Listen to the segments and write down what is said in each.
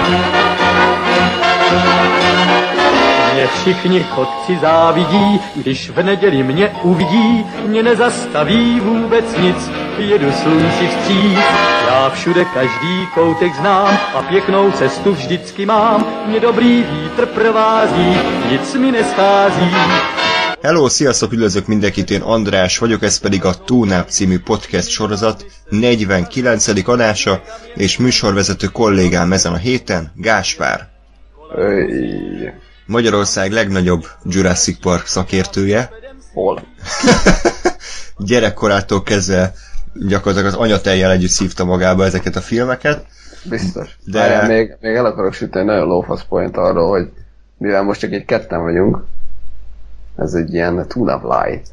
Mě všichni chodci závidí, když v neděli mě uvidí, mě nezastaví vůbec nic, jedu slunci vstříc. Já všude každý koutek znám a pěknou cestu vždycky mám, mě dobrý vítr provází, nic mi neschází. Hello, sziasztok, üdvözlök mindenkit, én András vagyok, ez pedig a TUNAP című podcast sorozat 49. adása, és műsorvezető kollégám ezen a héten, Gáspár. Magyarország legnagyobb Jurassic Park szakértője. Hol? Gyerekkorától kezdve gyakorlatilag az anyatejjel együtt szívta magába ezeket a filmeket. Biztos. De még el akarok sütni nagyon lófasz point arról, hogy mivel most csak egy ketten vagyunk, ez egy ilyen TUNAP light.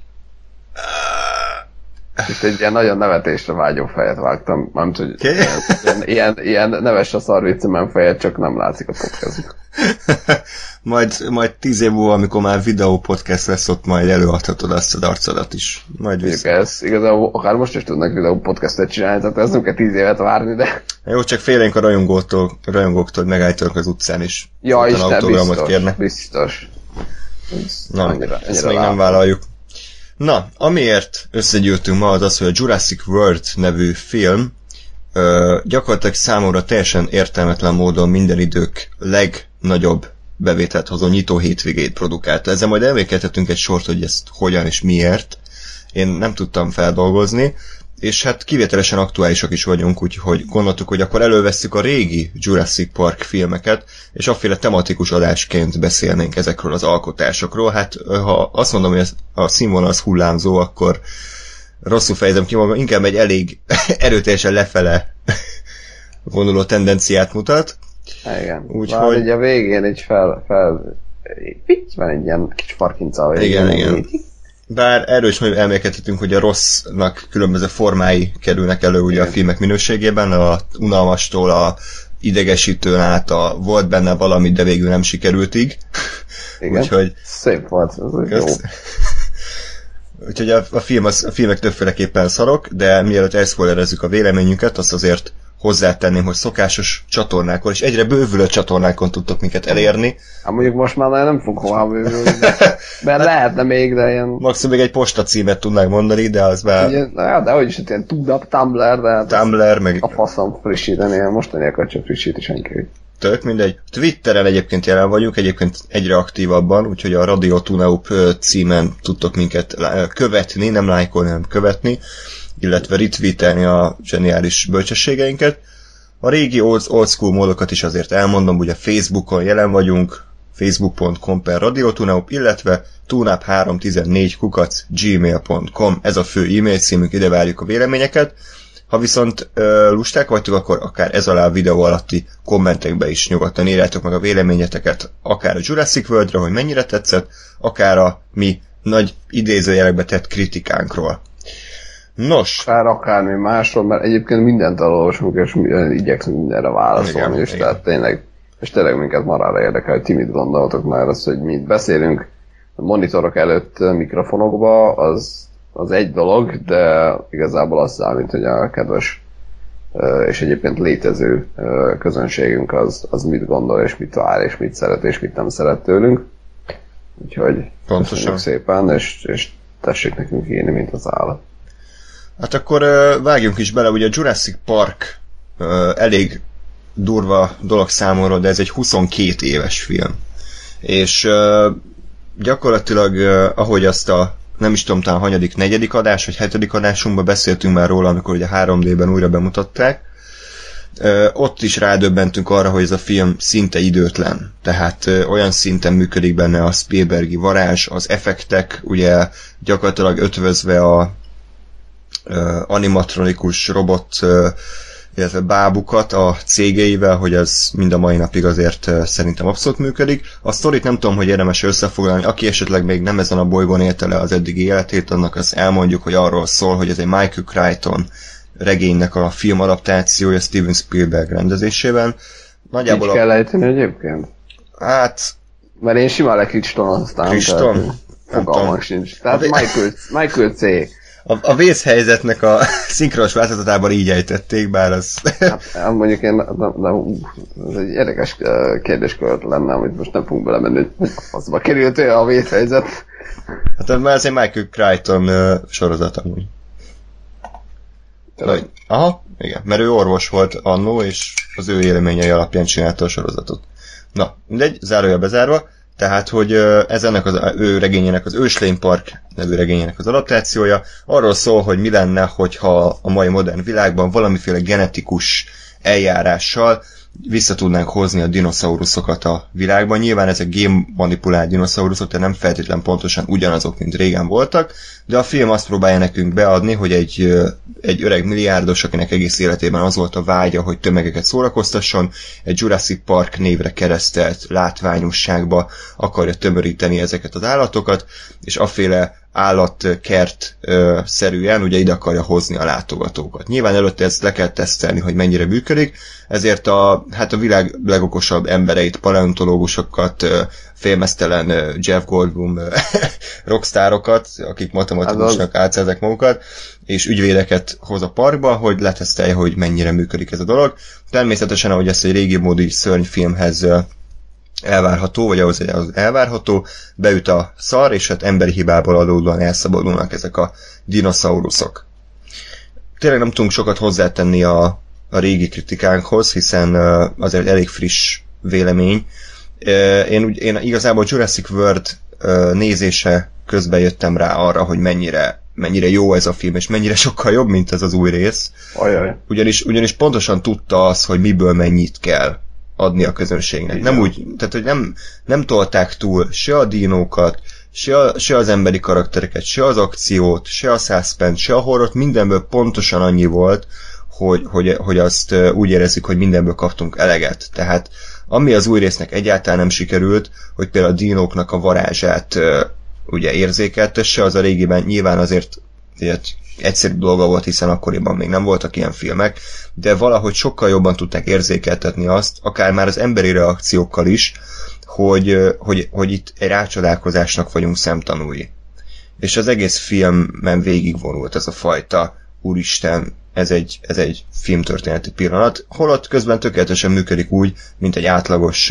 Itt egy ilyen nagyon nevetésre vágyó fejet vágtam, nem tudom, hogy ilyen neves a szarviccemen fejet, csak nem látszik a podcastban. majd 10 év múlva, amikor már videó podcast lesz, ott majd előadhatod azt az arcodat is. Majd vissza. Ez igazából akár most is tudnak videó podcastet csinálni, tehát ez nem kell 10 évet várni, de... Jó, csak félénk a rajongóktól megállítanak az utcán is. Ja, Isten, biztos. Na, ezt még nem vállaljuk. Na, amiért összegyűltünk ma az, hogy a Jurassic World nevű film gyakorlatilag számomra teljesen értelmetlen módon minden idők legnagyobb bevételt hozó nyitó hétvégét produkálta. Ezzel majd elvékeltetünk egy sort, hogy ezt hogyan és miért. Én nem tudtam feldolgozni, és hát kivételesen aktuálisak is vagyunk, úgyhogy gondoltuk, hogy akkor elővesszük a régi Jurassic Park filmeket, és afféle tematikus adásként beszélnénk ezekről az alkotásokról. Hát ha azt mondom, hogy a színvonal az hullámzó, akkor rosszul fejezem ki magam, inkább egy elég erőteljesen lefele vonuló tendenciát mutat. Igen. Úgyhogy így a végén így van egy ilyen kis parkinca. Igen. Bár erről is elmélkedhetünk, hogy a rossznak különböző formái kerülnek elő ugye a filmek minőségében, a unalmastól a idegesítőn át volt benne valami, de végül nem sikerültig. Igen, úgyhogy... szép volt, ez jó. Úgyhogy a filmek többféleképpen szarok, de mielőtt elszpoilerezzük a véleményünket, azt azért hozzátenném, hogy szokásos csatornákon, és egyre bővülő csatornákon tudtok minket elérni. Hát mondjuk most már nem fog hová bővülni, mert lehetne még, de ilyen... Maximum még egy postacímet tudnánk mondani, de az már... De hogy is, ilyen Tumblr, de hát Tumblr, meg... a faszom frissíteni, mostaniakat csak frissíti senki. Tök mindegy. Twitteren egyébként jelen vagyunk, egyébként egyre aktívabban, úgyhogy a Radio TUNAP címen tudtok minket követni, nem lájkolni, hanem követni, illetve retweetelni a zseniális bölcsességeinket. A régi old school módokat is azért elmondom, ugye Facebookon jelen vagyunk, facebook.com/radiotunaup, illetve tunap314@gmail.com, ez a fő e-mail címünk, ide várjuk a véleményeket. Ha viszont lusták vagytok, akkor akár ez alá a videó alatti kommentekbe is nyugodtan írjátok meg a véleményeteket, akár a Jurassic Worldra, hogy mennyire tetszett, akár a mi nagy idézőjelekbe tett kritikánkról. Nos. Akármi másról, mert egyébként mindent elolvasunk, és igyekszünk mindenre válaszolni, és tehát tényleg, és tényleg minket marára érdekel, hogy ti mit gondoltok már, az, hogy mi beszélünk a monitorok előtt mikrofonokba, az egy dolog, de igazából az számít, hogy a kedves és egyébként létező közönségünk az mit gondol, és mit vár, és mit szeret, és mit nem szeret tőlünk. Úgyhogy köszönjük szépen, és tessék nekünk írni, mint az állat. Hát akkor vágjunk is bele, ugye a Jurassic Park elég durva dolog számomra, de ez egy 22 éves film. És gyakorlatilag, ahogy azt a nem is tudom, talán hanyadik, negyedik adás, vagy hetedik adásunkban beszéltünk már róla, amikor ugye 3D-ben újra bemutatták. Ott is rádöbbentünk arra, hogy ez a film szinte időtlen. Tehát olyan szinten működik benne a Spielbergi varázs, az effektek, ugye gyakorlatilag ötvözve a animatronikus robot, illetve bábukat a cégeivel, hogy ez mind a mai napig azért szerintem abszolút működik. A sztorit nem tudom, hogy érdemes összefoglalni, aki esetleg még nem ezen a bolygón élte le az eddigi életét, annak azt elmondjuk, hogy arról szól, hogy ez egy Michael Crichton regénynek a filmadaptációja Steven Spielberg rendezésében. Nagyjából így kell ejteni egyébként? Hát... Mert én simán le Crichton aztán. Crichton? Fogalmam sincs. Tehát Michael C. A vészhelyzetnek a szinkronos változatában így ejtették, bár az... Hát, mondjuk én, ez egy érdekes kérdéskör lenne, amit most nem fogunk belemenni, hogy azba került a vészhelyzet. Hát már ez egy Michael Crichton sorozat amúgy. Aha, igen, mert ő orvos volt annó, és az ő élményei alapján csinálta a sorozatot. Na, mindegy, zárója bezárva, tehát, hogy ez ennek az ő regényének, az Őslény Park nevű regényének az adaptációja, arról szól, hogy mi lenne, hogyha a mai modern világban valamiféle genetikus eljárással vissza tudnánk hozni a dinoszauruszokat a világban. Nyilván ezek génmanipulált dinoszauruszok, tehát nem feltétlen pontosan ugyanazok, mint régen voltak, de a film azt próbálja nekünk beadni, hogy egy öreg milliárdos, akinek egész életében az volt a vágya, hogy tömegeket szórakoztasson, egy Jurassic Park névre keresztelt látványosságba akarja tömöríteni ezeket az állatokat, és aféle állatkert szerűen ugye ide akarja hozni a látogatókat. Nyilván előtte ezt le kell tesztelni, hogy mennyire működik, ezért a világ legokosabb embereit, paleontológusokat, félmeztelen Jeff Goldblum rockstárokat, akik matematikusnak átszerzek magukat, és ügyvédeket hoz a parkba, hogy letesztelje, hogy mennyire működik ez a dolog. Természetesen, ahogy ezt egy régi módi szörnyfilmhez elvárható, vagy ahhoz az elvárható, beüt a szar, és hát emberi hibából adódóan elszabadulnak ezek a dinoszauruszok. Tényleg nem tudunk sokat hozzátenni a régi kritikánkhoz, hiszen azért elég friss vélemény. Én igazából Jurassic World nézése közben jöttem rá arra, hogy mennyire jó ez a film, és mennyire sokkal jobb, mint ez az új rész. Ajaj. Ugyanis pontosan tudta az, hogy miből mennyit kell adni a közönségnek. Igen. Nem úgy, tehát hogy nem tolták túl se a dinókat, se az emberi karaktereket, se az akciót, se a suspense, se a horrort, mindenből pontosan annyi volt, hogy azt úgy érezzük, hogy mindenből kaptunk eleget. Tehát ami az új résznek egyáltalán nem sikerült, hogy például a dinóknak a varázsát ugye érzékeltesse, az a régiben nyilván azért egyszerű dolga volt, hiszen akkoriban még nem voltak ilyen filmek, de valahogy sokkal jobban tudták érzékeltetni azt, akár már az emberi reakciókkal is, hogy itt egy rácsodálkozásnak vagyunk szemtanúi. És az egész filmen végigvonult ez a fajta úristen, ez egy filmtörténeti pillanat, holott közben tökéletesen működik úgy, mint egy átlagos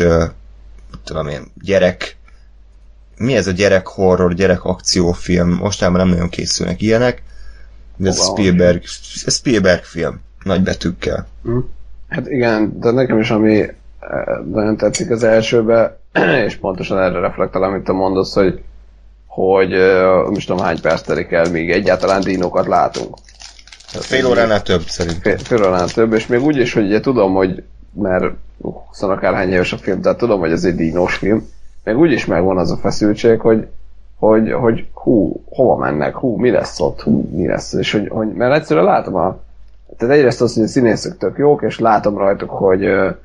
gyerek. Mi ez a gyerek horror, gyerek akciófilm? Mostában nem nagyon készülnek ilyenek, de ez Spielberg film, nagy betűkkel. Hát igen, de nekem is ami nagyon tetszik az elsőbe, és pontosan erre reflektál, amit te mondasz, hogy most tudom hány perc telik el, míg egyáltalán dinókat látunk. Fél óránál több szerintem. Fél óránál több, és még úgy is, hogy ugye tudom, hogy mert 20 akárhány éves a film, tehát tudom, hogy ez egy dinós film, még úgy is megvan az a feszültség, hogy hova mennek, mi lesz ott, mi lesz, és hogy mert egyszerűen látom tehát egyrészt az, hogy a színészek tök jók, és látom rajtuk, hogy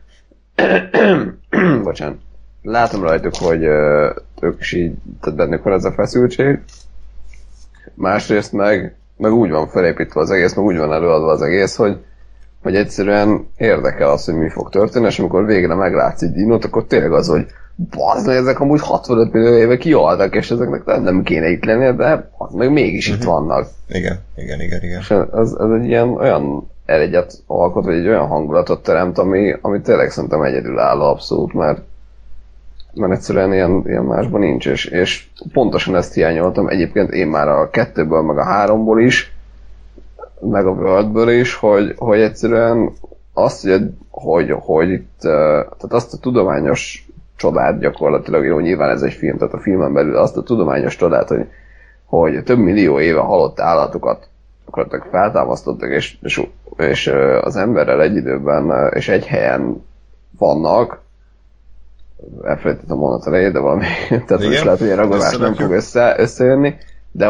bocsánat, látom rajtuk, hogy ők is így, tehát bennük van ez a feszültség, másrészt meg úgy van felépítve az egész, meg úgy van előadva az egész, hogy egyszerűen érdekel az, hogy mi fog történni, és amikor végre meglátsz egy dinót, akkor tényleg az, hogy bazd meg, ezek amúgy 65 millió éve kihaltak, és ezeknek nem kéne itt lenni, de meg mégis itt vannak. Igen. És ez egy ilyen olyan elegyet alkot, vagy egy olyan hangulatot teremt, ami tényleg szerintem egyedülálló abszolút, mert egyszerűen ilyen másban nincs, és pontosan ezt hiányoltam. Egyébként én már a 2-ből, meg a 3-ból is, meg a Worldből is, hogy egyszerűen azt, hogy itt, tehát azt a tudományos csodát gyakorlatilag, jó, nyilván ez egy film, tehát a filmen belül azt a tudományos csodát, hogy több millió éve halott állatokat feltámasztottak, és az emberrel egy időben és egy helyen vannak, elfelejtettem a mondat elejét, de valami, tehát most lehet, hogy a ragozás nem fog összejönni, de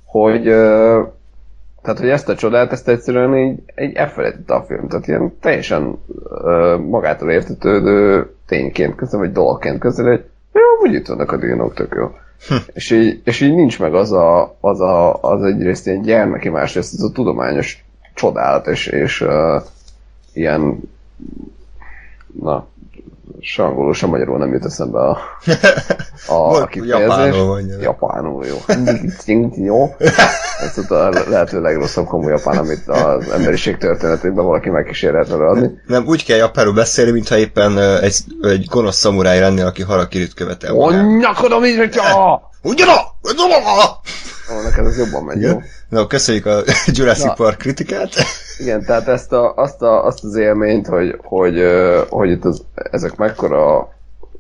tehát, hogy ezt a csodát, ezt egyszerűen így elfelejtette a film, tehát ilyen teljesen magától értetődő tényként közül, vagy dologként közül, hogy jó, úgy itt vannak a dinók, tök jó. És így nincs meg az egyrészt ilyen gyermeki, másrészt ez a tudományos csodálat, és ilyen angolul sem magyarul nem jut eszembe a kifejezés. Japánul, jó. Jó. Ez a lehető legrosszabb komoly japán, amit az emberiség történetében valaki megkísérhet adni. Nem, úgy kell japánul beszélni, mintha éppen egy gonosz szamuráj lennél, aki harakirit követel. Onyakodom így, hogy neked ez jobban megy, jó? Na, köszönjük a Jurassic Park kritikát. Igen, tehát azt az élményt, hogy itt ezek mekkora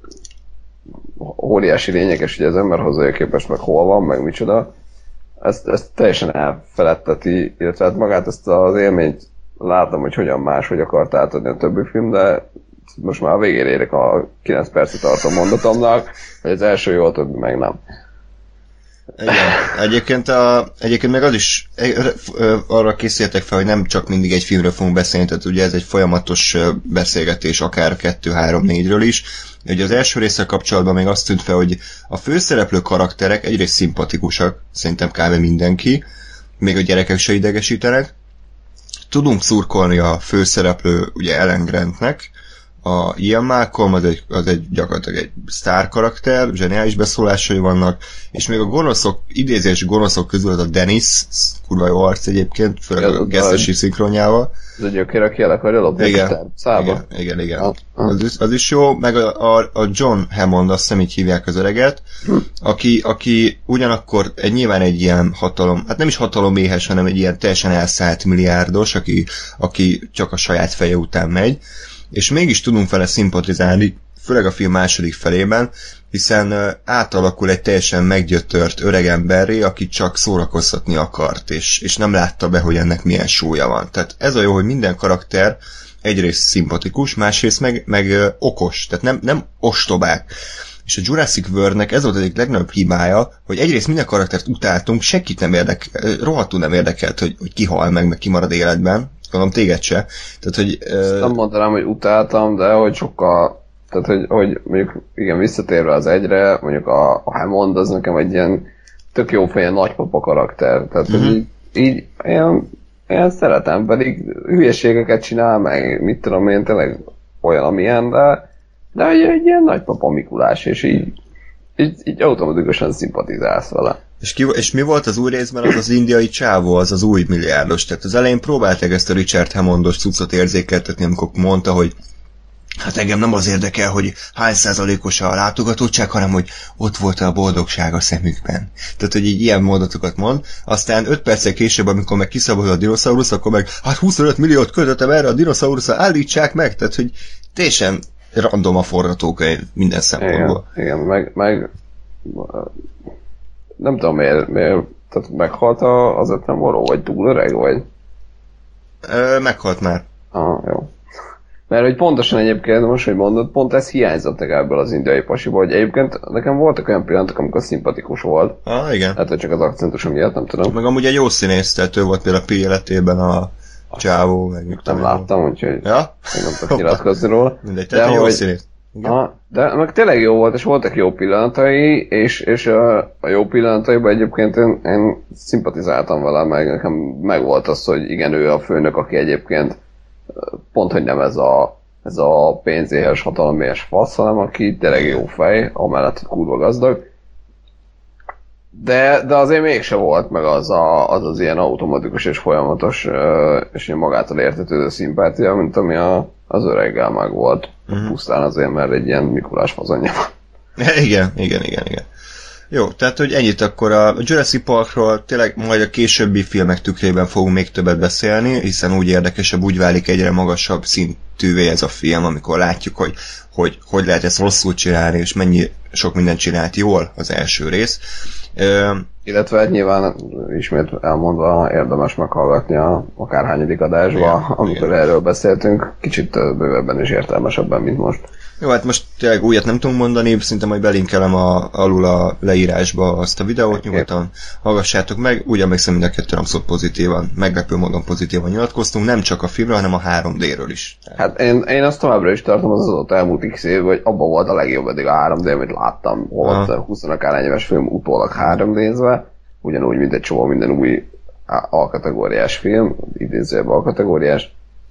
óriási lényeges, ugye az ember hozzája képest meg hol van, meg micsoda, ezt teljesen elfeledteti, illetve hát magát ezt az élményt látom, hogy hogyan máshogy akart átadni a többi film, de most már a végére érek a 9 percet tartó mondatomnak, hogy az első jó, a többi meg nem. Igen. Egyébként meg az is arra készültek fel, hogy nem csak mindig egy filmről fogunk beszélni, tehát ugye ez egy folyamatos beszélgetés, akár 2, 3, 4-ről is. Ugye az első résszel kapcsolatban még azt tűnt fel, hogy a főszereplő karakterek egyrészt szimpatikusak, szerintem kb. Mindenki, még a gyerekek se idegesítenek. Tudunk szurkolni a főszereplő, ugye Ellen Grantnek, a Ian Malcolm az egy gyakorlatilag egy sztár karakter, zseniális beszólásai vannak, és még a gonoszok, idézés gonoszok közül az a Dennis, kurva jó arc egyébként, főleg a gesztesi szinkronjával. Ez a gyökér, aki el akarja lopni a szába. Igen. Az is jó, meg a John Hammond, azt hiszem így hívják az öreget, aki ugyanakkor nyilván egy ilyen hatalom, hát nem is hataloméhes, hanem egy ilyen teljesen elszállt milliárdos, aki csak a saját feje után megy, és mégis tudunk vele szimpatizálni, főleg a film második felében, hiszen átalakul egy teljesen meggyötört öregemberré, aki csak szórakoztatni akart, és nem látta be, hogy ennek milyen súlya van. Tehát ez a jó, hogy minden karakter egyrészt szimpatikus, másrészt meg okos, tehát nem ostobák. És a Jurassic World-nek ez volt az egyik legnagyobb hibája, hogy egyrészt minden karaktert utáltunk, senkit nem rohadtul nem érdekelt, hogy ki hal meg ki marad életben. Gondolom téged se. Tehát, hogy, nem mondanám, hogy utáltam, de hogy sokkal, tehát hogy mondjuk igen, visszatérve az egyre, mondjuk a Hammond az nekem egy ilyen tök jó fejen nagypapa karakter. Tehát, hogy így ilyen szeretem, pedig hülyeségeket csinál, meg mit tudom én, tényleg olyan, amilyen, de egy ilyen nagypapa Mikulás, és így automatikusan szimpatizálsz vele. És mi volt az új részben az indiai csávó, az új milliárdos? Tehát az elején próbálták ezt a Richard Hammondos cuccot érzékeltetni, amikor mondta, hogy hát engem nem az érdekel, hogy hány százalékos a látogatottság, hanem hogy ott volt a boldogság a szemükben. Tehát, hogy így ilyen mondatokat mond. Aztán 5 perccel később, amikor meg kiszabadul a dinoszaurusz, akkor meg hát 25 milliót költöttem erre a dinoszauruszra, állítsák meg! Tehát, hogy teljesen random a forgatókönyv minden szempontból. Igen, meg nem tudom miért tehát meghalt az 50 való, vagy túl öreg, vagy? Meghalt már. Jó. Mert hogy pontosan egyébként, most, hogy mondod, pont ez hiányzott ebből az indiai pasiból, hogy egyébként nekem voltak olyan pillanatok, amikor szimpatikus volt. Igen. Hát, hogy csak az akcentusom miatt, nem tudom. Meg amúgy egy jó színész, tehát ő volt például a Pi életében a csávó, meg nem láttam, úgyhogy ja? nem tudok nyilatkozni róla. Mindegy, tehát egy jó színész. De meg tényleg jó volt, és voltak jó pillanatai, és a jó pillanataiban egyébként én szimpatizáltam vele, meg nekem megvolt az, hogy igen, ő a főnök, aki egyébként pont, hogy nem ez a pénzéhes, hataloméhes fasz, hanem aki tényleg jó fej, amellett kurva gazdag. De azért mégse volt meg az ilyen automatikus és folyamatos és ilyen magától értetődő szimpátia, mint ami az öreggel meg volt. Pusztán azért, mert egy ilyen Mikulás fazonja van. Igen. Jó, tehát hogy ennyit akkor a Jurassic Parkról, tényleg majd a későbbi filmek tükrében fogunk még többet beszélni, hiszen úgy érdekesebb, úgy válik egyre magasabb szintűvé ez a film, amikor látjuk, hogy lehet ezt rosszul csinálni, és mennyi sok mindent csinált jól az első rész. Illetve nyilván ismét elmondva érdemes meghallgatni akárhányadik adásba, amikor erről beszéltünk, kicsit bővebben és értelmesebben, mint most. Jó, hát most tényleg újat nem tudunk mondani, szerintem majd belinkelem alul a leírásba azt a videót, nyugodtan hallgassátok meg, úgy emlékszem mind a kettőn abszolút pozitívan, meglepő módon pozitívan nyilatkoztunk, nem csak a filmről, hanem a 3D-ről is. Hát én azt továbbra is tartom az ott elmúlt x év, hogy abban volt a legjobb eddig a 3D, amit láttam, volt 20 akárhány éves film utólag 3D-zve, ugyanúgy, mint egy csomó minden új A-kategóriás film, idézőjebb A-kategóriás.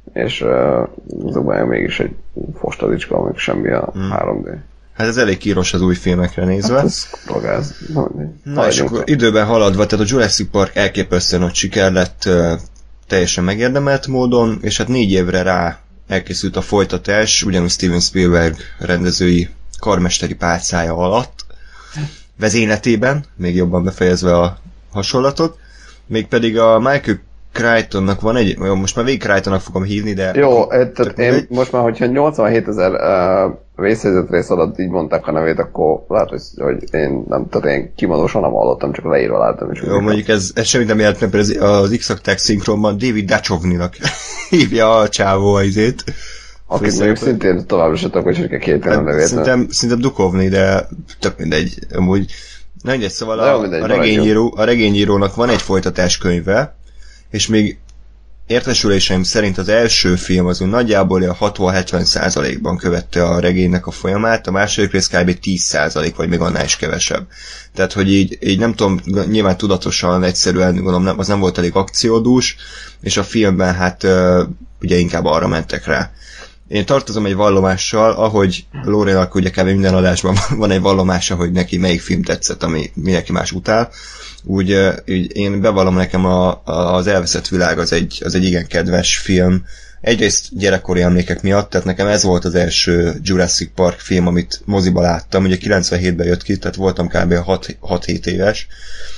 és azokban mégis egy fostadicska, meg semmi a 3D. Hát ez elég kíros az új filmekre nézve. Hát ez rogáz. Na és akkor időben haladva, tehát a Jurassic Park elképesztően nagy siker lett, teljesen megérdemelt módon, és hát 4 évre rá elkészült a folytatás, ugyanúgy Steven Spielberg rendezői karmesteri pálcája alatt, vezényletében, még jobban befejezve a hasonlatot, mégpedig a Michael Crichtonnak van egy, most már végig Crichtonnak fogom hívni, de... Jó, tehát én most már, hogyha 87 000 vészhelyzet rész alatt így mondták a nevét, akkor lehet, hogy én nem, tehát én kimondósan nem hallottam, csak leírva láttam is. Jó, mondjuk ez semmit nem jelent, mert az X-Actek szinkronban David Duchovny-nak hívja a csávó a izét. Akit mondjuk szintén továbbra se tudok, hogy kell két a nevét. Szerintem Duchovny, de tök mindegy. Amúgy, na mindegy, szóval a regényírónak van egy folytatáskönyve, és még értesüléseim szerint az első film az nagyjából a 60-70%-ban követte a regénynek a folyamát, a második rész kb. 10% vagy még annál is kevesebb. Tehát, hogy így nem tudom, nyilván tudatosan, egyszerűen gondolom, az nem volt elég akciódús, és a filmben hát ugye inkább arra mentek rá. Én tartozom egy vallomással, ahogy Lórénak ugye kb. Minden adásban van egy vallomása, hogy neki melyik film tetszett, ami mindenki más utál. Úgy én bevallom, nekem az Elveszett világ az egy igen kedves film. Egyrészt gyerekkori emlékek miatt, tehát nekem ez volt az első Jurassic Park film, amit moziba láttam. Ugye 97-ben jött ki, tehát voltam kb. 6-7 éves,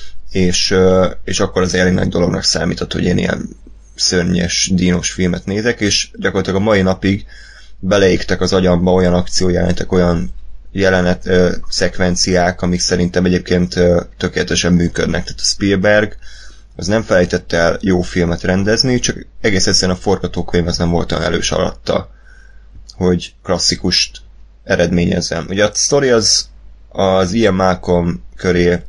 és akkor az elég nagy dolognak számított, hogy én ilyen szörnyes, dínos filmet nézek, és gyakorlatilag a mai napig beleégtek az agyamba olyan akciójelenetek, olyan szekvenciák, amik szerintem egyébként tökéletesen működnek. Tehát a Spielberg az nem felejtett el jó filmet rendezni, csak egész egyszerűen a forgatókönyv az nem volt olyan erős alatta, hogy klasszikust eredményezzem. Ugye a sztori az Ian Malcolm köré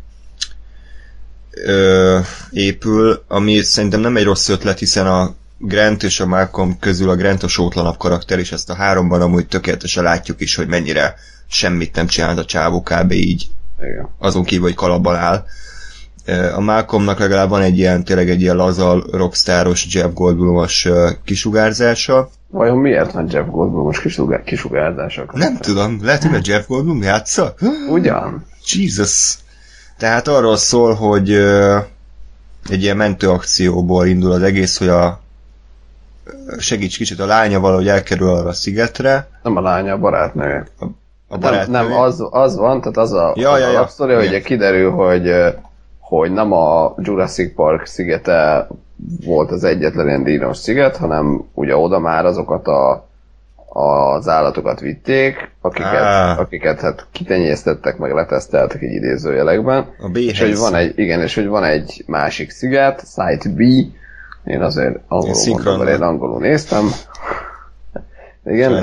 épül, ami szerintem nem egy rossz ötlet, hiszen a Grant és a Malcolm közül a Grant a sótlanabb karakter, és ezt a háromban amúgy tökéletesen látjuk is, hogy mennyire semmit nem csinált a csávó, kb. Így. Igen. Azon kívül, hogy kalapban áll. A Malcolmnak legalább van tényleg egy ilyen lazal, rockstáros, Jeff Goldblumos kisugárzása. Vajon miért van Jeff Goldblumos kisugárzása? Nem tudom, lehet, hogy Jeff Goldblum játsza? Ugyan. Jesus. Tehát arról szól, hogy egy ilyen mentőakcióból indul az egész, hogy segíts kicsit, a lánya valahogy elkerül arra a szigetre. Nem a lánya, a barátnője. A barátnője? Nem, az van, tehát az a alapsztori, hogy ugye kiderül, hogy nem a Jurassic Park szigete volt az egyetlen ilyen dínos sziget, hanem ugye oda már azokat az állatokat vitték, akiket hát kitenyésztettek, meg leteszteltek egy idézőjelekben. A és hogy van egy másik sziget, Site B, én azért angolul mondtam, mert én angolul néztem. Igen,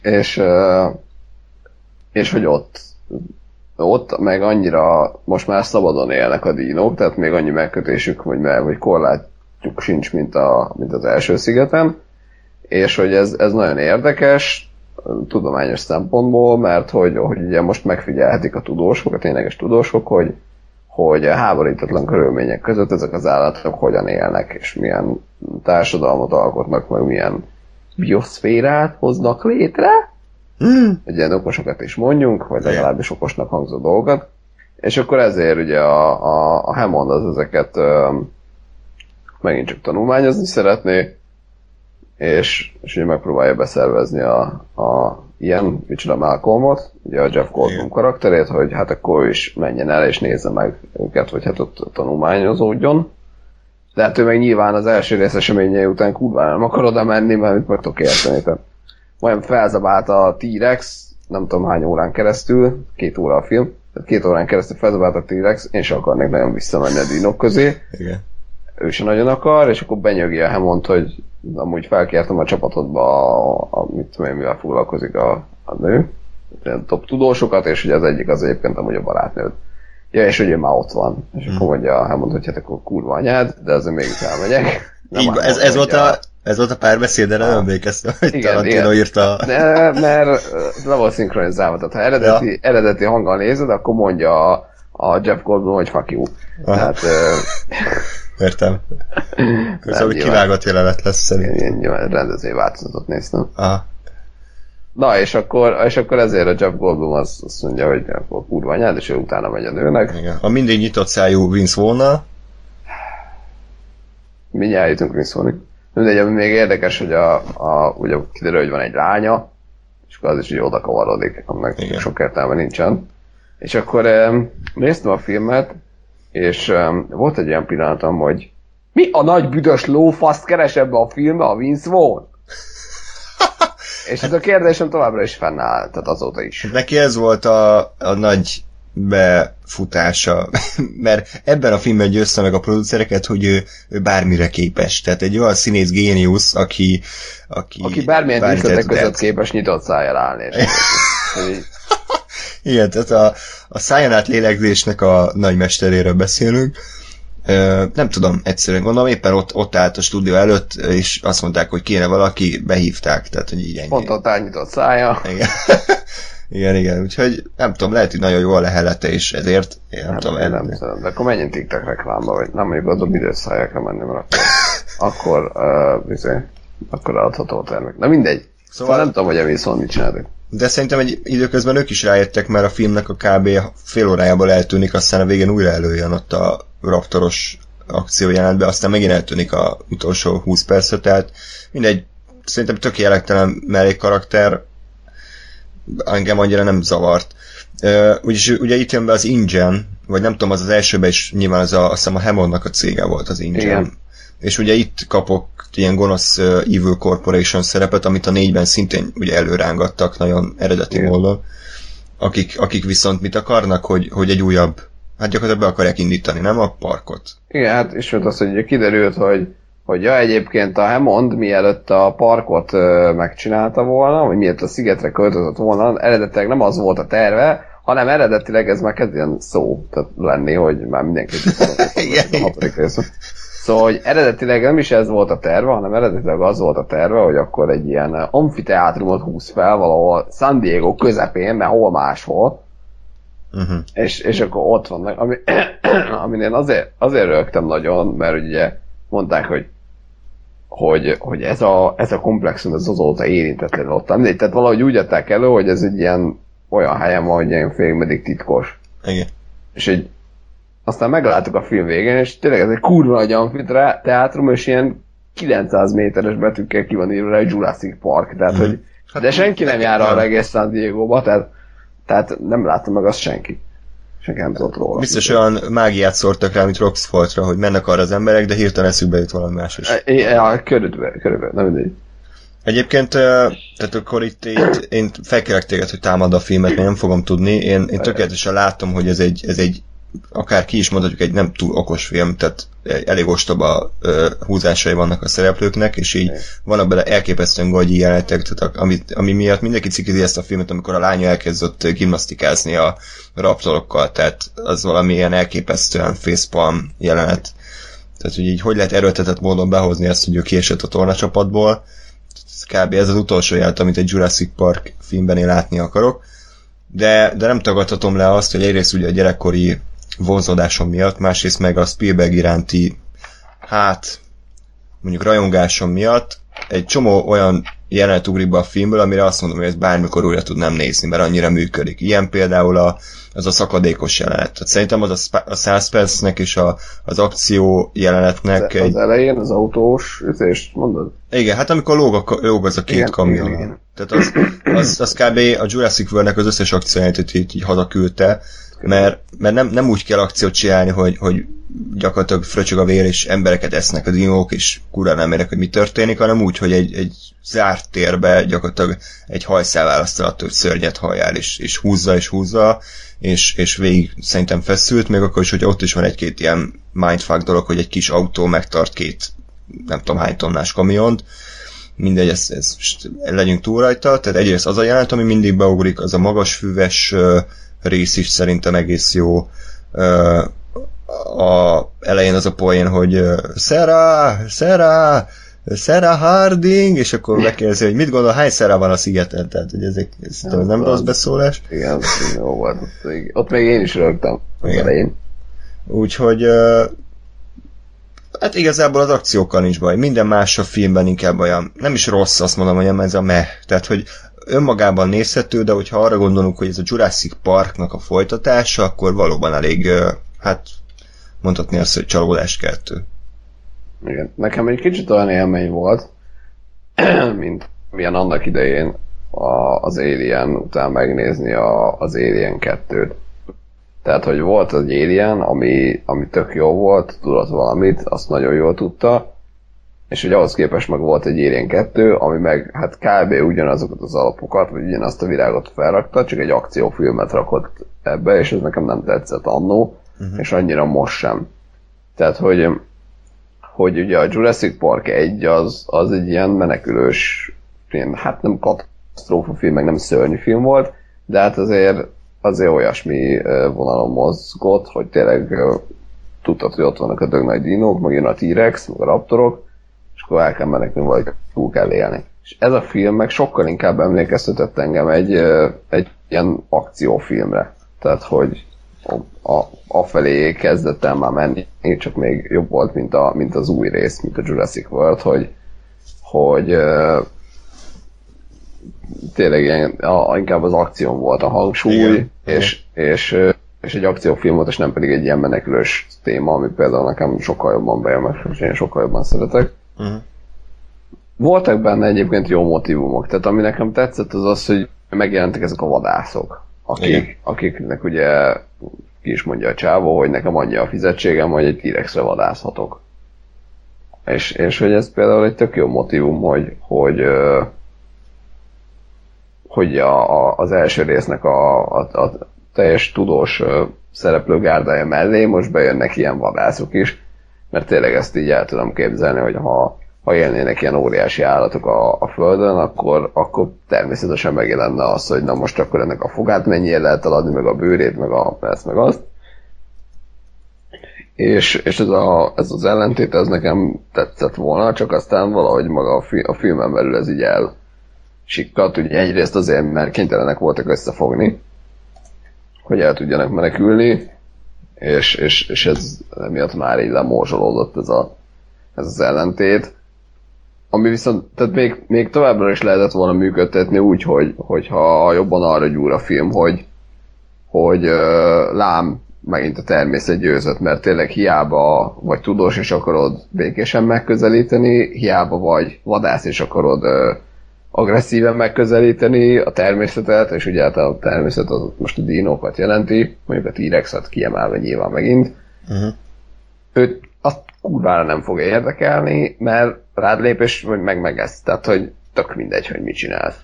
és hogy ott meg annyira most már szabadon élnek a dínók, tehát még annyi megkötésük, vagy korlátjuk sincs, mint az első szigeten, és hogy ez nagyon érdekes tudományos szempontból, mert hogy ugye most megfigyelhetik a tudósok, a tényleges tudósok, hogy háborítatlan körülmények között ezek az állatok hogyan élnek, és milyen társadalmat alkotnak, meg milyen bioszférát hoznak létre. Egy ilyen okosokat is mondjunk, vagy legalábbis okosnak hangzó dolgokat. És akkor ezért ugye a Hammond az ezeket megint csak tanulmányozni szeretné, és ugye megpróbálja beszervezni a ilyen micsoda Malcolmot, ugye a Jeff Goldblum karakterét, hogy hát akkor ő is menjen el és nézze meg őket, vagy hát ott tanulmányozódjon. De hát ő meg nyilván az első rész eseményei után kurva nem akar oda menni, mert mit meg tudok érteni. Tehát majd felzabált a T-Rex, nem tudom hány órán keresztül, 2 óra a film, tehát 2 órán keresztül felzabált a T-Rex, én sem akarnék nagyon visszamenni a dinok közé. Igen. Ő sem nagyon akar, és akkor benyögi a Hammond, hogy amúgy felkértem a csapatodba mit tudom én, mivel foglalkozik a nő, top tudósokat, és ugye az egyik az egyébként amúgy a barátnőd. Ja, és ugye már ott van. És akkor mondja a Hammond, hogy hát akkor kurva anyád, de azért mégis elmegyek. Ez volt a párbeszéd, erre nem emlékeztem, hogy Tarantino írta. Mert le volt szinkronizálva, tehát ha eredeti hanggal nézed, akkor mondja a Jeff Goldblum, hogy fuck you. Tehát, Értem. Közben kivágott jelenet lesz szerintem. Nyilván rendezői változatot néztem. Aha. Na, és akkor ezért a Jeff Goldblum azt mondja, hogy akkor kurva anyád, és ő utána megy a nőnek. Igen. A mindig nyitott szájú Vince Vaughn-nal. Mindjárt jutunk Vince Vaughnig. Mindegy, ami még érdekes, hogy ugye kiderül, hogy van egy lánya, és akkor az is így oda kavarodik, aminek sok értelme nincsen. És akkor néztem a filmet, és volt egy ilyen pillanatom, hogy mi a nagy büdös lófaszt keres ebbe a filmbe a Vince Vaughn? És ez a kérdésem továbbra is fennáll, tehát azóta is. Neki ez volt a nagy befutása, mert ebben a filmben győzte meg a producereket, hogy ő bármire képes. Tehát egy olyan színész géniusz, aki bármilyen díszletek között képes nyitott szájjal állni. Igen, tehát a szájon át lélegzésnek a nagymesteréről beszélünk. Nem tudom, egyszerűen gondolom, éppen ott állt a stúdió előtt, és azt mondták, hogy kéne valaki, behívták, tehát hogy így ennyi. Pont ott átnyitott szája. Igen. igen, úgyhogy nem tudom, lehet, hogy nagyon jó a lehellete, és ezért, én nem tudom. Nem tudom, de akkor menjünk TikTok reklámba, vagy nem mondjuk az a büdös szájakra menni, mert akkor adható a termék. Na mindegy. Szóval nem tudom, hogy a Vince Vaughn mit csináltak. De szerintem egy időközben ők is rájöttek, mert a filmnek a kb. Fél órájából eltűnik, aztán a végén újra előjön ott a raptoros akció jelentbe, aztán megint eltűnik a utolsó 20 percet, tehát mindegy, szerintem tök jelektelen mellékkarakter, engem annyira nem zavart. Úgyis ugye itt jön be az InGen, vagy nem tudom, az elsőben is nyilván azt hiszem a Hammondnak a cége volt az InGen. Igen. És ugye itt kapok ilyen gonosz Evil Corporation szerepet, amit a 4-ben szintén ugye előrángattak nagyon eredeti módon, akik viszont mit akarnak, hogy egy újabb, hát gyakorlatilag be akarják indítani, nem a parkot. Igen, hát és az, hogy kiderült, hogy egyébként a Hammond mielőtt a parkot megcsinálta volna, vagy mielőtt a szigetre költözött volna, eredetileg nem az volt a terve, hanem eredetileg ez már kezd ilyen szó tehát lenni, hogy már mindenki a hatodik rész. Szóval, hogy eredetileg nem is ez volt a terve, hanem eredetileg az volt a terve, hogy akkor egy ilyen amfiteátrumot húz fel valahol San Diego közepén, mert hol máshol. És akkor ott vannak, amin én azért rögtem nagyon, mert ugye mondták, hogy ez a komplexum ez azóta érintetlen ott. Tehát valahogy úgy adták elő, hogy ez egy ilyen olyan helyen van, hogy ilyen félig titkos. Igen. És aztán megláttuk a film végén, és tényleg ez egy kurva nagy amfiteátrum, és ilyen 900 méteres betűkkel ki van írva rá, hogy Jurassic Park, tehát hogy de senki nem jár arra egész San Diego-ba, tehát nem látta meg azt senki. Senki nem tudott róla. Biztos olyan mágiát szórtak rá, mint Roxfortra, hogy mennek arra az emberek, de hirtelen eszükbe jut valami más is. Ja, körülbelül, nem mindegy. Egyébként, tehát akkor itt én felkérek téged, hogy támad a filmet, mert nem fogom tudni. Én tökéletesen látom, hogy ez egy akár ki is mondhatjuk, egy nem túl okos film, tehát elég ostoba húzásai vannak a szereplőknek, és így vannak bele elképesztően gagyi jelenetek, tehát ami miatt mindenki cikizi ezt a filmet, amikor a lánya elkezdett gimnasztikázni a raptorokkal, tehát az valami ilyen elképesztően facepalm jelenet. Tehát, hogy lehet erőltetett módon behozni ezt, hogy ő kiesett a tornacsapatból. Kb. Ez az utolsó jelenet, amit egy Jurassic Park filmben én látni akarok. De nem tagadhatom le azt, hogy egyrészt ugye a gyerekkori vonzódásom miatt, másrészt meg a Spielberg iránti, mondjuk rajongásom miatt egy csomó olyan jelenet ugrik be a filmből, amire azt mondom, hogy ezt bármikor újra tudnám nézni, mert annyira működik. Ilyen például az a szakadékos jelenet. Tehát szerintem az a suspense-nek és az akció jelenetnek az elején az autós ütést mondod? Igen, hát amikor lóg az a két kamion. Igen. Tehát az kb. A Jurassic World-nek az összes akciójelenetet így hazaküldte, mert nem úgy kell akciót csinálni, hogy gyakorlatilag fröcsög a vér, és embereket esznek a dinók, és kurva nem érek, hogy mi történik, hanem úgy, hogy egy zárt térbe gyakorlatilag egy hajszál választja attól, hogy szörnyet halljál, és húzza, és végig szerintem feszült, még akkor is, hogy ott is van egy-két ilyen mindfuck dolog, hogy egy kis autó megtart két nem tudom hány tonnás kamiont, mindegy, ez legyünk túl rajta, tehát egyrészt az a jelenet, ami mindig beugrik, az a magas füves rész is szerintem egész jó. A elején az a poén, hogy Sarah Harding, és akkor megkérdezi, hogy mit gondol, hány Sarah van a szigeten, tehát hogy ez nem rossz beszólás. Igen, jó volt. Ott még én is rögtem az elején. Úgyhogy Hát igazából az akciókkal nincs baj. Minden más a filmben inkább olyan, nem is rossz, azt mondom, hogy ez a meh. Tehát, hogy önmagában nézhető, de hogyha arra gondolunk, hogy ez a Jurassic Parknak a folytatása, akkor valóban elég, hát mondhatni azt, hogy csalódás keltő. Igen. Nekem egy kicsit olyan élmény volt, mint milyen annak idején az Alien után megnézni az Alien 2-t. Tehát, hogy volt az Alien, ami tök jó volt, tudott valamit, azt nagyon jól tudta, és hogy ahhoz képest meg volt egy Alien 2, ami meg hát kb. Ugyanazokat az alapokat, vagy ugyanazt a virágot felrakta, csak egy akciófilmet rakott ebbe, és ez nekem nem tetszett annó, és annyira most sem. Tehát, hogy ugye a Jurassic Park 1 az egy ilyen menekülős film, hát nem katasztrófa film, meg nem szörnyű film volt, de hát azért olyasmi vonalon mozgott, hogy tényleg tudtad, hogy ott vannak a dög nagy dinók, meg jön a T-Rex, meg a raptorok, és akkor el kell menekülni, vagy túl kell élni. És ez a film meg sokkal inkább emlékeztetett engem egy ilyen akciófilmre. Tehát, hogy afelé kezdett el már menni, csak még jobb volt, mint az új rész, mint a Jurassic World, hogy tényleg ilyen, inkább az akción volt a hangsúly, és egy akciófilm volt, és nem pedig egy ilyen menekülős téma, ami például nekem sokkal jobban bejön, és én sokkal jobban szeretek. Voltak benne egyébként jó motívumok, tehát ami nekem tetszett az, hogy megjelentek ezek a vadászok, akiknek ugye ki is mondja a csávó, hogy nekem annyi a fizetségem, hogy egy T-Rexre vadászhatok. És hogy ez például egy tök jó motívum, hogy az első résznek a teljes tudós szereplőgárdája mellé most bejönnek ilyen vadászok is, mert tényleg ezt így el tudom képzelni, hogy ha élnének ilyen óriási állatok a Földön, akkor természetesen megjelenne az, hogy na most akkor ennek a fogát mennyire lehet eladni, meg a bőrét, meg ezt, meg azt. És ez az ellentét, ez nekem tetszett volna, csak aztán valahogy maga a filmen belül ez így elsikkadt, ugye egyrészt azért, mert kénytelenek voltak összefogni, hogy el tudjanak menekülni, és ez emiatt már így lemorzsolódott ez az ellentét. Ami viszont, tehát még továbbra is lehetett volna működtetni úgy, hogyha jobban arra gyúr a film, hogy lám megint a természet győzött, mert tényleg hiába vagy tudós és akarod békésen megközelíteni, hiába vagy vadász és akarod agresszíven megközelíteni a természetet, és ugye hát a természet az most a dinókat jelenti, mondjuk a T-Rexet kiemelve nyilván megint. Őt azt kurvára nem fog érdekelni, mert rád lép, és meg ez. Tehát, hogy tök mindegy, hogy mit csinálsz.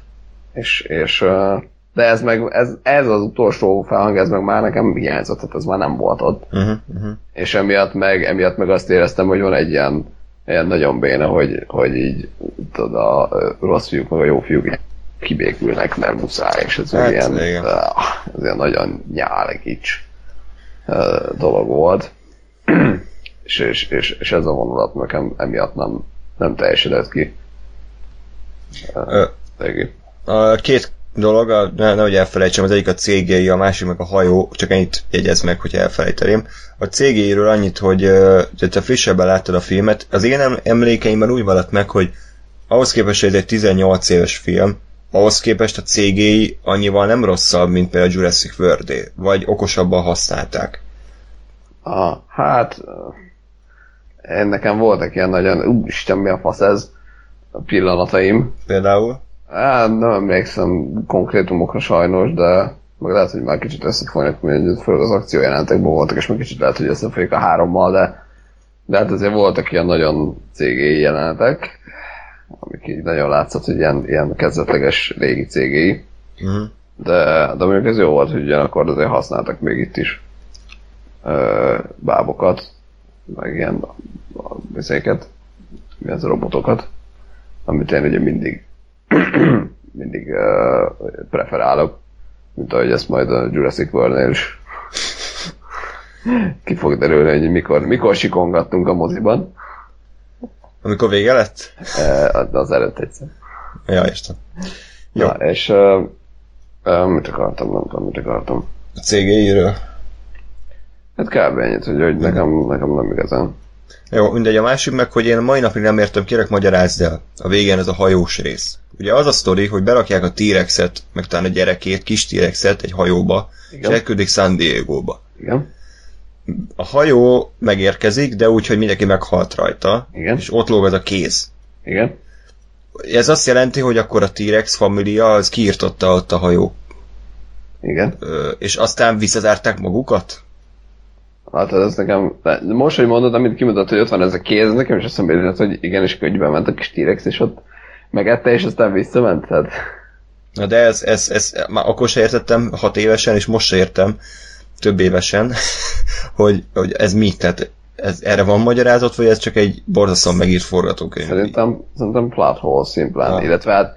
De ez az utolsó felhang, ez meg már nekem hiányzott, tehát ez már nem volt ott. És emiatt meg azt éreztem, hogy van egy ilyen nagyon béna, hogy így tudod, a rossz fiúk meg a jó fiúk kibékülnek, mert muszáj, és ez hát, ilyen nagyon nyálegics dolog volt. És ez a vonulat nekem emiatt nem teljesedett ki. A két dolog, nehogy elfelejtsem, az egyik a CGI, a másik meg a hajó, csak ennyit jegyezd meg, hogy elfelejteném. A CGI-ről annyit, hogy te frissebben láttad a filmet, az én emlékeimben úgy maradt meg, hogy ahhoz képest, hogy ez egy 18 éves film, ahhoz képest a CGI annyival nem rosszabb, mint például a Jurassic World-é, vagy okosabban használták. Hát nekem voltak ilyen nagyon, Isten, mi a fasz ez, a pillanataim. Például? Hát nem emlékszem konkrétumokra sajnos, de meg lehet, hogy már kicsit összefolynak, mert főleg az akciójelentekben voltak, és meg kicsit lehet, hogy összefolyik a 3-mal, de hát azért voltak ilyen nagyon CGI jelenetek, amik így nagyon látszott, hogy ilyen kezdetleges régi CGI. De mondjuk ez jó volt, hogy ugyanakkor azért használtak még itt is bábokat, meg ilyen vizéket, milyen robotokat, amit én ugye mindig preferálok, mint ahogy ezt majd a Jurassic World-nél is ki fog derülni, hogy mikor sikongattunk a moziban. Amikor vége lett? Az előtt egyszer. Ja, értem. Jó. Na, és mit akartam, nem tudom, mit akartam. A CGI-ről? Hát kb. Ennyit, hogy nekem nem igazán. Jó, mindegy, a másik meg, hogy én mai napig nem értem, kérek magyarázd el. A végén ez a hajós rész. Ugye az a sztori, hogy berakják a T-rexet, meg talán a gyerekét, kis T-rexet egy hajóba, igen. És elküldik San Diego-ba. Igen. A hajó megérkezik, de úgy, hogy mindenki meghalt rajta, igen. És ott lóg az a kéz. Igen. Ez azt jelenti, hogy akkor a T-rex família az kiirtotta ott a hajó. Igen. És aztán visszazárták magukat? Hát ez nekem, most, hogy mondod, amit kimutat, hogy ott van ez a kéz, nekem is eszembe jutott, hogy igenis könyvben ment a kis T-rex, és ott megette, és aztán visszament, tehát... Na de ez már akkor se értettem 6 évesen, és most se értem több évesen, hogy ez mi, tehát erre van magyarázat, vagy ez csak egy borzasztóan megírt forgatókönyv? Szerintem plot hole szimplán, illetve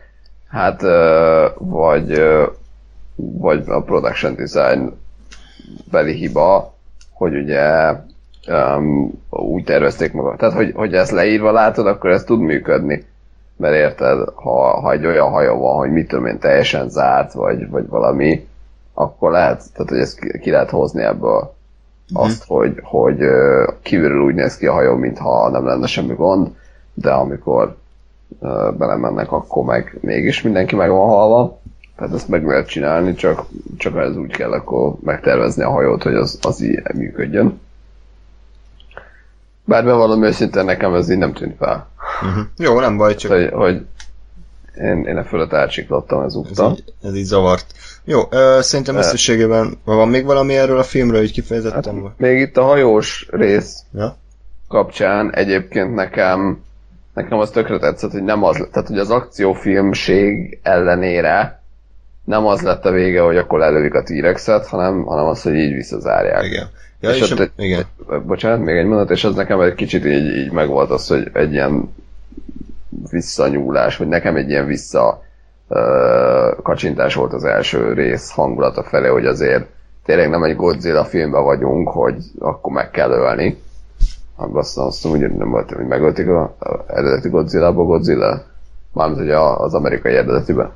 vagy a production design beli hiba, hogy ugye úgy tervezték maga. Tehát, hogy ezt leírva látod, akkor ez tud működni. Mert érted, ha egy olyan hajó van, hogy mit tudom én, teljesen zárt, vagy valami, akkor lehet, tehát hogy ezt ki lehet hozni ebből azt, hogy kívülről úgy néz ki a hajó, mintha nem lenne semmi gond, de amikor belemennek, akkor meg mégis mindenki meg van halva. Tehát ezt meg lehet csinálni, csak ez úgy kell akkor megtervezni a hajót, hogy az így működjön. Bár bevallom őszintén, nekem ez így nem tűnt fel. Jó, nem baj, csak... Hogy én e fölött átsiklottam, ez úttal. Ez így zavart. Jó, szerintem összességében van még valami erről a filmről, hogy kifejezettem? Hát, még itt a hajós rész kapcsán egyébként nekem az tökre tetszett, hogy nem az, tehát hogy az akciófilmség ellenére nem az lett a vége, hogy akkor lelövik a T-rexet, hanem az, hogy így visszazárják. Igen. Ja, és igen. Bocsánat, még egy mondat, és az nekem egy kicsit így megvolt az, hogy egy ilyen visszanyúlás, vagy nekem egy ilyen kacsintás volt az első rész hangulata felé, hogy azért tényleg nem egy Godzilla filmben vagyunk, hogy akkor meg kell ölni. Azt mondom, hogy nem volt, hogy megölték az eredeti Godzilla. Mármint, hogy az amerikai eredetiben.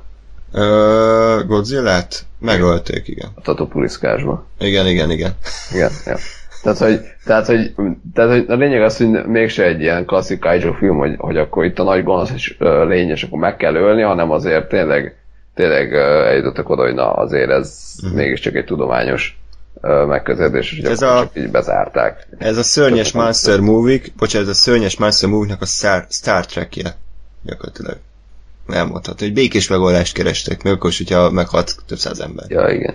Godzillát? Megölték, igen. A Tatopuriszkásban. Igen. Igen, ja. Tehát, hogy a lényeg az, hogy mégse egy ilyen klasszik kaiju film, hogy akkor itt a nagy gonosz és lény, és akkor meg kell ölni, hanem azért tényleg eljutottak oda, hogy na azért ez mégiscsak egy tudományos megközelítés, és ez csak így bezárták. Ez a szörnyes Monster Movie-nak a Star Trek-je gyakorlatilag. Elmondható, hogy békés megoldást kerestek, meg akkor is, hogyha meghalt több száz ember. Ja, igen.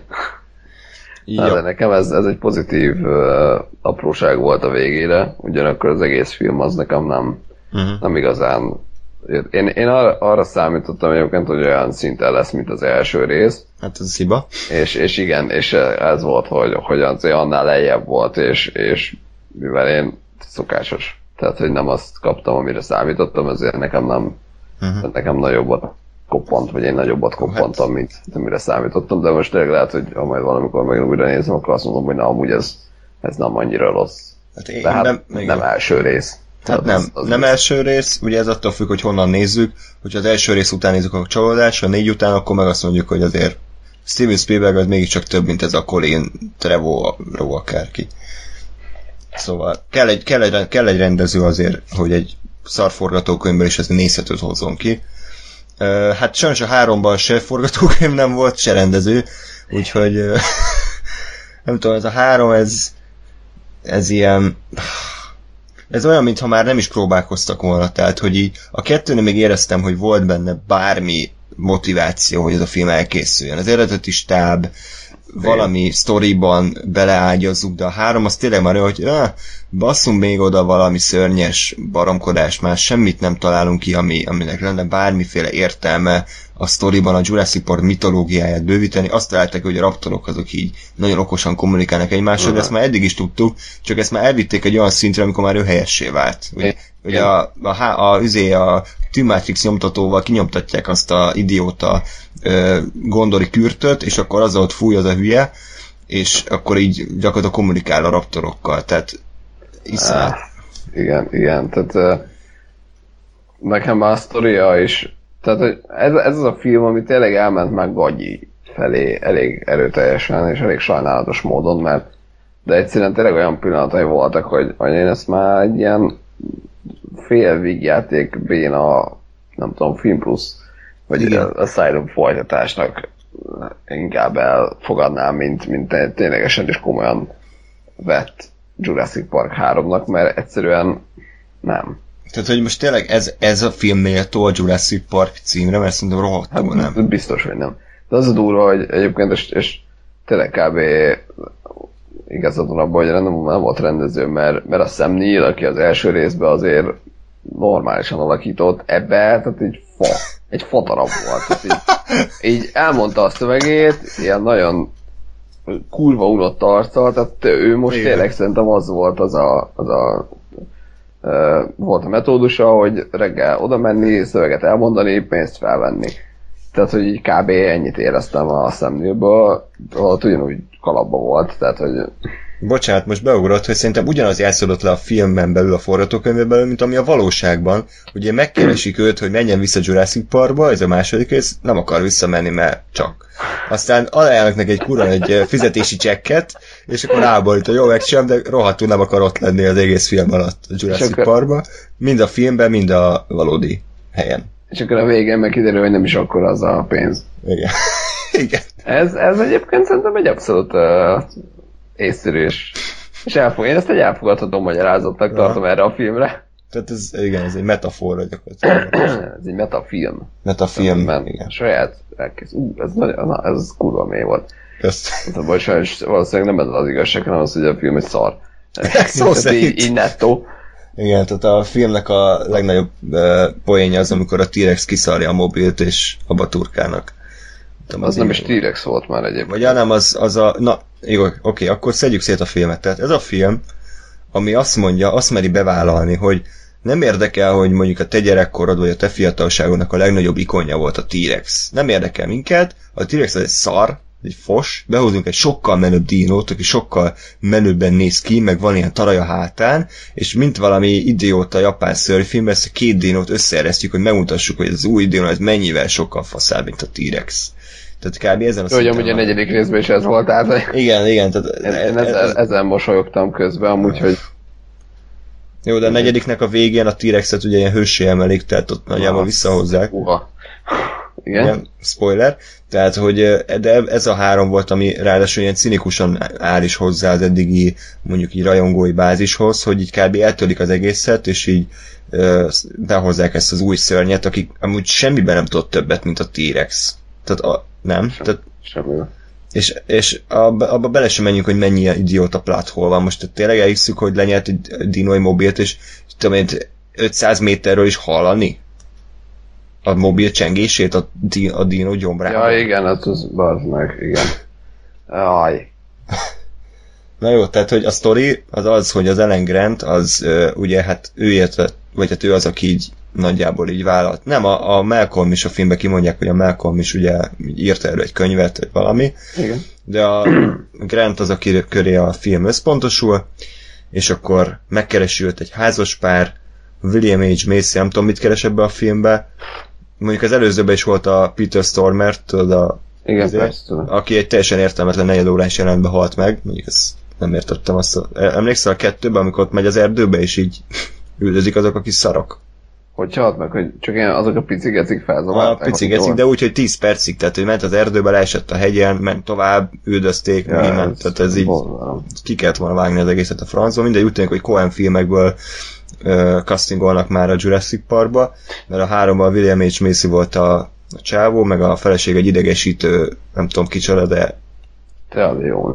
De nekem ez egy pozitív apróság volt a végére, ugyanakkor az egész film az nekem nem igazán... Én arra számítottam egyébként, hogy olyan szinten lesz, mint az első rész. Hát ez hiba. És igen, és ez volt, hogy azért annál lejjebb volt, és mivel én szokásos, tehát hogy nem azt kaptam, amire számítottam, ezért nekem nagyobbat koppant, vagy én nagyobbat koppantam, mint amire számítottam, de most tényleg lehet, hogy ha majd valamikor meg újra nézem, akkor azt mondom, hogy na, amúgy ez nem annyira rossz. Hát nem első rész. Tehát nem első rész, ugye ez attól függ, hogy honnan nézzük, hogyha az első rész után nézzük a csalódás, a 4 után, akkor meg azt mondjuk, hogy azért Steven Spielberg az mégiscsak több, mint ez a Colin Trevorrow akárki. Szóval kell egy rendező azért, hogy egy szarforgatókönyvből is ez nézhetőt hozzon ki. Hát sajnos a 3-ban se forgatókönyv nem volt, se rendező, úgyhogy nem tudom, ez a 3, ez ilyen... Ez olyan, mintha már nem is próbálkoztak volna, tehát, hogy így a 2-nél még éreztem, hogy volt benne bármi motiváció, hogy ez a film elkészüljön. Az eredeti stáb, valami sztoriban beleágyazzuk, de a 3 az tényleg már olyan, hogy basszunk még oda valami szörnyes baromkodás, már semmit nem találunk ki, aminek lenne bármiféle értelme a sztoriban, a Jurassic Park mitológiáját bővíteni. Azt találták, hogy a raptorok azok így nagyon okosan kommunikálnak egymással, de ezt már eddig is tudtuk, csak ezt már elvitték egy olyan szintre, amikor már ő helyessé vált. Ugye a T-Matrix nyomtatóval kinyomtatják azt a idióta gondori kürtöt, és akkor azzal ott fúj az a hülye, és akkor így gyakorlatilag kommunikál a raptorokkal, tehát iszonyat. Igen, tehát nekem már a sztoria is, tehát ez az a film, ami tényleg elment meg gagyi felé elég erőteljesen, és elég sajnálatos módon, mert de egyszerűen tényleg olyan pillanatai voltak, hogy én ezt már egy ilyen fél vígjáték béna, nem tudom, Film Plus, vagy Asylum folytatásnak inkább elfogadnám, mint ténylegesen is komolyan vett Jurassic Park 3-nak, mert egyszerűen nem. Tehát, hogy most tényleg ez a film méltó a Jurassic Park címre, mert szerintem rohadtul nem. Biztos, hogy nem. De az a durva, hogy egyébként, és tényleg kb. Igazad van abban, hogy nem volt rendező, mert a Sam Neill, aki az első részben azért normálisan alakított, ebbe, tehát egy fadarab volt. Tehát így elmondta a szövegét, ilyen nagyon kurva unott arccal, tehát ő most igen. Tényleg szerintem az volt volt a metódusa, hogy reggel oda menni, szöveget elmondani, pénzt felvenni. Tehát, hogy így kb. Ennyit éreztem a Sam Neillből, ott ugyanúgy kalapba volt, tehát, hogy... Bocsánat, most beugrott, hogy szerintem ugyanaz játszódott le a filmben belül, a forgatókönyvben belül, mint ami a valóságban. Ugye megkeresik őt, hogy menjen vissza Jurassic Parkba, ez a második rész, nem akar visszamenni, mert csak. Aztán ajánlnak neki egy fizetési csekket, és akkor ráborít, hogy jó, meg sem, de rohadtul nem akar ott lenni az egész film alatt a Jurassic Parkba. Mind a filmben, mind a valódi helyen. És akkor a végén meg kiderül, hogy nem is akkor az a pénz. Igen. Igen. Ez egyébként szerintem egy abszolút észszerű, és én ezt egy elfogadható magyarázatnak tartom erre a filmre. Tehát ez egy metaforra gyakorlatilag. Ez egy metafilm. Metafilm, igen. Saját elkész. Ez kurva mély volt. Ezt. Sajnos valószínűleg nem ez az igazság, hanem az, hogy a film egy szar. Szó szerint. Így nettó. Igen, tehát a filmnek a legnagyobb poénja az, amikor a T-Rex kiszarja a mobilt, és abba turkálnak. Az nem is T-Rex volt már egyébként. Vagy nem, az a... Na, jó, oké, akkor szedjük szét a filmet. Tehát ez a film, ami azt mondja, azt meri bevállalni, hogy nem érdekel, hogy mondjuk a te gyerekkorod, vagy a te fiatalságodnak a legnagyobb ikonja volt a T-Rex. Nem érdekel minket, a T-Rex az egy szar, egy fos, behozunk egy sokkal menőbb dinót, aki sokkal menőbben néz ki, meg van ilyen taraj a hátán, és mint valami idióta japán szörnyfilmben ezt a két dinót összeeresztjük, hogy megmutassuk, hogy az új dinó ez mennyivel sokkal faszább, mint a T-Rex. Tehát kb. Ezen a szinten... Hogy a negyedik részben is ez volt, tehát... Igen. Tehát én ezen mosolyogtam közben, amúgy, hogy... Jó, de a negyediknek a végén a T-Rexet ugye ilyen hőssé emelik, tehát ott nagyjából visszahozzák. Igen, spoiler. Tehát, hogy de ez a három volt, ami ráadásul ilyen cinikusan áll is hozzá az eddigi, mondjuk így rajongói bázishoz, hogy így kb. Eltölik az egészet, és így behozzák ezt az új szörnyet, akik amúgy semmiben nem tudott többet, mint a T-Rex. Tehát nem? Semmiben. És abba bele sem menjünk, hogy mennyi idióta plathol van. Most tényleg elhisszük, hogy lenyelt egy dinói mobilt, és tudom én, 500 méterről is hallani a mobil csengését a dino gyomrában. Ja, igen, az bazd meg, igen. Aj. Na jó, tehát, hogy a sztori az, hogy az Alan Grant, az ugye, hát ő érte, vagy hát ő az, aki így nagyjából így vállalt. Nem, a Malcolm is a filmben kimondják, hogy a Malcolm is ugye írta elő egy könyvet, vagy valami. Igen. De a Grant az, aki köré a film összpontosul, és akkor megkeresi őt egy házaspár, William H. Macy, nem tudom, mit keres ebbe a filmbe. Mondjuk az előzőben is volt a Peter Stormare, tudod, aki egy teljesen értelmetlen negyedórás jelentbe halt meg. Mondjuk ezt nem értettem azt. Emlékszel a 2-ben, amikor ott megy az erdőbe, és így üldözik azok a kis szarok? Hogy halt meg, hogy csak ilyen azok a picigecik felzaválták? A picigecik, de úgy, hogy 10 percig, tehát hogy ment az erdőbe, leesett a hegyen, ment tovább, üldözték, ja, ment, tehát ez így ki kellett volna vágni az egészet a francba. Mindegy, úgy tűnik, hogy Coen filmekből castingolnak már a Jurassic Parkba, mert a 3-ban William H. Macy volt a csávó, meg a feleség egy idegesítő, nem tudom kicsoda, de... Tealion.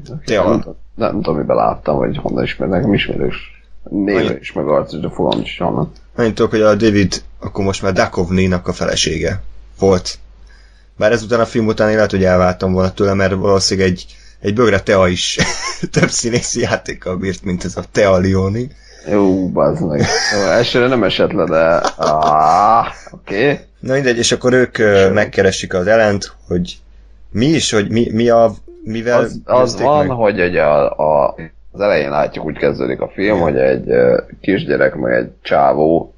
Nem tudom, miben láttam, vagy honnan ismernek, nem ismerős. Néve is meg arcos, de fogalmam is honnan. Annyit tudok, hogy a David, akkor most már Duchovny-nak a felesége volt. Bár ezután a film után én lehet, hogy elváltam volna tőle, mert valószínűleg egy bögre Tea is több színészi játékkal bírt, mint ez a Tea Leoni. Jó, bazd meg. Elsőre nem esett le, de... Oké. Na mindegy, és akkor ők megkeresik az Ellent, hogy mi is, hogy mi a... Mivel az van, meg? Hogy az elején látjuk, úgy kezdődik a film, hogy egy kisgyerek, meg egy csávó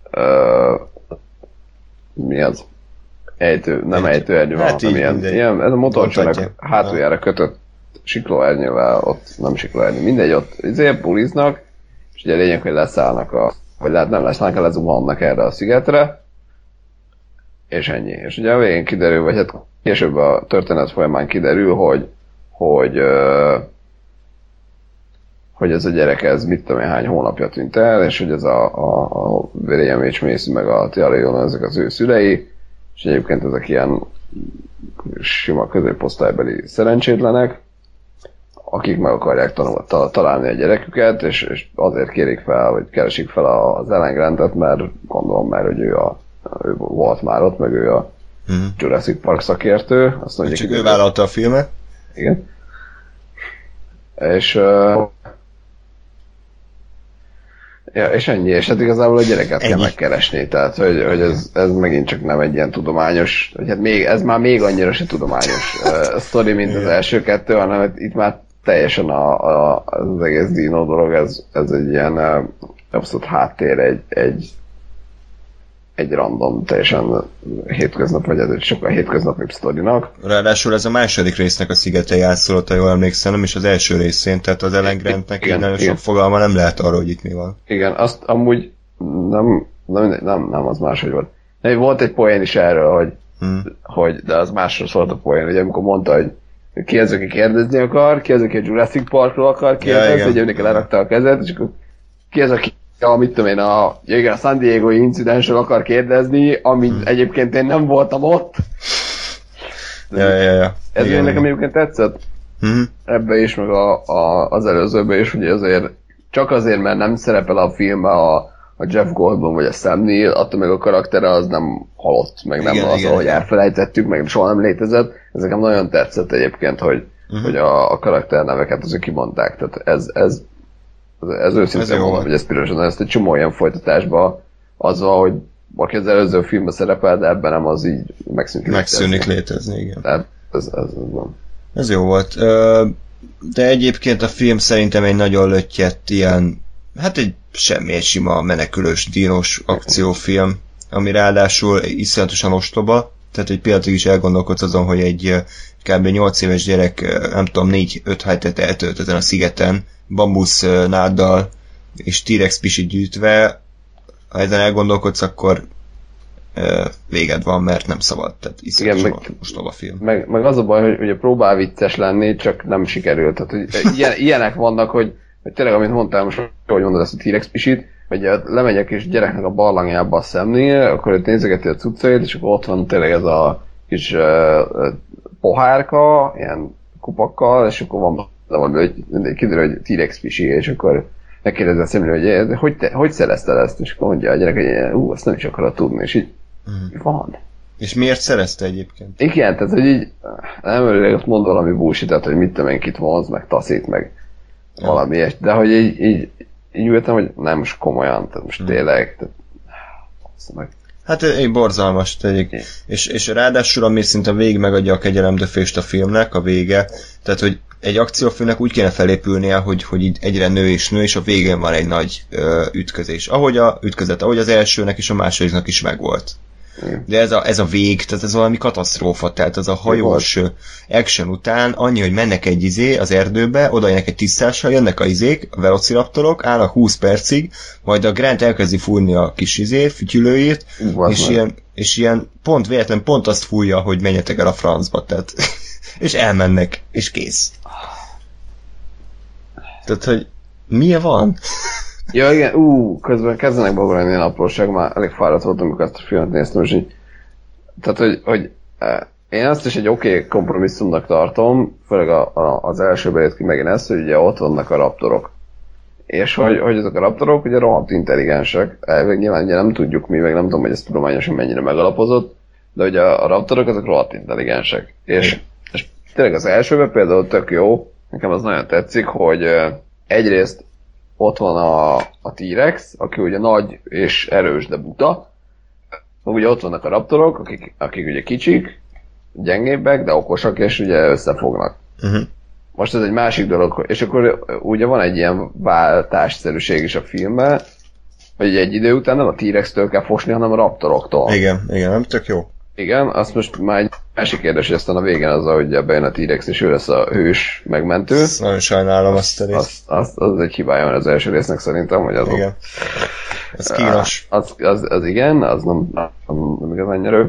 mi az? Nem ejtőernyő van, hát hanem ilyen, ez a motorcsónak hátuljára kötött siklóernyővel, ott nem siklóernyő, mindegy, ott buliznak, és ugye a lényeg, hogy leszállnak vagy lehet nem leszállnak, lezuhannak erre a szigetre, és ennyi. És ugye a végén kiderül, vagy hát később a történet folyamán kiderül, hogy ez a gyerek, ez mit tudom én hány hónapja tűnt el, és hogy ez a William H. Macy meg a Tia Leona, ezek az ő szülei, és egyébként ezek ilyen sima középosztálybeli szerencsétlenek, akik meg akarják találni a gyereküket, és azért kérik fel, vagy keresik fel az Alan Grantet, mert gondolom már, hogy ő volt már ott, meg ő a Jurassic Park szakértő. Azt mondja, csak ő vállalta a filmet. Igen. És ennyi, és hát igazából a gyereket kell megkeresni, tehát hogy ez megint csak nem egy ilyen tudományos, hogy hát ez már még annyira se tudományos sztori, mint az első kettő, hanem itt már teljesen az egész dino dolog, ez egy ilyen abszolút háttér, egy random, teljesen hétköznap, vagy ez egy sokkal hétköznapibb sztorinak. Ráadásul ez a második résznek a szigete játszolott, ha jól emlékszem, nem is az első részén, tehát az Alan Grantnek így nagyon sok fogalma nem lehet arról, hogy itt mi van. Igen, azt amúgy nem az máshogy volt. Volt egy poén is erről, hogy de az másról szólt a poén, hogy amikor mondta, hogy ki az, aki kérdezni akar, ki az, aki a Jurassic Parkról akar kérdezni, hogy önnek lerakta a kezet, és akkor ki az, aki mit tudom én, a San Diego-i incidensről akar kérdezni, amit egyébként én nem voltam ott. Ja. Ez nekem egyébként tetszett. Ebbe is, meg az előzőbe is, hogy azért csak azért, mert nem szerepel a filmbe a Jeff Goldblum vagy a Sam Neill, attól meg a karaktere az nem halott, meg nem az, ahogy elfelejtettük, meg soha nem létezett. Ez nekem nagyon tetszett egyébként, hogy a karakterneveket azok kimondták. Tehát ez őszintén mondom, hogy ez pirosan, ezt egy csomó olyan folytatásban azzal, hogy aki az előző filmben szerepel, de ebben nem, az így megszűnik létezni, igen. Tehát ez van. Ez jó volt. De egyébként a film szerintem egy nagyon löttyett ilyen, hát egy sima menekülős dínos akciófilm, ami ráadásul iszonyatosan ostoba, tehát egy pillanatig is elgondolkodsz azon, hogy egy kb. 8 éves gyerek, nem tudom, 4-5 hetet eltölt ezen a szigeten, bambusz náddal és T-rex pisit gyűjtve, ha ezen elgondolkodsz, akkor véged van, mert nem szabad, tehát iszonyatosan ostoba film. Meg az a baj, hogy ugye próbál vicces lenni, csak nem sikerült. Tehát, hogy ilyenek vannak, hogy tényleg, amit mondtál most, hogy mondod ezt a T-rex pisit, hogy lemegyek és gyereknek a barlangjába a szemnél, akkor őt nézegeti a cuccait, és akkor ott van tényleg ez a kis pohárka, ilyen kupakkal, és akkor van valami, hogy kiderül, hogy T-rex pisi, és akkor megkérdezi a szemlő, hogy hogy szerezted ezt, és akkor mondja a gyerek, hogy azt nem is akarod tudni, és így van. És miért szerezte egyébként? Igen, tehát hogy így nem örülök, ott mond valami bullshit-et, hogy mit tudom én, kit vonz, meg taszít, meg valami ilyes, de hogy így ültem, hogy nem most komolyan, tehát most tényleg, tehát hát egy borzalmas tegyük. És ráadásul, ami szinte végig megadja a kegyelemdöfést a filmnek, a vége, tehát, hogy egy akciófilmnek úgy kéne felépülnie, hogy így egyre nő, és a végén van egy nagy ütközés. Ahogy az elsőnek és a másodiknak is megvolt. De ez a vég, tehát ez valami katasztrófa, tehát ez a hajós action után annyi, hogy mennek egy az erdőbe, oda jönnek egy tisztással, jönnek a velociraptorok, állnak 20 percig, majd a Grant elkezdi fújni a kis fütyülőjét, és ilyen pont azt fújja, hogy menjetek el a francba, tehát és elmennek, és kész. Tehát, hogy mi van? Ja, igen, közben kezdenek bagolni ilyen apróság, már elég fáradt voltam, amikor ezt a filmet néztem, és így, tehát, hogy én azt is egy oké kompromisszumnak tartom, főleg az elsőben jött ki megint ezt, hogy ugye ott vannak a raptorok. És hogy ezek a raptorok ugye rohadt intelligensek, nyilván ugye nem tudjuk mi, meg nem tudom, hogy ez tudományosan mennyire megalapozott, de ugye a raptorok azok rohadt intelligensek. És tényleg az elsőben például tök jó, nekem az nagyon tetszik, hogy egyrészt ott van a T-rex, aki ugye nagy és erős, de buta. Ugye ott vannak a raptorok, akik ugye kicsik, gyengébbek, de okosak, és ugye összefognak. Most ez egy másik dolog, és akkor ugye van egy ilyen váltásszerűség is a filmben, hogy egy idő után nem a T-rex-től kell fosni, hanem a raptoroktól. Igen, nem tök jó. Igen, azt most már egy másik kérdés, hogy aztán a végén azzal, hogy bejön a T-Rex, és ő lesz a hős megmentő. Ezt nagyon sajnálom azt a részt. Az egy hibája van az első résznek szerintem, hogy az igen. Ez kínos. Az igen, az nem igazán nyerő.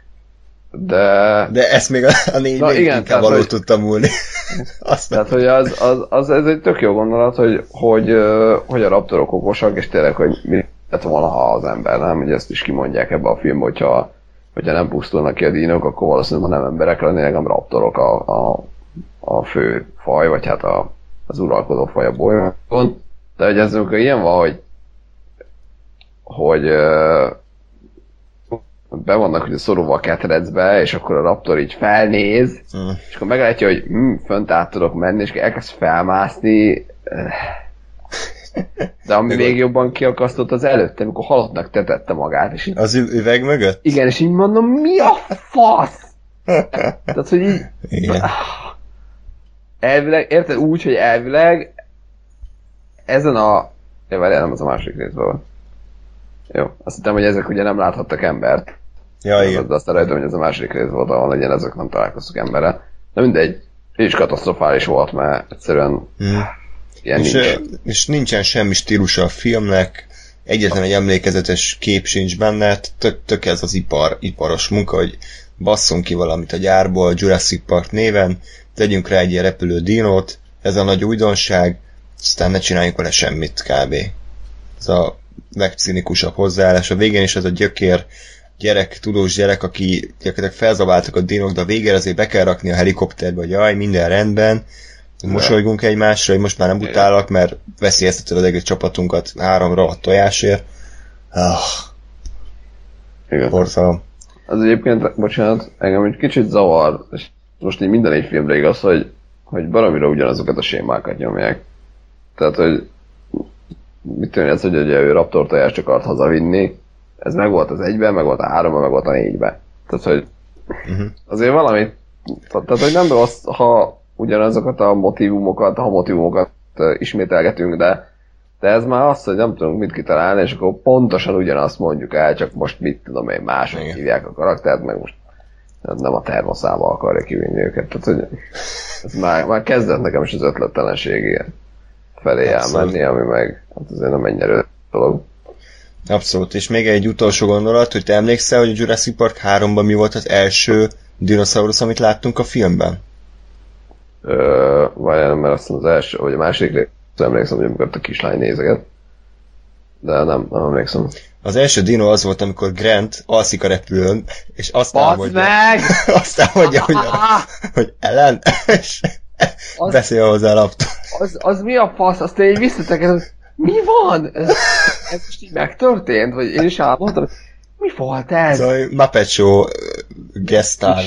De ezt még a 4 inkább való tudtam múlni. Tehát, hogy ez egy tök jó gondolat, hogy a raptorok okosak, és tényleg, hogy mi lett volna, ha az ember, nem? Ugye ezt is kimondják ebbe a filmbe, hogyha nem pusztulnak ki a dinók, akkor valószínűleg nem emberek lennének, hanem raptorok a fő faj, vagy hát az uralkodó faj a bolygón. De hogy ez amikor ilyen van, hogy be vannak ugye szorulva a ketrecbe, és akkor a raptor így felnéz, és akkor meglátja, hogy fönt át tudok menni, és elkezd felmászni. De ami még jobban kiakasztott az előtte, amikor halottnak tetette magát. És az üveg mögött? Igen, és így mondom, mi a fasz? Tehát, hogy így... Igen. Elvileg, érted? Úgy, hogy elvileg ezen a... Ja, várjál, nem az a másik részben van. Jó, azt hittem, hogy ezek ugye nem láthattak embert. Ja, igen. De aztán rajta, hogy ez a másik rész volt, ahol legyen ezek nem találkoztak emberrel. De mindegy, és katasztrofális volt, mert egyszerűen ilyen és nincsen semmi stílusa a filmnek, egyetlen egy emlékezetes kép sincs benne, tök ez az iparos munka, hogy basszunk ki valamit a gyárból, Jurassic Park néven, tegyünk rá egy ilyen repülő dinót, ez a nagy újdonság, aztán ne csináljunk vele semmit kb. Ez a legcinikusabb hozzáállás. A végén is ez a tudós gyerek, aki gyakorlatilag felzabáltak a dinók, de a végére azért be kell rakni a helikopterbe, hogy jaj, minden rendben, mosolygunk egymásra, hogy most már nem utálak, mert veszélyezteted az egész csapatunkat 3 rohadt tojásért. Borzalom. Az egyébként, bocsánat, engem egy kicsit zavar, és most így minden egy filmre igaz, hogy baromira ugyanazokat a sémákat nyomják. Tehát, hogy mit tűnik ez, hogy ő raptor tojást akart hazavinni, ez meg volt az 1-ben, meg volt a 3-ban, meg volt a 4-ben. Tehát, hogy azért valami, tehát, hogy nem rossz, ha ugyanazokat a motivumokat ismételgetünk, de ez már az, hogy nem tudunk mit kitalálni, és akkor pontosan ugyanazt mondjuk el, csak most mit tudom én, mások hívják a karaktert, meg most nem a termoszába akarja kivinni őket. Tehát, hogy ez már kezdett nekem is az ötlettelenség felé elmenni, ami meg hát azért nem ennyire dolog. Abszolút, és még egy utolsó gondolat, hogy te emlékszel, hogy a Jurassic Park 3-ban mi volt az első dinoszaurusz, amit láttunk a filmben? Vagy mert azt az első, vagy a másik rész, emlékszem, hogy amikor a kislány nézeget. De nem emlékszem. Az első dino az volt, amikor Grant alszik a repülőn, és azt álmodja, hogy Ellen, és beszél hozzá a laptop. Az mi a fasz? Azt én így visszateked, mi van? Ez most így megtörtént? Vagy én is álmodtam? Mi volt ez? Szóval Muppet Show guest star.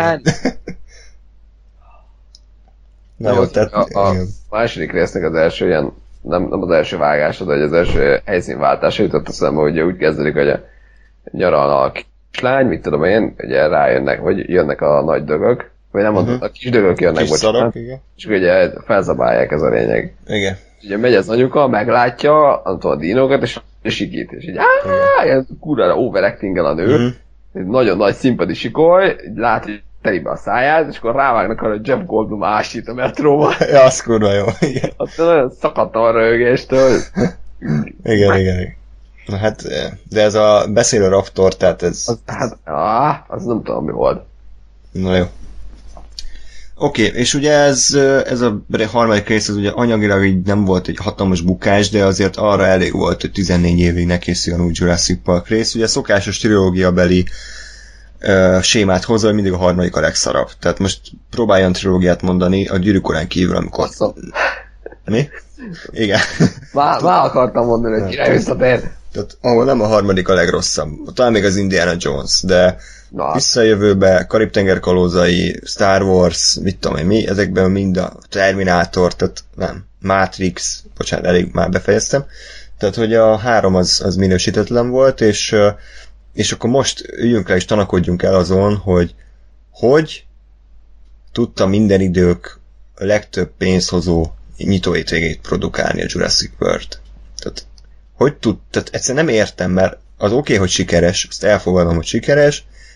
Na jó, tehát a második résznek az első ilyen, nem az első vágása, de az első helyszínváltása jutott eszembe, hogy úgy kezdődik, hogy nyaralna a kislány, mit tudom én, ugye rájönnek, vagy jönnek a nagy dögök, vagy nem a kis dögök jönnek, bocsánat, és ugye felzabálják, ez a lényeg. Igen. Ugye megy az anyuka, meglátja a dinókat, és sikít, és így kurvára overacting-el a nő, egy nagyon nagy színpadi sikoly, lát, hogy telibe a száját, és akkor rávágnak arra, hogy Jeff Goldblum ásít a metróba. Ja, az kurva jó, igen. Aztán nagyon szakadt a röhögéstől. Igen. Na hát, de ez a beszélő raptor, tehát ez... Az nem tudom, mi volt. Na jó. Oké, és ugye ez a harmadik rész, az ugye anyagilag így nem volt egy hatalmas bukás, de azért arra elég volt, hogy 14 évig ne készüljön új Jurassic Park rész. Ugye szokásos trilógiabeli sémát hozza, hogy mindig a harmadik a legszarabb. Tehát most próbáljon trilógiát mondani a Gyűrűk Urán kívül, amikor... Mi? Igen. Már akartam mondani, hogy kire visszatér. Tehát ahol nem a harmadik a legrosszabb. Talán még az Indiana Jones, de Visszajövőbe, Karib-tenger kalózai, Star Wars, mit tudom én mi, ezekben mind a Terminator, tehát nem, Matrix, bocsánat, elég már befejeztem. Tehát, hogy a 3 az minősítetlen volt, és akkor most üljünk le és tanakodjunk el azon, hogy tudta minden idők a legtöbb pénzhozó nyitóhétvégét produkálni a Jurassic World. Tehát, hogy tehát egyszerűen nem értem, mert az oké, hogy sikeres, azt elfogadom, hogy sikeres,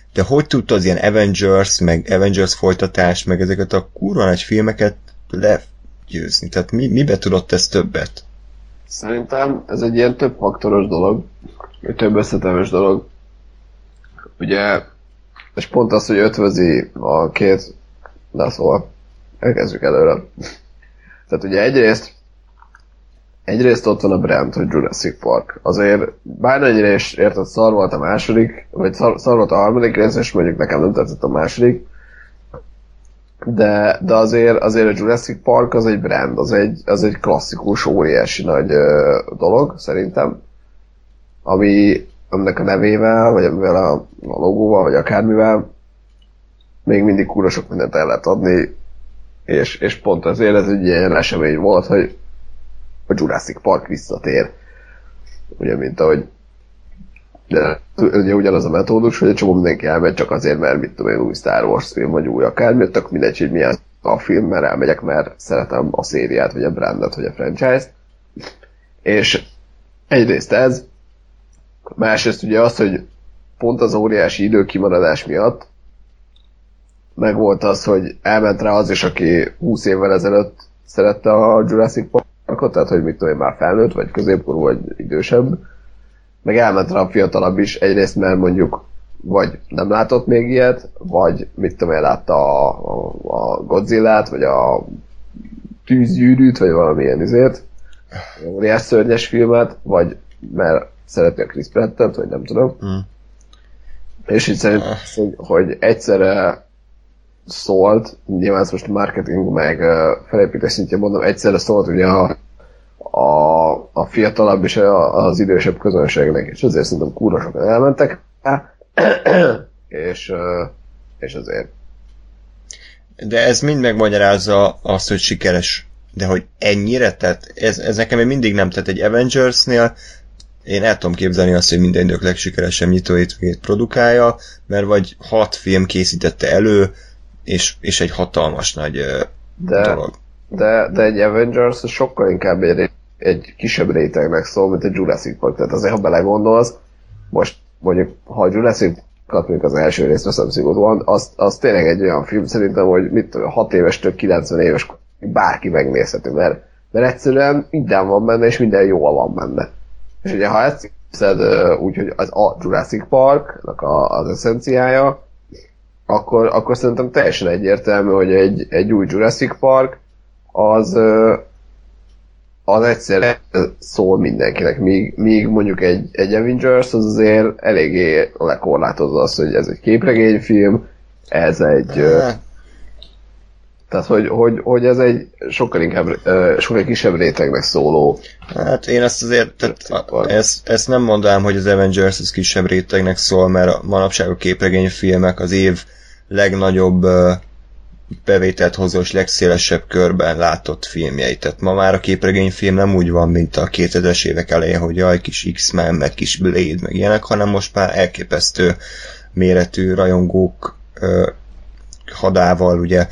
de hogy tudtad ilyen Avengers, meg Avengers folytatás, meg ezeket a kurva nagy filmeket legyőzni? Tehát mibe tudott ez többet? Szerintem ez egy ilyen több faktoros dolog, egy több összetevős dolog. Ugye, és pont az, hogy ötvözi a két, de szóval elkezdjük előre. Tehát ugye egyrészt ott van a brand, hogy Jurassic Park. Azért bármennyire is érted, szar volt a második, vagy szar volt a harmadik rész, és mondjuk nekem nem tetszett a második, de azért a Jurassic Park az egy brand, az egy klasszikus, óriási nagy dolog, szerintem, aminek a nevével, vagy amivel a logóval, vagy akármivel még mindig kurva sok mindent el lehet adni, és pont ezért ez egy ilyen esemény volt, hogy a Jurassic Park visszatér. Ugye, mint ahogy de ugye ugyanaz a metódus, hogy egy csomó mindenki elmegy csak azért, mert mit tudom én, új Star Wars film, vagy új akármi, tök mindegy, hogy milyen a film, mert elmegyek, mert szeretem a szériát, vagy a brandet, vagy a franchise-t. És egyrészt ez, másrészt ugye az, hogy pont az óriási időkimaradás miatt megvolt az, hogy elment rá az is, aki 20 évvel ezelőtt szerette a Jurassic Parkot, tehát hogy mit tudom én, már felnőtt, vagy középkorú, vagy idősebb, meg elment rá a fiatalabb is, egyrészt mert mondjuk vagy nem látott még ilyet, vagy mit tudom én, látta a Godzillát, vagy a Tűzgyűrűt, vagy valamilyen izét, óriás szörnyes filmet, vagy mert szereti a Chris Pratt-et, vagy nem tudom. És így szerintem, hogy egyszerre szólt, nyilván ezt most marketing meg felépítés szintjén mondom, egyszerre szólt ugye a fiatalabb és az idősebb közönségnek, és azért szerintem kurva sokan elmentek, és azért. De ez mind megmagyarázza azt, hogy sikeres. De hogy ennyire? Tehát ez nekem még mindig nem. Tehát egy Avengersnél én el tudom képzelni azt, hogy minden idők legsikeresebb nyitóhétvégét produkálja, mert vagy 6 film készítette elő, és egy hatalmas nagy dolog. De egy Avengers sokkal inkább egy kisebb rétegnek szól, mint egy Jurassic Park. Tehát azért, ha belegondolsz, most mondjuk, ha a Jurassic Park mondjuk az első részt veszem szigorúan, az tényleg egy olyan film szerintem, hogy mit tudom, 6 évestől 90 éves bárki megnézhető, mert egyszerűen minden van benne, és minden jól van benne. És ugye, ha ezt hiszed úgy, hogy az a Jurassic Parknak az eszenciája, akkor szerintem teljesen egyértelmű, hogy egy új Jurassic Park az egyszerűen szól mindenkinek, míg mondjuk egy Avengers az azért eléggé lekorlátozza azt, hogy ez egy képregényfilm, ez egy... Tehát, hogy ez egy sokkal kisebb rétegnek szóló. Hát én ezt azért, ezt nem mondanám, hogy az Avengers az kisebb rétegnek szól, mert manapság a képregényfilmek az év legnagyobb bevételt hozó és legszélesebb körben látott filmjei. Tehát ma már a képregényfilm nem úgy van, mint a 2000-es évek elején, hogy jaj, kis X-Men, meg kis Blade, meg ilyenek, hanem most már elképesztő méretű rajongók hadával ugye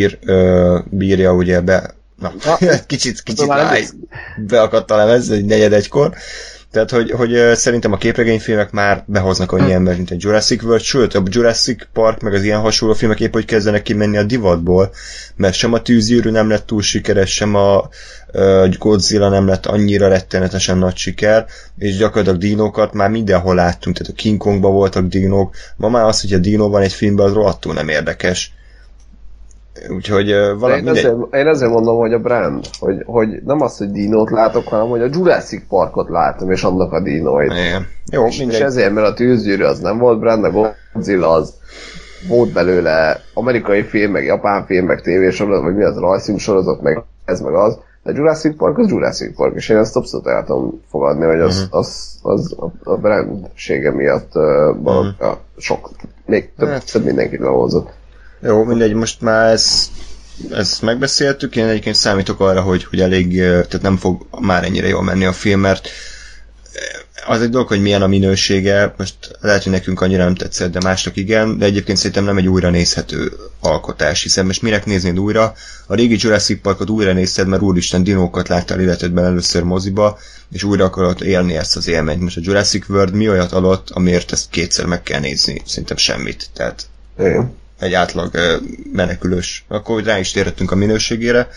bírja ugye kicsit beakadt a lemez, egy 4-1-kor. Tehát, hogy szerintem a képregényfilmek már behoznak annyi embert, mint egy Jurassic World, sőt, a Jurassic Park, meg az ilyen hasonló filmek épp, hogy kezdenek kimenni a divatból, mert sem a Tűzgyűrű nem lett túl sikeres, sem a Godzilla nem lett annyira rettenetesen nagy siker, és gyakorlatilag dinókat már mindenhol láttunk, tehát a King Kongban voltak dinók, ma már az, hogy a dinó van egy filmben, az rohadtul nem érdekes. Úgyhogy én ezért mondom, hogy a brand, hogy nem az, hogy dinót látok, hanem hogy a Jurassic Parkot látom, és annak a dinóit. Jó, és ezért, mert a Tűzgyűrű az nem volt brand, a Godzilla az volt belőle amerikai film, meg japán film, meg tévésorozat, vagy mi az, rajzfilm sorozat, meg ez, meg az. De Jurassic Park az Jurassic Park, és én ezt abszolút el tudom fogadni, hogy az a brandsége miatt sok, még több mindenkit lehozott. Jó, mindegy, most már ezt megbeszéltük, én egyébként számítok arra, hogy elég, tehát nem fog már ennyire jól menni a film, mert az egy dolog, hogy milyen a minősége, most lehet, hogy nekünk annyira nem tetszett, de másnak igen, de egyébként szerintem nem egy újra nézhető alkotás, hiszen most minek néznéd újra? A régi Jurassic Parkot újra nézted, mert úristen dinókat láttál életedben először moziba, és újra akarod élni ezt az élményt. Most a Jurassic World mi olyat adott, amiért ezt kétszer meg kell nézni? Szerintem semmit. Tehát egy átlag menekülős. Akkor rá is térhetünk a minőségére.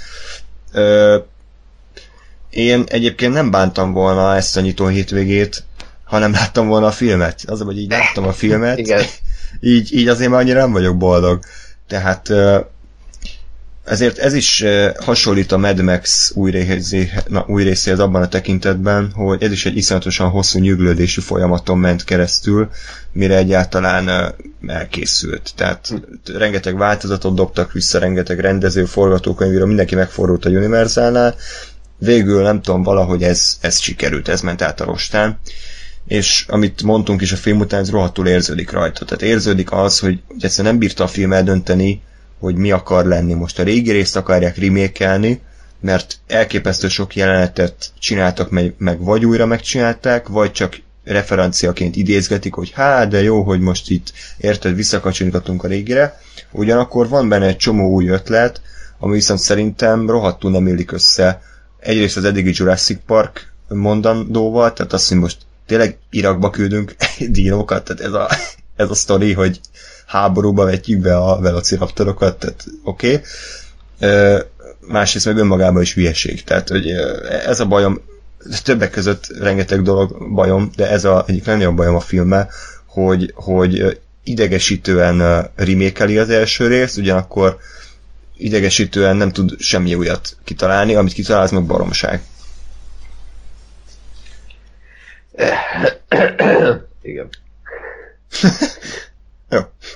Én egyébként nem bántam volna ezt a nyitó hétvégét, hanem láttam volna a filmet. Az, hogy így láttam a filmet, igen. így azért már annyira nem vagyok boldog. Tehát ezért ez is hasonlít a Mad Max új részéhez abban a tekintetben, hogy ez is egy iszonyatosan hosszú nyüglődésű folyamaton ment keresztül, mire egyáltalán elkészült. Tehát rengeteg változatot dobtak vissza, rengeteg rendező, forgatókönyvíró, mindenki megfordult a Universalnál. Végül nem tudom, valahogy ez sikerült, ez ment át a rostán. És amit mondtunk is a film után, ez rohadtul érződik rajta. Tehát érződik az, hogy egyszerűen nem bírta a film eldönteni, hogy mi akar lenni. Most a régi részt akarják remake-elni, mert elképesztő sok jelenetet csináltak meg vagy újra megcsinálták, vagy csak referenciaként idézgetik, hogy de jó, hogy most itt érted, visszakacsingatunk a régire. Ugyanakkor van benne egy csomó új ötlet, ami viszont szerintem rohadtul nem illik össze egyrészt az eddigi Jurassic Park mondandóval, tehát azt, hogy most tényleg Irakba küldünk dinókat, tehát ez a sztori, hogy háborúba vetjük be a velociraptorokat, tehát oké. Másrészt meg önmagában is hülyeség, tehát hogy ez a bajom, többek között rengeteg dolog bajom, de ez egyik legnagyobb bajom a filmmel, hogy idegesítően remake-eli az első részt, ugyanakkor idegesítően nem tud semmi újat kitalálni, amit kitalál, az meg baromság. Igen. Jó.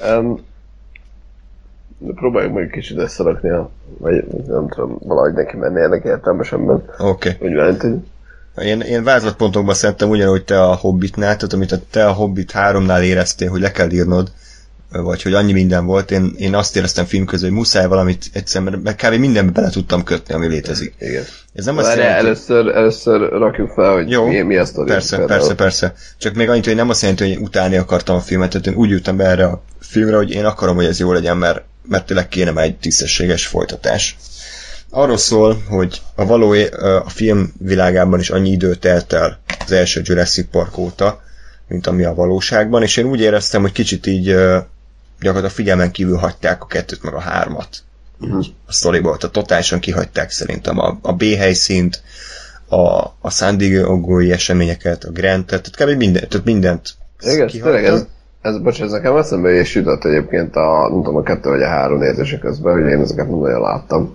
De próbáljuk meg kicsit összerakni, vagy nem tudom, valahogy neki menni ennek értelmesebben. Oké. Úgy jelenteni. Én vázlatpontokban szerintem ugyanúgy te a Hobbitnál, tehát amit te a Hobbit 3-nál éreztél, hogy le kell írnod, vagy hogy annyi minden volt, én azt éreztem film közül, hogy muszáj valamit egyszerűen, mert kb. Mindenbe bele tudtam kötni, ami létezik. Igen. Ez nem azt jelenti, először rakjuk fel, hogy jó, mi a sztori. Persze. Csak még annyit, hogy nem azt jelenti, hogy utálni akartam a filmet, tehát én úgy ültem be erre a filmre, hogy én akarom, hogy ez jó legyen, mert tényleg kéne már egy tisztességes folytatás. Arról szól, hogy a film világában is annyi idő telt el az első Jurassic Park óta, mint ami a valóságban, és én úgy éreztem, hogy kicsit így gyakorlatilag figyelmen kívül hagyták a 2-t meg a 3-at a sztoriból, tehát totálisan kihagyták szerintem a B helyszínt, a San Diego-i eseményeket, a Grantet, tehát kb. mindent kihagytak. Ez nekem eszembe is jutott egyébként nem tudom, a 2 vagy a 3 nézése közben, hogy én ezeket nem nagyon láttam.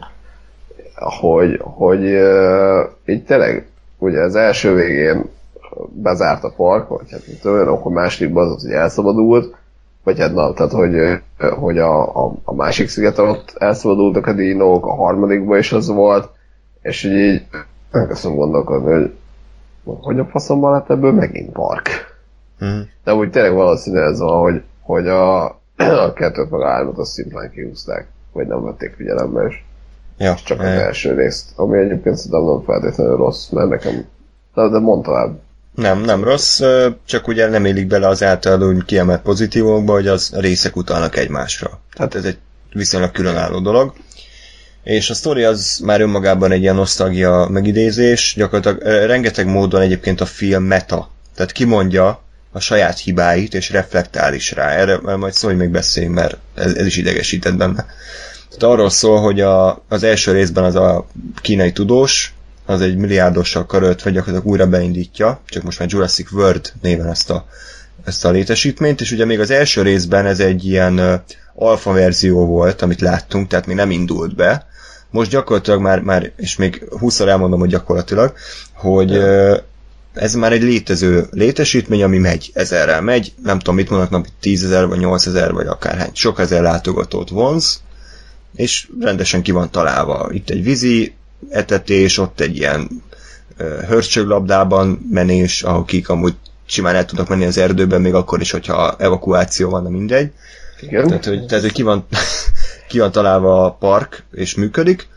Hogy így tényleg, ugye az első végén bezárt a park, vagy hát olyan, akkor másodikban az, hogy elszabadult, vagy hát na, tehát hogy a másik szigeten ott elszabadultak a dinók, a harmadikban is az volt, és így elkezdtem gondolkodni, hogy a faszomban lett ebből megint park. De úgy tényleg valószínű ez van, hogy a 2-t meg a 3-at azt szimplán kihúzták, vagy nem vették figyelembe, és csak az első részt, ami egyébként szerintem nem feltétlenül rossz, mert nekem, de mondd tovább. Nem rossz, csak ugye nem élik bele az általában kiemelt pozitívokba, hogy az részek utalnak egymásra. Tehát ez egy viszonylag különálló dolog. És a sztori az már önmagában egy ilyen nosztalgia megidézés, gyakorlatilag rengeteg módon egyébként a film meta. Tehát kimondja a saját hibáit, és reflektál is rá. Erre majd szólj, még beszéljünk, mert ez is idegesített benne. Tehát arról szól, hogy az első részben az a kínai tudós, az egy milliárdossal karöltve gyakorlatilag újra beindítja, csak most már Jurassic World néven ezt a létesítményt, és ugye még az első részben ez egy ilyen alfa verzió volt, amit láttunk, tehát még nem indult be. Most gyakorlatilag már és még 20-szor elmondom, hogy gyakorlatilag, hogy ez már egy létező létesítmény, ami megy, 1000-rel megy, nem tudom mit mondanak, napi 10.000 vagy 8.000 vagy akárhány, sok ezer látogatót vonz, és rendesen ki van találva. Itt egy vízi etetés, ott egy ilyen hörcsöglabdában menés, ahol kik amúgy simán el tudnak menni az erdőben, még akkor is, hogyha evakuáció van, de mindegy. Igen. Tehát, hogy ki van találva a park, és működik.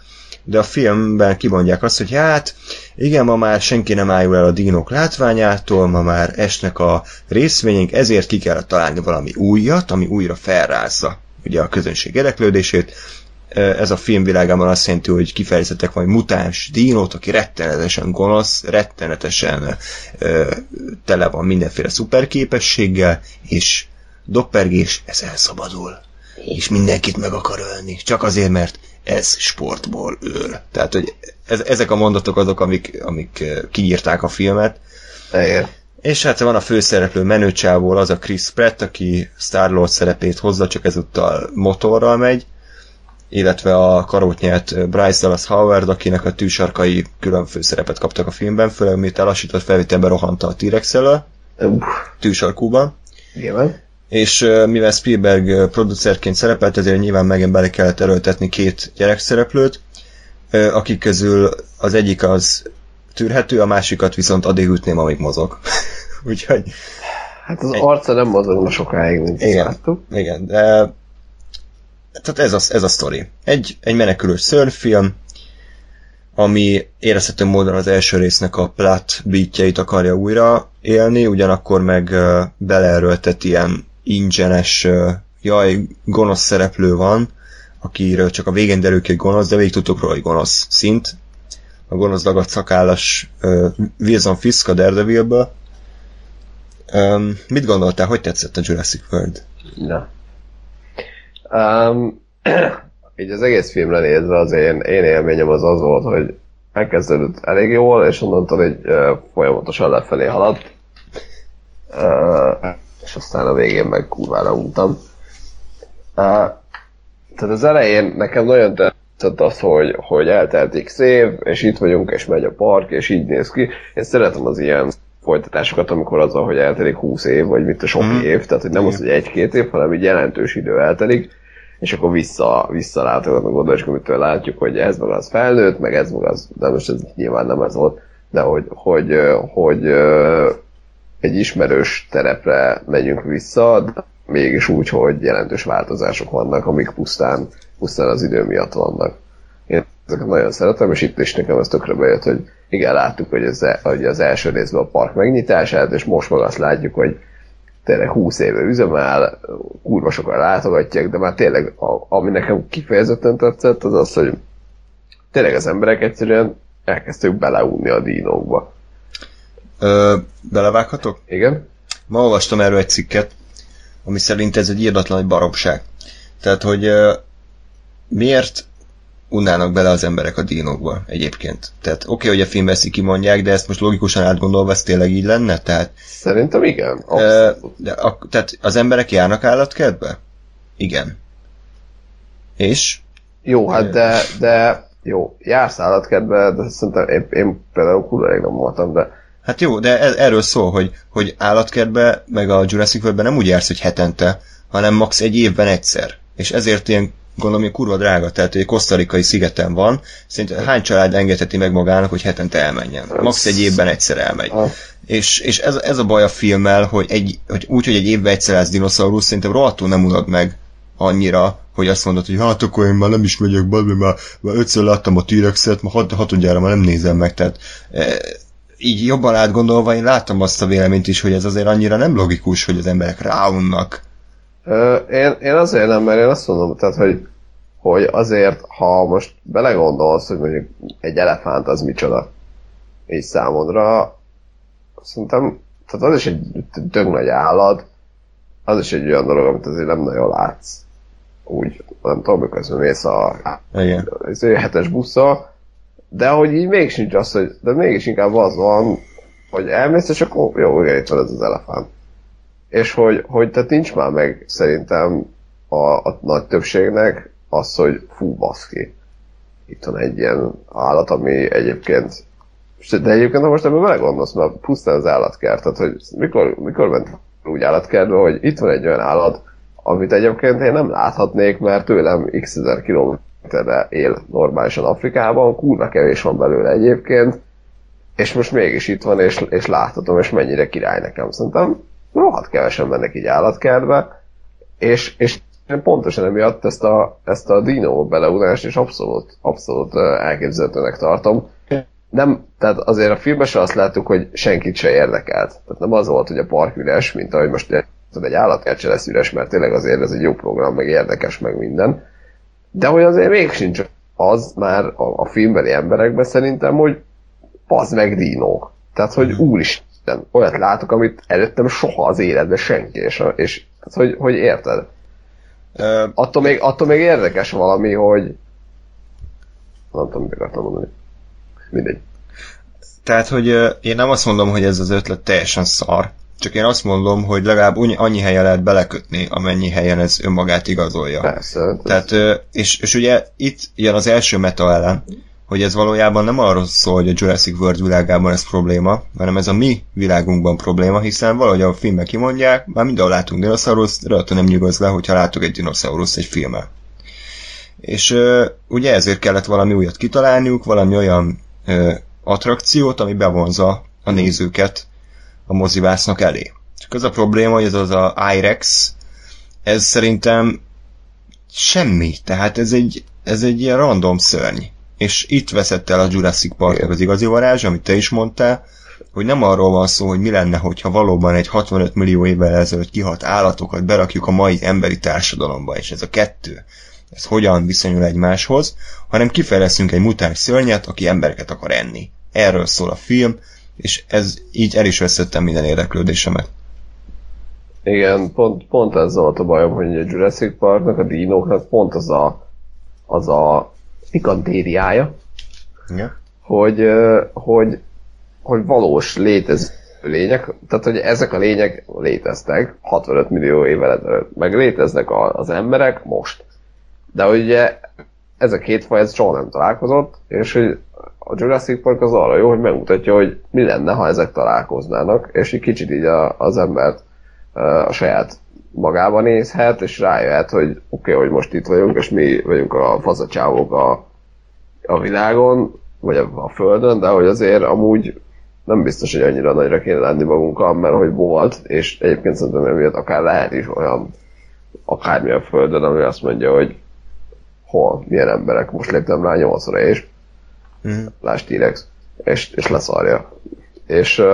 de a filmben kimondják azt, hogy hát igen, ma már senki nem ájul el a dinók látványától, ma már esnek a részvények, ezért ki kell találni valami újat, ami újra felrázza ugye a közönség érdeklődését. Ez a filmvilágában azt jelenti, hogy kifejezhetek majd mutáns dinót, aki rettenetesen gonosz, rettenetesen tele van mindenféle szuperképességgel, és doppergés, ez elszabadul. És mindenkit meg akar ölni. Csak azért, mert ez sportból öl. Tehát, hogy ezek a mondatok azok, amik kiírták a filmet. Igen. És hát van a főszereplő menőcsából az a Chris Pratt, aki Star-Lord szerepét hozza, csak ezúttal motorral megy, illetve a karót nyert Bryce Dallas Howard, akinek a tűsarkai külön főszerepet kaptak a filmben, főleg miért elassított felvételben rohant a T-Rex-el tűsarkúban. Igen. És mivel Spielberg producerként szerepelt, ezért nyilván megint bele kellett erőltetni 2 gyerekszereplőt, akik közül az egyik az tűrhető, a másikat viszont addig ütném, amíg mozog. Úgyhogy... Hát az arca nem mozogna sokáig, mint láttuk. Igen, de... Tehát ez a sztori. Egy menekülős szörnyfilm, ami érezhető módon az első résznek a plot beatjeit akarja újra élni, ugyanakkor meg beleerőltet ilyen ingyenes, gonosz szereplő van, akiről csak a végén derül ki, hogy gonosz, de végig tudtuk róla, hogy gonosz szint. A gonosz dagadt szakállas Wilson Fisk a Daredevilből. Mit gondoltál, hogy tetszett a Jurassic World? Na. Így az egész filmre nézve az én élményem az volt, hogy elkezdődött elég jól, és onnantól egy folyamatosan lefelé haladt. És aztán a végén meg kurvára untam. Tehát az elején nekem nagyon tetszett az, hogy eltelt x év, és itt vagyunk, és megy a park, és így néz ki. Én szeretem az ilyen folytatásokat, amikor az van, hogy eltelik 20 év, vagy mit a sok év, tehát hogy nem az, hogy 1-2 év, hanem így jelentős idő eltelik, és akkor visszalátogatnak oda, és akkor mitől látjuk, hogy ez meg az felnőtt, meg ez meg az, de most ez nyilván nem ez volt, de hogy egy ismerős terepre megyünk vissza, de mégis úgy, hogy jelentős változások vannak, amik pusztán az idő miatt vannak. Én ezeket nagyon szeretem, és itt is nekem ez tökre bejött, hogy igen, láttuk, hogy az első részben a park megnyitását, és most meg azt látjuk, hogy tényleg 20 éve üzemel, kurva sokan látogatják, de már tényleg, ami nekem kifejezetten tetszett, az az, hogy tényleg az emberek egyszerűen elkezdtek beleunni a dinókba. Belevághatok? Igen. Ma olvastam erről egy cikket, ami szerint ez egy írdatlan egy baromság. Tehát, hogy miért unnának bele az emberek a dinókba egyébként? Tehát oké, hogy a filmben ezt kimondják, de ezt most logikusan átgondolva, ez tényleg így lenne? Tehát, szerintem igen. Tehát az emberek járnak állatkertbe? Igen. És? Jó, hát de jó, jársz állatkertbe, de szerintem én például kurva nem voltam, de hát jó, de erről szól, hogy állatkertbe, meg a Jurassic Worldben nem úgy jársz, hogy hetente, hanem max. egy évben egyszer. És ezért ilyen, gondolom, hogy kurva drága, tehát egy kosztarikai szigeten van, szerintem hány család engedheti meg magának, hogy hetente elmenjen. Max. egy évben egyszer elmegy. És ez a baj a filmmel, hogy úgy, hogy egy évben egyszer állsz dinoszaurusz, szerintem rohadtul nem unod meg annyira, hogy azt mondod, hogy hát akkor én már nem is megyek be, már 5-ször láttam a T-Rexet, már hatodjára már nem nézem meg, tehát így jobban átgondolva én láttam azt a véleményt is, hogy ez azért annyira nem logikus, hogy az emberek ráunnak. Én azért nem, mert én azt mondom, tehát, hogy azért, ha most belegondolsz, hogy mondjuk egy elefánt az micsoda, így számodra, szerintem, tehát az is egy tök nagy állat, az is egy olyan dolog, amit azért nem nagyon látsz. Úgy, nem tudom, miközben mész a 7-es busszal, de hogy így mégis nincs az, hogy, de mégis inkább az van, hogy elmész, és akkor jó, igen, itt van ez az elefánt. És hogy tehát nincs már meg szerintem a nagy többségnek az, hogy fú, baszki. Itt van egy ilyen állat, ami egyébként, de egyébként ha most ebben belegondolsz, mert pusztán az állatkert, tehát hogy mikor ment úgy állatkertbe, hogy itt van egy olyan állat, amit egyébként én nem láthatnék, mert tőlem x ezer kilométerre él normálisan Afrikában, kurva kevés van belőle egyébként, és most mégis itt van, és láthatom, és mennyire király nekem. Szerintem rohadt kevesen mennek így állatkertbe, és pontosan emiatt ezt a dino beleudást is abszolút elképzelhetőnek tartom. Nem, tehát azért a filmben se azt láttuk, hogy senkit se érdekelt. Tehát nem az volt, hogy a park üres, mint ahogy most egy állatkert se lesz üres, mert tényleg azért ez egy jó program, meg érdekes, meg minden. De hogy azért még sincs az már a filmbeli emberekben szerintem, hogy bazd meg dinók. Tehát, hogy úristen, olyat látok, amit előttem soha az életben senki, és tehát, hogy érted? Attól még érdekes valami, hogy nem tudom, mit akartam mondani. Mindegy. Tehát, hogy én nem azt mondom, hogy ez az ötlet teljesen szar, csak én azt mondom, hogy legalább annyi helyen lehet belekötni, amennyi helyen ez önmagát igazolja. Persze. Tehát, és ugye itt jön az első meta elem, hogy ez valójában nem arról szól, hogy a Jurassic World világában ez probléma, hanem ez a mi világunkban probléma, hiszen valahogy a filmben kimondják, már mindenhol látunk dinoszauruszt, rögtön nem nyugodsz le, hogyha látok egy dinoszaurusz egy filmmel. És ugye ezért kellett valami újat kitalálniuk, valami olyan attrakciót, ami bevonza a nézőket a mozivásznak elé. Csak az a probléma, hogy ez az a IREX, ez szerintem semmi, tehát ez egy ilyen random szörny. És itt veszett el a Jurassic Parknak az igazi varázs, amit te is mondtál, hogy nem arról van szó, hogy mi lenne, hogyha valóban egy 65 millió évvel ezelőtt kihalt állatokat berakjuk a mai emberi társadalomba, és ez a kettő, ez hogyan viszonyul egymáshoz, hanem kifejlesztünk egy mutáns szörnyet, aki embereket akar enni. Erről szól a film, és ez így el is vesztettem minden érdeklődésemet. Igen, pont ez volt a bajom, hogy a Jurassic Parknak, a dinóknak pont az a pikantériája, ja. hogy valós létező lények, tehát hogy ezek a lények léteztek 65 millió évvel ezelőtt, meg léteznek az emberek most. De ugye ez a két faj ez soha nem találkozott, és hogy a Jurassic Park az arra jó, hogy megmutatja, hogy mi lenne, ha ezek találkoznának, és egy kicsit így az embert a saját magába nézhet, és rájöhet, hogy oké, hogy most itt vagyunk, és mi vagyunk a fazacsávok a világon, vagy a Földön, de hogy azért amúgy nem biztos, hogy annyira nagyra kéne lenni magunkkal, mert hogy volt, és egyébként szerintem emiatt akár lehet is olyan akármi a Földön, ami azt mondja, hogy hol, milyen emberek, most léptem rá 8-ra és lásd T-Rex, és leszarja. És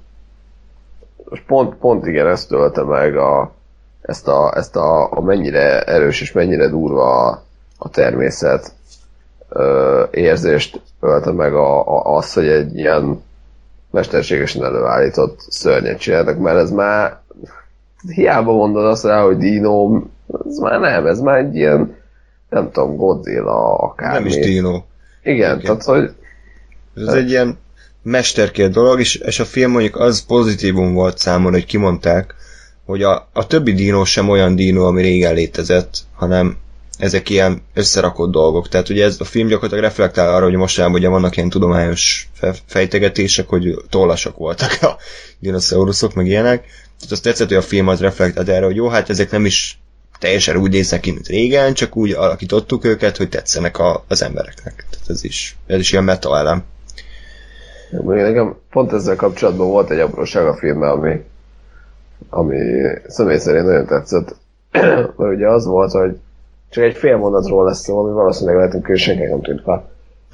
pont igen, ezt tölte meg ezt a mennyire erős és mennyire durva a természet érzést ölte meg az, hogy egy ilyen mesterségesen előállított szörnyet csináltak, mert ez már hiába mondod azt rá, hogy dino, ez már nem, ez már egy ilyen nem tudom, Godzilla akármi. Nem is dino. Igen, tehát hogy... Ez egy ilyen mesterkélt dolog, és a film mondjuk az pozitívum volt számomra, hogy kimondták, hogy a többi dino sem olyan dino, ami régen létezett, hanem ezek ilyen összerakott dolgok. Tehát ugye ez a film gyakorlatilag reflektál arra, hogy mostanában ugye vannak ilyen tudományos fejtegetések, hogy tollasak voltak a dinoszauruszok, meg ilyenek. Tehát azt tetszett, hogy a film az reflektált erre, hogy jó, hát ezek nem is teljesen úgy néznek ki, mint régen, csak úgy alakítottuk őket, hogy tetszenek az embereknek. Tehát ez is ilyen meta elem. Nekem pont ezzel kapcsolatban volt egy apróság a filmben, ami személy szerint nagyon tetszett. Mert ugye az volt, hogy csak egy fél mondatról lesz szó, ami valószínűleg lehetünk, hogy senkinek nem tűnt fel.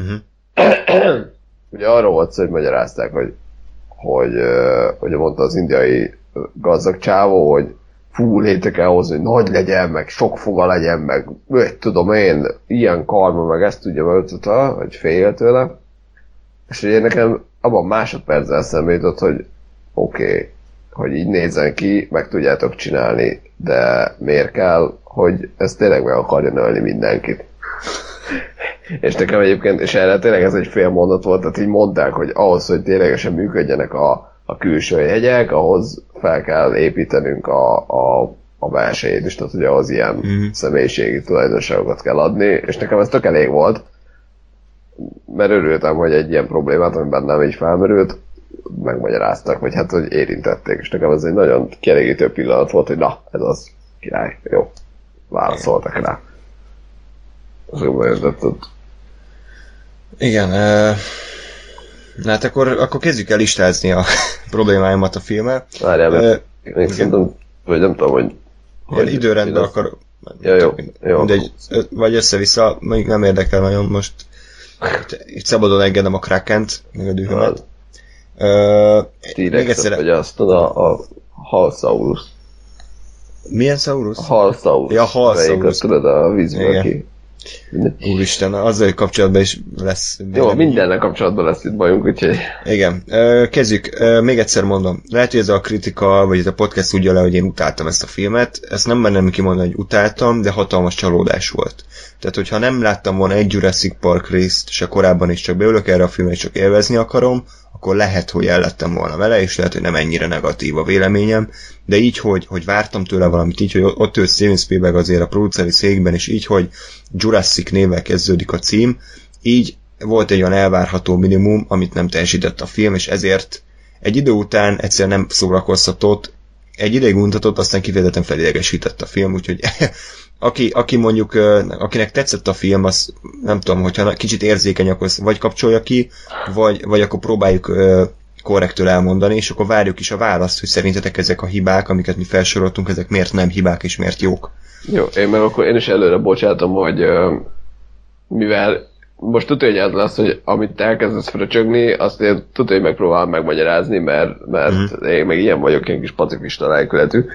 Ugye arról volt szó, hogy magyarázták, hogy mondta az indiai gazdag csávó, hogy fú, létre kell hozni, hogy nagy legyen, meg sok foga legyen, meg tudom én, ilyen karma, meg ezt tudja öltötte, vagy fél tőle. És ugye nekem abban másodperccel eszembe jutott, hogy oké, hogy így nézzen ki, meg tudjátok csinálni, de miért kell, hogy ez tényleg meg akarja nölni mindenkit. És nekem egyébként, és erre tényleg ez egy fél mondat volt, tehát így mondták, hogy ahhoz, hogy ténylegesen működjenek a külső jegyek, ahhoz fel kell építenünk a belsejét is, tehát ugye ahhoz ilyen személyiségi tulajdonságokat kell adni, és nekem ez tök elég volt, mert örültem, hogy egy ilyen problémát, ami bennem így felmerült, megmagyaráztak, vagy hát, hogy érintették, és nekem ez egy nagyon kielégítő pillanat volt, hogy na, ez az király, jó, válaszoltak rá. Igen, hát akkor kezdjük el listázni a problémáimat a filmmel. Várjál, még szerintem, vagy nem tudom, hogy időrendben Jó. Mindegy, vagy össze-vissza, mondjuk nem érdekel nagyon most. Itt szabadon engedem a Krakent, meg a dühömet. T-Rexet, vagy azt a Halsaurus. Milyen Saurus? A Halsaurus. Ja, a Halsaurus. Tudod, a vízből ki. Úristen, azzal kapcsolatban is lesz... Jó, mindennel kapcsolatban lesz itt bajunk, úgyhogy... Igen, kezdjük. Még egyszer mondom. Lehet, hogy ez a kritika, vagy ez a podcast úgy le, hogy én utáltam ezt a filmet. Ezt nem merem kimondani, hogy utáltam, de hatalmas csalódás volt. Tehát, hogyha nem láttam volna egy Jurassic Park részt, se korábban is csak beülök erre a filmre, és csak élvezni akarom, akkor lehet, hogy ellettem volna vele, és lehet, hogy nem ennyire negatív a véleményem, de így, hogy vártam tőle valamit, így, hogy ott ült Steven Spielberg azért a produceri székben, és így, hogy Jurassic névvel kezdődik a cím, így volt egy olyan elvárható minimum, amit nem teljesített a film, és ezért egy idő után egyszerűen nem szórakoztatott, egy ideig untatott, aztán kifejezetten felidegesített a film, úgyhogy aki mondjuk, akinek tetszett a film, az nem tudom, hogyha kicsit érzékeny, akkor vagy kapcsolja ki, vagy akkor próbáljuk korrektül elmondani, és akkor várjuk is a választ, hogy szerintetek ezek a hibák, amiket mi felsoroltunk, ezek miért nem hibák, és miért jók. Jó, én is előre bocsátom, hogy mivel most tudja, hogy ez lesz, hogy amit elkezdesz fröcsögni, azt én tudja, hogy megpróbálom megmagyarázni, mert én meg ilyen vagyok, ilyen kis pacifista lelkületű.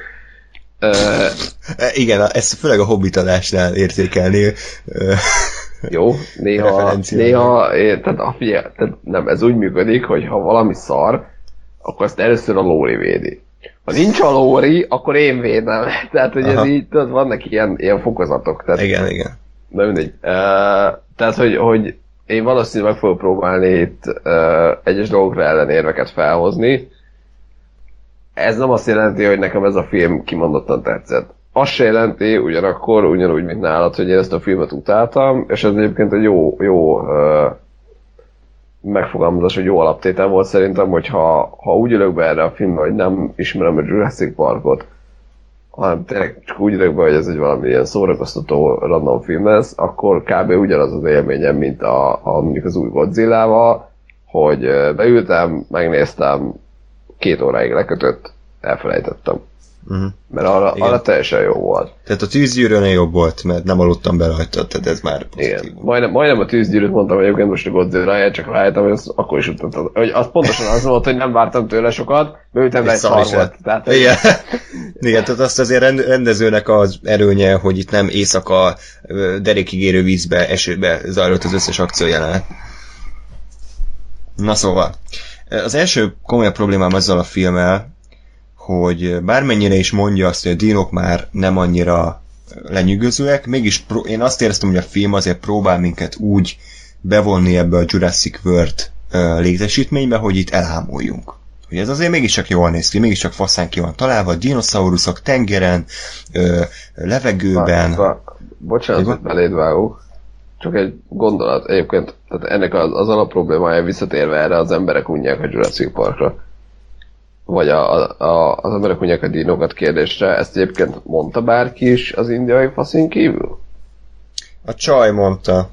Igen, ezt főleg a Hobbit adásnál érzékelni. Jó, néha tehát nem, ez úgy működik, hogy ha valami szar, akkor azt először a lóri védi. Ha nincs a lóri, akkor én védem. Tehát, hogy ez így, tudod, vannak ilyen fokozatok. Tehát, igen. De mindegy. Tehát, hogy én valószínűleg meg fogok próbálni itt egyes dolgokra ellenérveket felhozni. Ez nem azt jelenti, hogy nekem ez a film kimondottan tetszett. Azt se jelenti ugyanakkor, ugyanúgy, mint nálad, hogy én ezt a filmet utáltam, és ez egyébként egy jó megfogalmazás, hogy jó alaptétel volt szerintem, hogy ha úgy ülök be erre a filmbe, hogy nem ismerem a Jurassic Parkot, hanem tényleg csak úgy ülök be, hogy ez egy valami ilyen szórakoztató random film lesz, akkor kb. Ugyanaz az élményem, mint mondjuk az új Godzilla-val, hogy beültem, megnéztem, 2 óráig lekötött, elfelejtettem. Mert arra teljesen jó volt. Tehát a Tűzgyűrűnél jobb volt, mert nem aludtam be rajta, tehát ez már pozitív. Igen. Majdnem a Tűzgyűrűt mondtam, hogy egyébként most a Godzilla-ját, csak rájöttem, hogy azt akkor is utána. Hogy az pontosan az volt, hogy nem vártam tőle sokat, beültem rá egy szar volt. Tehát, igen, tehát azt azért rendezőnek az erőnye, hogy itt nem éjszaka derékig érő vízbe, esőbe zajlott az összes akciójelenet. Na szóval, az első komoly problémám azzal a filmmel, hogy bármennyire is mondja azt, hogy a dinók már nem annyira lenyűgözőek, mégis én azt éreztem, hogy a film azért próbál minket úgy bevonni ebbe a Jurassic World létesítménybe, hogy itt elámuljunk. Hogy ez azért mégiscsak jól néz ki, mégiscsak faszán ki van találva, dinoszauruszok tengeren, levegőben. Bocsánat, hogy beléd vágok. Csak egy gondolat egyébként, tehát ennek az alapproblémája visszatérve erre az emberek unják a Jurassic Parkra. Vagy az emberek unják a dinókat kérdésre, ezt egyébként mondta bárki is az indiai faszin kívül? A csaj mondta.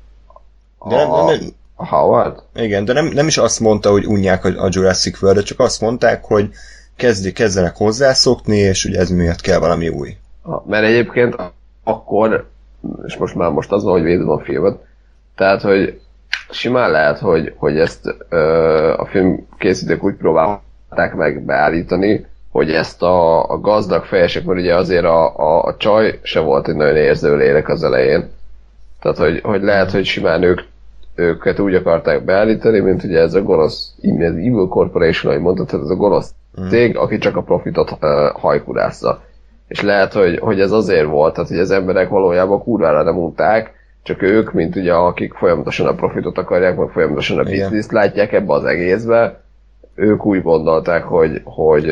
De a Howard? Igen, de nem is azt mondta, hogy unják a Jurassic World, csak azt mondták, hogy kezdenek hozzászokni, és ugye ez miatt kell valami új. Mert egyébként akkor, és most az van, hogy védem a filmet, tehát, hogy simán lehet, hogy ezt a film készítők úgy próbálták meg beállítani, hogy ezt a gazdag fejesek, mert ugye azért a csaj se volt egy nagyon érző lélek az elején. Tehát, hogy lehet, hogy simán őket úgy akarták beállítani, mint ugye ez a gonosz, ez Evil Corporation, ahogy mondtad, tehát ez a gonosz cég, aki csak a profitot hajkurásza. És lehet, hogy ez azért volt, tehát hogy az emberek valójában kurvára nem unták, csak ők, mint ugye akik folyamatosan a profitot akarják, meg folyamatosan a bizniszt látják ebbe az egészbe, ők úgy gondolták, hogy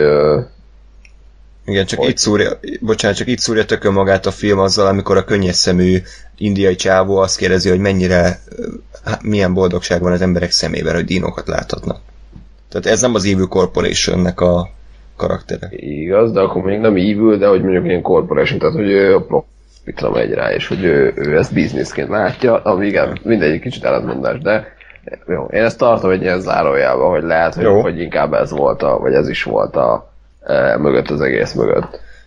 igen, csak itt szúrja tökön magát a film azzal, amikor a könnyes szemű indiai csávó azt kérdezi, hogy milyen boldogság van az emberek szemében, hogy dinókat láthatnak. Tehát ez nem az Evil Corporation-nek a karaktere. Igaz, de akkor még nem evil, de hogy mondjuk ilyen corporation, tehát hogy ő a profitra megy rá, és hogy ő ezt bizniszként látja, ami igen, mindegyik kicsit ellentmondás, de jó, én ezt tartom egy ilyen zárójelben, hogy lehet, hogy inkább ez volt vagy ez is volt mögött az egész mögött.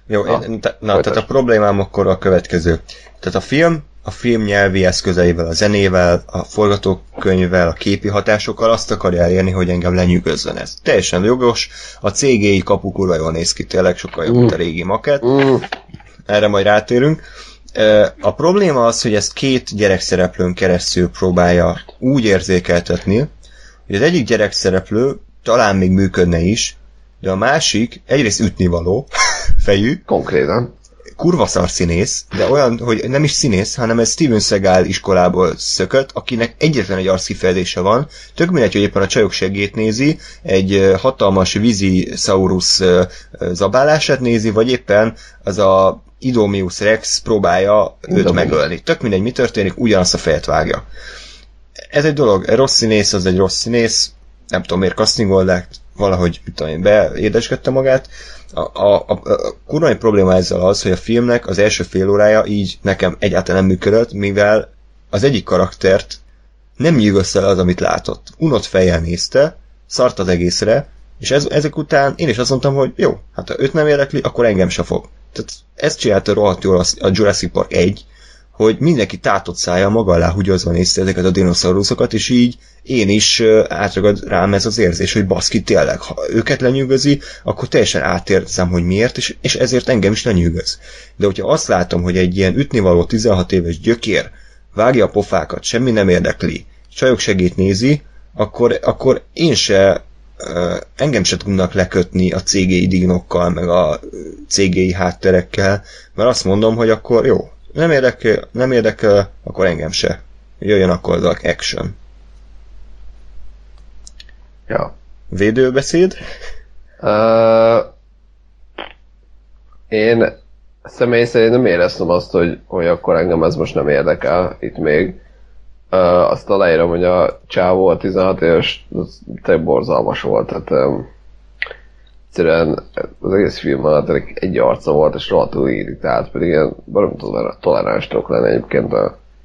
Jó, tehát a problémám akkor a következő. Tehát a film nyelvi eszközeivel, a zenével, a forgatókönyvvel, a képi hatásokkal azt akarja elérni, hogy engem lenyűgözzön ez. Teljesen jogos, a CGI kapu kurva jól néz ki, tényleg sokkal jobb, mint a régi maket. Erre majd rátérünk. A probléma az, hogy ezt két gyerekszereplőn keresztül próbálja úgy érzékeltetni, hogy az egyik gyerekszereplő talán még működne is, de a másik egyrészt ütnivaló fejű. Konkrétan. Kurva szar színész, de olyan, hogy nem is színész, hanem ez Steven Seagal iskolából szökött, akinek egyetlen egy arckifejezése van, tök mindegy, hogy éppen a csajok segét nézi, egy hatalmas vízi Saurus zabálását nézi, vagy éppen az a Idomius Rex próbálja őt megölni. Tök mindegy, mi történik, ugyanazt a fejet vágja. Ez egy dolog, rossz színész, az egy rossz színész, nem tudom miért castingolták, valahogy beédeskedte magát. A kurva nagy probléma ezzel az, hogy a filmnek az első fél órája így nekem egyáltalán nem működött, mivel az egyik karaktert nem nyűgözte el az, amit látott. Unott fejjel nézte, szart az egészre, és ezek után én is azt mondtam, hogy jó, hát ha őt nem érdekli, akkor engem se fog. Tehát ezt csinálta rohadt jól a Jurassic Park 1, hogy mindenki tátott szája maga alá húgyozva nézte ezeket a dinoszauruszokat, és így én is átragad rám ez az érzés, hogy baszki, tényleg, ha őket lenyűgözi, akkor teljesen átérzem, hogy miért, és ezért engem is lenyűgöz. De hogyha azt látom, hogy egy ilyen ütnivaló 16 éves gyökér vágja a pofákat, semmi nem érdekli, csajok segít nézi, akkor én se engem se tudnak lekötni a CGI dignokkal, meg a CGI hátterekkel, mert azt mondom, hogy akkor jó, nem érdekel, akkor engem se. Jöjjön akkor az action. Ja. Védőbeszéd? Én személy szerint nem éreztem azt, hogy akkor engem ez most nem érdekel itt még. Azt aláírom, hogy a csávó a 16 éves, az tényleg borzalmas volt. Tehát egyszerűen az egész film alatt egy arca volt, és rohadtul irritált, pedig ilyen baromi toleráns tudok lenni egyébként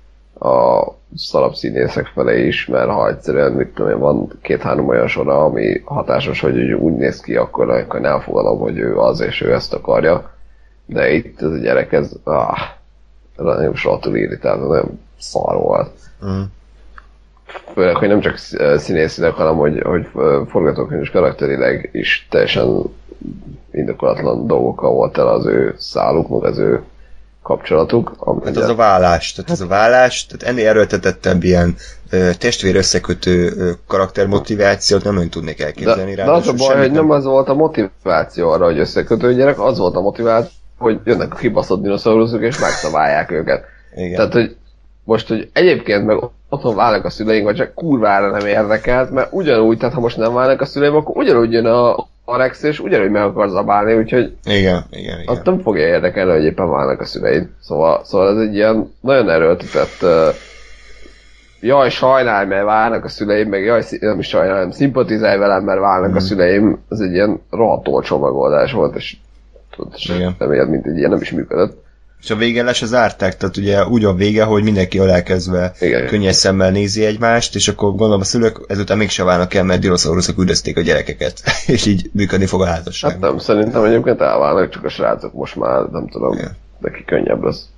a szarabb színészek felé is, mert ha egyszerűen, mit tudom én, van 2-3 olyan sora, ami hatásos, hogy úgy néz ki, akkor elfogadom, hogy ő az, és ő ezt akarja. De itt ez a gyerek, ez nagyon rohadtul irritált, nagyon szar volt. Főleg, hogy nem csak színészileg, hanem hogy forgatókönyves karakterileg is teljesen indokolatlan dolgokkal volt el az ő száluk, meg az ő kapcsolatuk. Hát az a vállás, tehát ennél erőltetettebb ilyen testvér összekötő karaktermotivációt nem nagyon tudnék elképzelni rá. De az a baj, hogy nem az volt a motiváció arra, hogy összekötő gyerek, az volt a motiváció, hogy jönnek a kibaszott dinoszauruszok és megszabálják őket. Igen. Tehát, hogy most, hogy egyébként meg otthon válnak a szüleink, vagy csak kurvára nem érdekelt, mert ugyanúgy, tehát ha most nem válnak a szüleim, akkor ugyanúgy jön a Rex, és ugyanúgy meg akar zabálni, úgyhogy igen. Azt nem fogja érdekelni, hogy éppen válnak a szüleid. Szóval ez egy ilyen nagyon erőltetett jaj, sajnálj, mert válnak a szüleim, meg jaj, nem is sajnálom, szimpatizálj velem, mert válnak a szüleim. Ez egy ilyen rohadt olcsó megoldás volt, és nem mint egy ilyen nem is működött. És a végén le se zárták, tehát ugye úgy a vége, hogy mindenki alelkezve könnyes szemmel nézi egymást, és akkor gondolom a szülők ezután mégsem válnak el, mert dinoszauruszok üldözték a gyerekeket, és így működni fog a házasság. Hát nem, szerintem egyébként elválnak, csak a srácok most már, nem tudom, neki könnyebb lesz.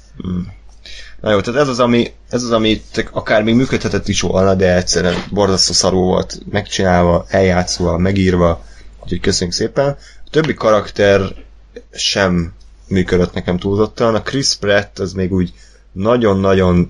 Na jó, tehát ez az, ami akár még működhetett is volna, de egyszerűen borzasztó szarú volt megcsinálva, eljátszva, megírva, úgyhogy köszönjük szépen. A többi karakter sem működött nekem túlzottan. A Chris Pratt az még úgy nagyon-nagyon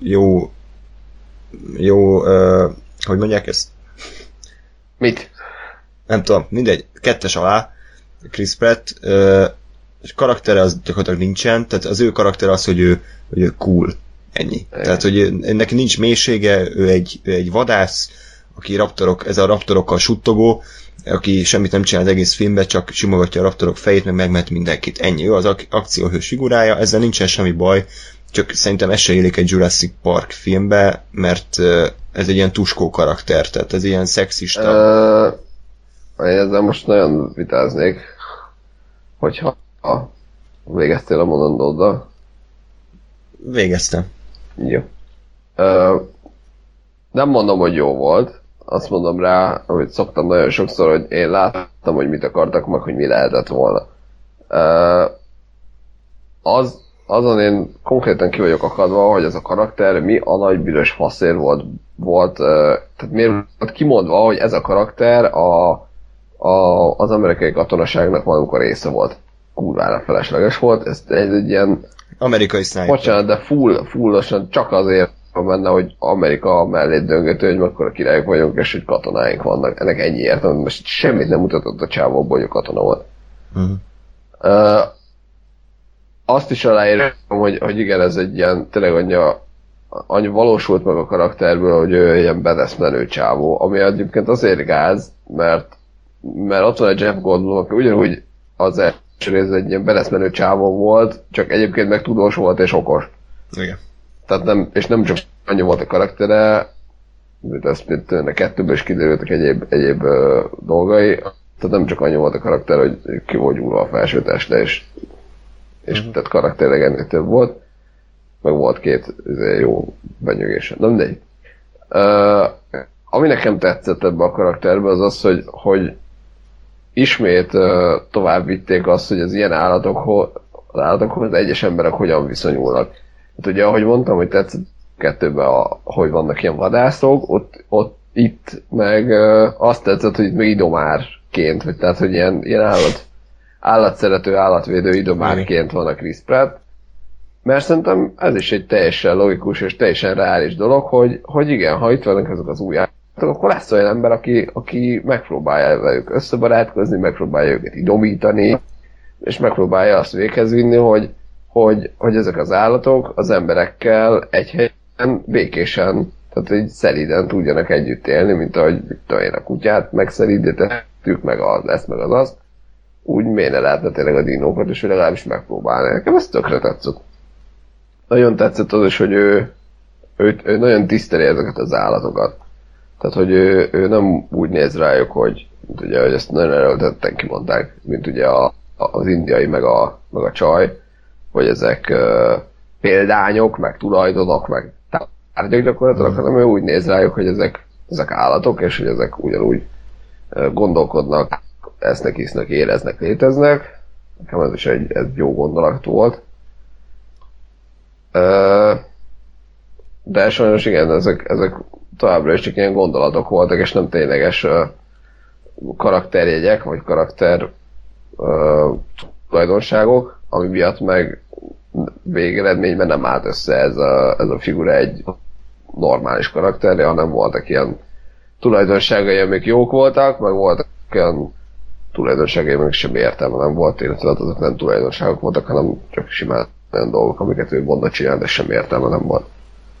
jó hogy mondják ezt? Mit? Nem tudom, mindegy, 2 alá Chris Pratt és karaktere az gyakorlatilag nincsen, tehát az ő karakter az, hogy ő cool, ennyi. Tehát, hogy neki nincs mélysége, ő egy vadász, aki ez a raptorokkal suttogó, aki semmit nem csinál az egész filmben, csak simogatja a raptorok fejét, meg megmet mindenkit. Ennyi, ő az akcióhős figurája, ezzel nincsen semmi baj, csak szerintem ez se élik egy Jurassic Park filmbe, mert ez egy ilyen tuskó karakter, tehát ez ilyen szexista. Ezzel most nagyon vitáznék, hogyha végeztél a mondandóddal. Végeztem. Jó. Nem mondom, hogy jó volt. Azt mondom rá, amit szoktam nagyon sokszor, hogy én láttam, hogy mit akartak, meg hogy mi lehetett volna. azon én konkrétan ki vagyok akadva, hogy ez a karakter mi a nagy büdös faszér volt tehát miért volt kimondva, hogy ez a karakter az amerikai katonaságnak valamikor része volt. Kurvára felesleges volt, ez egy ilyen amerikai sniper. Bocsánat, de fullosan csak azért van benne, hogy Amerika mellé döngető, hogy mekkora királyok vagyunk, és hogy katonáink vannak. Ennek ennyi értelme, most semmit nem mutatott a csávóból, hogy katona volt. Azt is aláírom, hogy igen, ez egy ilyen, tényleg annyi valósult meg a karakterből, hogy ő ilyen badass menő csávó, ami egyébként azért gáz, mert ott van egy Jeff Goldblum, aki ugyanúgy az első rész egy ilyen badass menő csávó volt, csak egyébként meg tudós volt és okos. Igen. Tehát nem csak annyi volt a karaktere, mint ezt kettőből is kiderültek egyéb dolgai, tehát nem csak annyi volt a karakter, hogy ki volt gyúrva a felső testre, és tehát karakterileg ennél több volt, meg volt két jó benyögése. Nem mindegy. Ami nekem tetszett ebbe a karakterbe, az, hogy ismét tovább vitték azt, hogy az ilyen állatokhoz egyes emberek hogyan viszonyulnak. Hát ugye, ahogy mondtam, hogy tetszett kettőben, hogy vannak ilyen vadászok, itt meg azt tetszett, hogy itt meg idomárként, vagy tehát, hogy ilyen állatszerető, állatvédő idomárként van a Chris Pratt. Mert szerintem ez is egy teljesen logikus és teljesen reális dolog, hogy igen, ha itt vannak ezek az új állatok, akkor lesz olyan ember, aki megpróbálja velük összebarátkozni, megpróbálja őket idomítani, és megpróbálja azt véghez vinni, hogy ezek az állatok az emberekkel egy helyen békésen, tehát így szelíden tudjanak együtt élni, mint ahogy én a kutyát megszelídetettük, meg ezt, meg az azt. Úgy miért ne lehetne tényleg a dinókat, és legalábbis megpróbálni. Nekem ez tökre tetszett. Nagyon tetszett az is, hogy ő nagyon tiszteli ezeket az állatokat. Tehát, hogy ő nem úgy néz rájuk, hogy ezt nagyon erőltetten kimondták, mint ugye az indiai, meg a csaj, hogy ezek példányok, meg tulajdonok, meg tárgyak gyakorlatilag, hanem ő úgy néz rájuk, hogy ezek állatok, és hogy ezek ugyanúgy gondolkodnak, esznek, isznek, éreznek, léteznek. Nekem ez is egy jó gondolat volt. De sajnos igen, ezek továbbra is csak ilyen gondolatok voltak, és nem tényleges karakterjegyek, vagy karakter tulajdonságok, ami miatt meg végeredményben nem állt össze ez a figura egy normális karakterje, hanem voltak ilyen tulajdonságai, amik jók voltak, meg voltak olyan tulajdonságai, amik semmi értelme nem volt, illetve azok nem tulajdonságok voltak, hanem csak simán olyan dolgok, amiket ő mondta csinálni, de semmi értelme nem volt.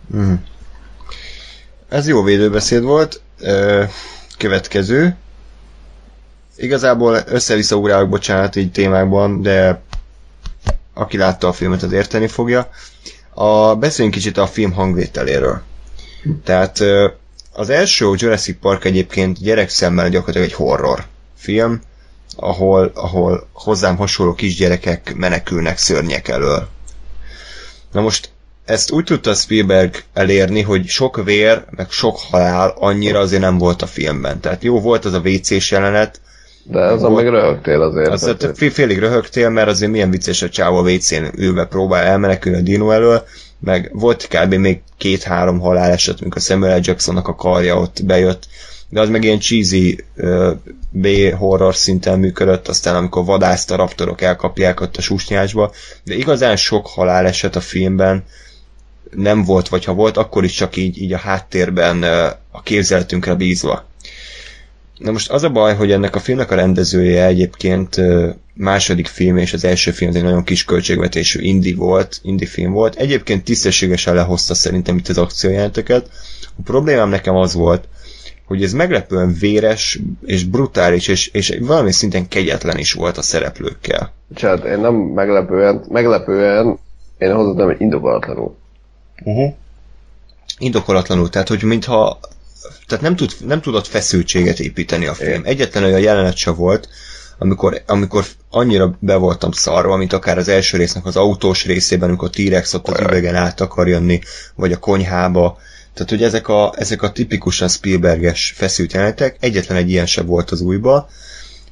Ez jó védőbeszéd volt. Következő. Igazából össze-vissza ugrálok, bocsánat, így témákban, de aki látta a filmet, az érteni fogja. Beszéljünk kicsit a film hangvételéről. Tehát az első Jurassic Park egyébként gyerekszemmel gyakorlatilag egy horror film, ahol hozzám hasonló kisgyerekek menekülnek szörnyek elől. Na most ezt úgy tudta Spielberg elérni, hogy sok vér, meg sok halál annyira azért nem volt a filmben. Tehát jó volt az a WC-s jelenet. De azon meg röhögtél azért. Félig röhögtél, mert azért milyen vicces a csávó a WC-n ülve próbál elmenekülni a dino elől, meg volt kb. Még 2-3 halál eset, amikor Samuel L. Jacksonnak a karja ott bejött, de az meg ilyen cheesy B-horror szinten működött, aztán amikor vadászt a raptorok elkapják ott a susnyásba, de igazán sok halál eset a filmben nem volt, vagy ha volt, akkor is csak így a háttérben a képzeletünkre bízva. Na most az a baj, hogy ennek a filmnek a rendezője egyébként második film, és az első film egy nagyon kis költségvetésű indie film volt. Egyébként tisztességesen lehozta szerintem itt az akciójeleneteket. A problémám nekem az volt, hogy ez meglepően véres, és brutális, és valami szinten kegyetlen is volt a szereplőkkel. Csát, én nem meglepően, én hozzáteszem, hogy indokolatlanul. Indokolatlanul, tehát hogy mintha nem tudott feszültséget építeni a film. Egyetlen olyan jelenet se volt, amikor annyira be voltam szarva, mint akár az első résznek az autós részében, amikor T-Rex ott az üvegen át akar jönni, vagy a konyhába. Tehát, hogy ezek a tipikusan Spielberges feszült jelenetek, egyetlen egy ilyen se volt az újba,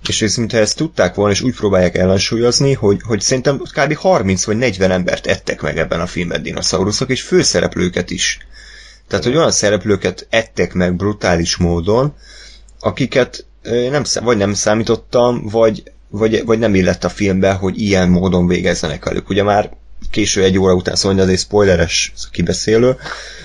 És ez, mintha ezt tudták volna, és úgy próbálják ellensúlyozni, hogy szerintem kb. 30 vagy 40 embert ettek meg ebben a filmben dinoszauruszok, és főszereplőket is. Tehát, hogy olyan szereplőket ettek meg brutális módon, akiket vagy nem számítottam, vagy nem illett a filmbe, hogy ilyen módon végezzenek velük. Ugye már késő 1 óra után, szóval azért spoileres kibeszélő.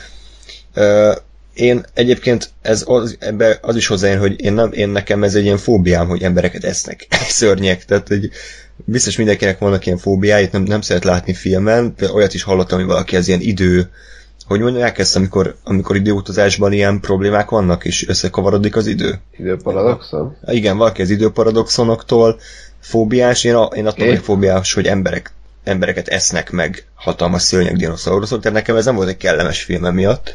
Én egyébként ebbe az is hozzájön, hogy én nekem ez egy ilyen fóbiám, hogy embereket esznek szörnyek. Tehát hogy biztos mindenkinek vannak ilyen fóbiáit, nem szeret látni filmen. Olyat is hallottam, hogy valaki az ilyen hogy mondják ezt, amikor időutazásban ilyen problémák vannak, és összekavarodik az idő? Időparadoxon? Igen, valaki az időparadoxonoktól fóbiás, én attól vagyok fóbiás, hogy embereket esznek meg hatalmas szörnyek dinoszauruszok, tehát nekem ez nem volt egy kellemes film miatt.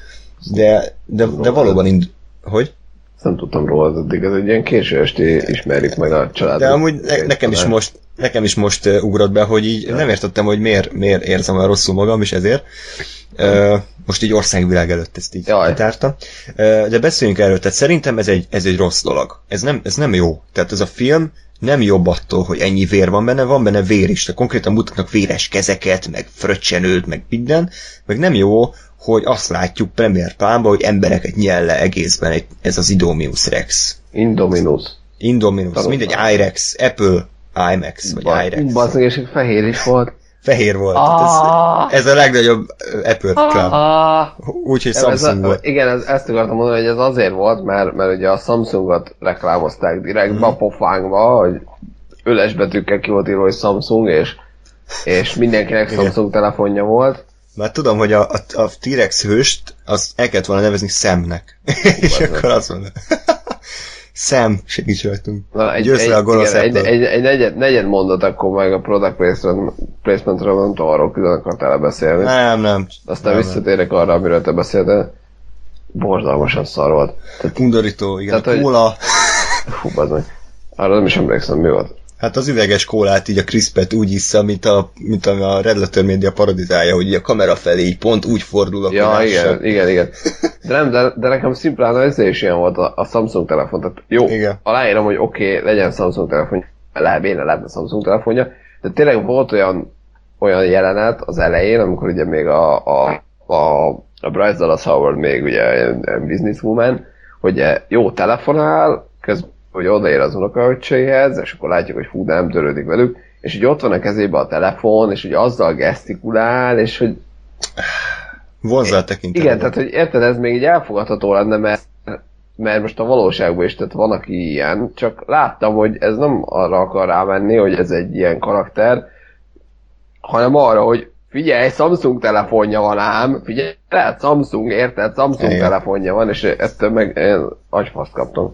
De valóban hogy? Ezt nem tudtam róla addig, ez egy ilyen késő esti ismerjük meg a családot. De amúgy nekem is most ugrott be, hogy így nem értettem, hogy miért érzem olyan rosszul magam, és ezért. Most így országvilág előtt ezt így kitártam. De beszéljünk erről, tehát szerintem ez egy rossz dolog. Ez nem jó. Tehát ez a film nem jobb attól, hogy ennyi vér van benne vér is. Tehát konkrétan mutatnak véres kezeket, meg fröccsenőt, meg minden, meg nem jó, hogy azt látjuk Premier plánban, hogy embereket nyel le egészben ez az Indominus Rex. Indominus, mindegy, iRex, Apple IMAX, vagy iRex. Bazdmeg, és fehér is volt. Fehér volt. Ez a legnagyobb Apple klub. Úgyhogy Samsung volt. Igen, ezt akartam mondani, hogy ez azért volt, mert ugye a Samsungot reklámozták direktbe a pofánkba, hogy öles betűkkel ki volt írva, hogy Samsung, és mindenkinek Samsung telefonja volt. Már tudom, hogy a T-Rex hőst azt el kellett volna nevezni Samnek. És akkor azt mondom. Sam, segíts rajtunk. Győzz le a gonosz Apple. Egy negyed mondat, akkor meg a product placementről nem tudom, arról külön akartál beszélni. Nem. Aztán visszatérek arra, amiről te beszéltél. Borzalmasan szar volt. Undorító, igen. Tehát, kóla. Hú, bazd meg. Arra nem is emlékszem, mi volt. Hát az üveges kólát, így a crispet úgy issza, mint a Red Letter Media parodizálja, hogy a kamera felé így pont úgy fordul a igen. De nekem szimplán ezért is ilyen volt a Samsung telefon. Tehát jó, aláírom, hogy oké, legyen Samsung telefonja, lehetne Samsung telefonja, de tényleg volt olyan jelenet az elején, amikor ugye még a Bryce Dallas Howard még ugye businesswoman, hogy jó telefonál, közben hogy odaér az unokaöccséhez, és akkor látjuk, hogy fú, nem törődik velük, és hogy ott van a kezében a telefon, és hogy azzal gesztikulál, és hogy... Vonzal tekintet. Igen, tehát hogy érted, ez még így elfogadható lenne, mert most a valóságban is, tehát van, aki ilyen, csak láttam, hogy ez nem arra akar rámenni, hogy ez egy ilyen karakter, hanem arra, hogy figyelj, Samsung telefonja van ám, figyelj, lehet Samsung, érted, Samsung telefonja van, és ettől meg én agyfaszt kaptam.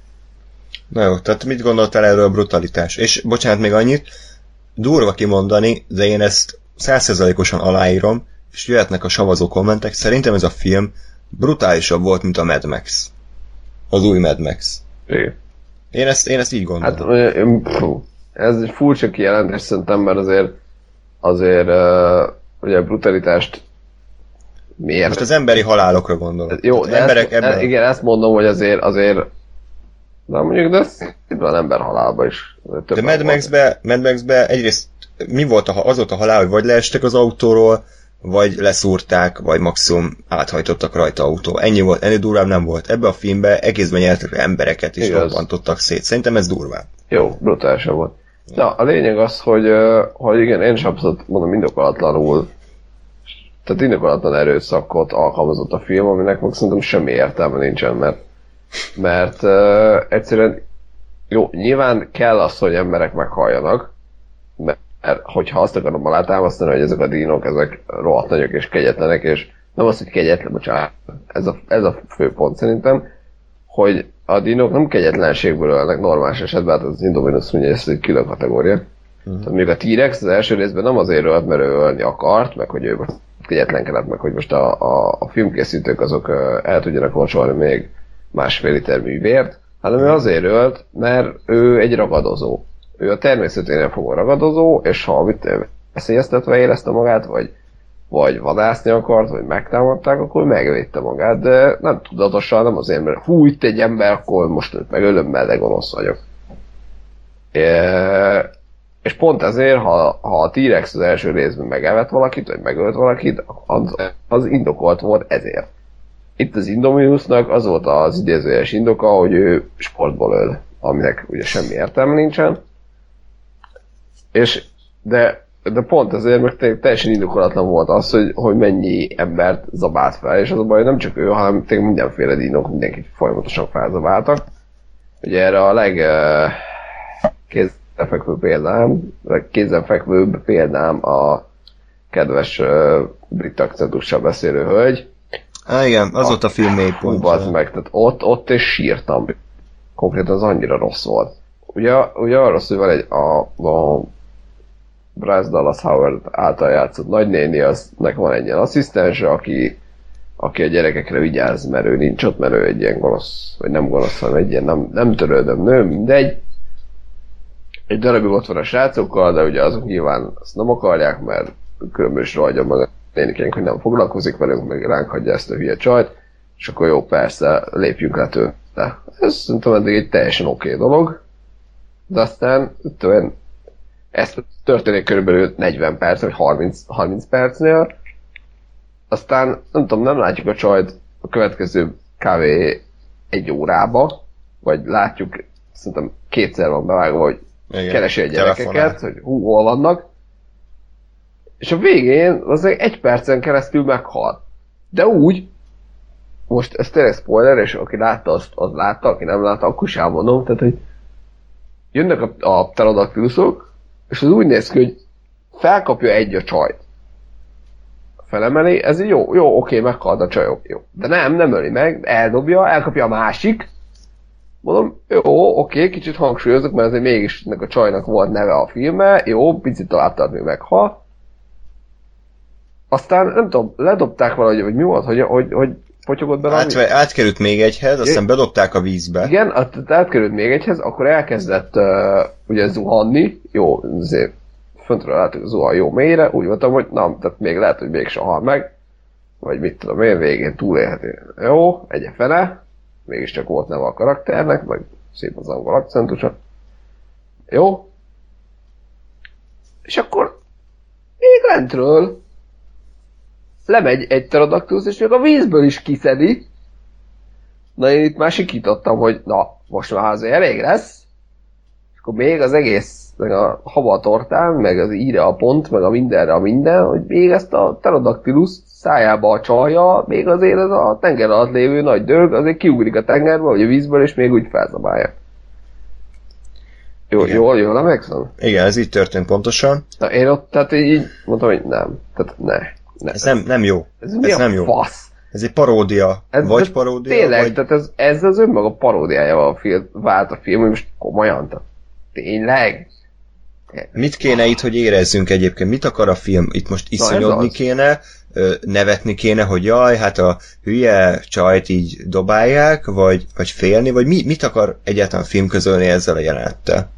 Na jó, tehát mit gondoltál erről a brutalitás? És bocsánat, még annyit, durva kimondani, de én ezt 100%-osan aláírom, és jöhetnek a savazó kommentek, szerintem ez a film brutálisabb volt, mint a Mad Max. Az új Mad Max. Igen. Én ezt így gondolom. Hát, ez egy furcsa kijelentés szerintem, mert azért ugye a brutalitást miért? Most az emberi halálokra gondolok. Jó, de igen, ezt mondom, hogy azért de mondjuk, de ez van ember halálba is. De Mad Max-be egyrészt mi volt az volt a halál, hogy vagy leestek az autóról, vagy leszúrták, vagy maximum áthajtottak rajta autó. Ennyi volt, ennél durvább nem volt. Ebbe a filmbe egészben nyertek embereket, és robbantottak szét. Szerintem ez durvább. Jó, brutálisabb volt. Na, a lényeg az, hogy igen, én is abszolút mondom indokolatlanul, tehát indokolatlan erőszakot alkalmazott a film, aminek meg szerintem semmi értelme nincsen, mert egyszerűen jó, nyilván kell az, hogy emberek meghalljanak, mert hogyha azt akarom alátámasztani, hogy ezek a dinók, ezek rohadt nagyok és kegyetlenek, és nem az, hogy kegyetlen, bocsánat, ez a fő pont szerintem, hogy a dinók nem kegyetlenségből ölnek normális esetben, hát az Indominus ugye ez egy külön kategória. Tehát még a T-Rex az első részben nem azért ölt, mert ő ölni akart, meg hogy ő most kegyetlenkedett, meg hogy most a filmkészítők azok el tudjanak locsolni még 1,5 liter művért, hanem ő azért ölt, mert ő egy ragadozó. Ő a természeténél fogó ragadozó, és ha veszélyeztetve érezte magát, vagy vadászni akart, vagy megtámadták, akkor megvédte magát, de nem tudatosan, nem azért, mert hú, itt egy ember, akkor most őt megölöm, mert de gonosz vagyok. És pont ezért, ha a T-Rex az első részben megevett valakit, vagy megölt valakit, az indokolt volt ezért. Itt az Indominusnak az volt az idézőjeles indoka, hogy ő sportból öl, aminek ugye semmi értelme nincsen. De pont ezért meg teljesen indokolatlan volt az, hogy mennyi embert zabált fel, és az a baj, nem csak ő, hanem tényleg mindenféle dinok, mindenkit folyamatosan felzabáltak. Ugye erre a kézzelfekvőbb példám a kedves brit akcentussal beszélő hölgy. Igen, az volt a film mélypontja. Meg, tehát ott és sírtam. Konkrétan az annyira rossz volt. Ugye arra szól, hogy a Bryce Dallas Howard által játszott nagynéni, aznek van egy ilyen asszisztense, aki a gyerekekre vigyáz, mert ő nincs ott, mert ő egy ilyen gonosz, vagy nem gonosz, hanem egy ilyen nem törődöm nő, mindegy. Egy darabig ott van a srácokkal, de ugye azok nyilván azt nem akarják, mert különböző is rohadja meg a nénikénk, hogy nem foglalkozik velünk, meg ránk hagyja ezt a hülye csajt, és akkor jó, persze, lépjünk le tőle. Ez szerintem eddig egy teljesen oké dolog, de aztán ez történik körülbelül 40 perc, vagy 30 percnél, aztán nem tudom, nem látjuk a csajt a következő kb. 1 órába, vagy látjuk, szerintem 2-szer van bevágva, hogy igen, keresi a gyerekeket, hogy hol vannak, és a végén az 1 percen keresztül meghal. De úgy, most ez tényleg spoiler, és aki látta, az látta, aki nem látta, akkor is elmondom, tehát, hogy jönnek a pterodaktilusok, és az úgy néz ki, hogy felkapja egy a csajt. Felemeli, ez jó, oké, meghalt a csaj, jó. De nem öli meg, eldobja, elkapja a másik. Mondom, jó, oké, kicsit hangsúlyozok, mert azért mégis ennek a csajnak volt neve a filmbe, jó, picit tovább tart, még meghal. Aztán, nem tudom, ledobták valahogy, vagy mi volt, hogy potyogott bele? Átkerült még egyhez, aztán bedobták a vízbe. Igen, átkerült még egyhez, akkor elkezdett ugye zuhanni, jó, azért föntről láttuk zuhan jó mélyre, úgy voltam, hogy nem, tehát még lehet, hogy mégsem hal meg, vagy mit tudom én, végén túlélheti. Jó, egy fele, mégiscsak volt neve a karakternek, meg szép az angol akcentusa. Jó. És akkor még lentről lemegy egy pterodaktilusz, és még a vízből is kiszedi. Na én itt már sikítottam, hogy na, most már azért elég lesz. És akkor még az egész, meg a havatortán, meg az íre a pont, meg a mindenre a minden, hogy még ezt a pterodaktilusz szájába a csalja, még azért ez a tenger alatt lévő nagy dög, azért kiugrik a tengerbe, vagy a vízből, és még úgy felzabálja. Jól emlékszem? Igen, ez így történt pontosan. Na én ott, tehát így mondtam, hogy nem. Tehát ne. Ez nem jó. Ez nem jó. Fasz? Ez egy paródia. Vagy paródia, tényleg, vagy... tehát ez az önmaga paródiája vált a film, hogy most komolyan. Tényleg? Mit kéne itt, hogy érezzünk egyébként? Mit akar a film? Itt most iszonyodni kéne, nevetni kéne, hogy jaj, hát a hülye csajt így dobálják, vagy félni, vagy mit akar egyáltalán a film közölni ezzel a jelenettel?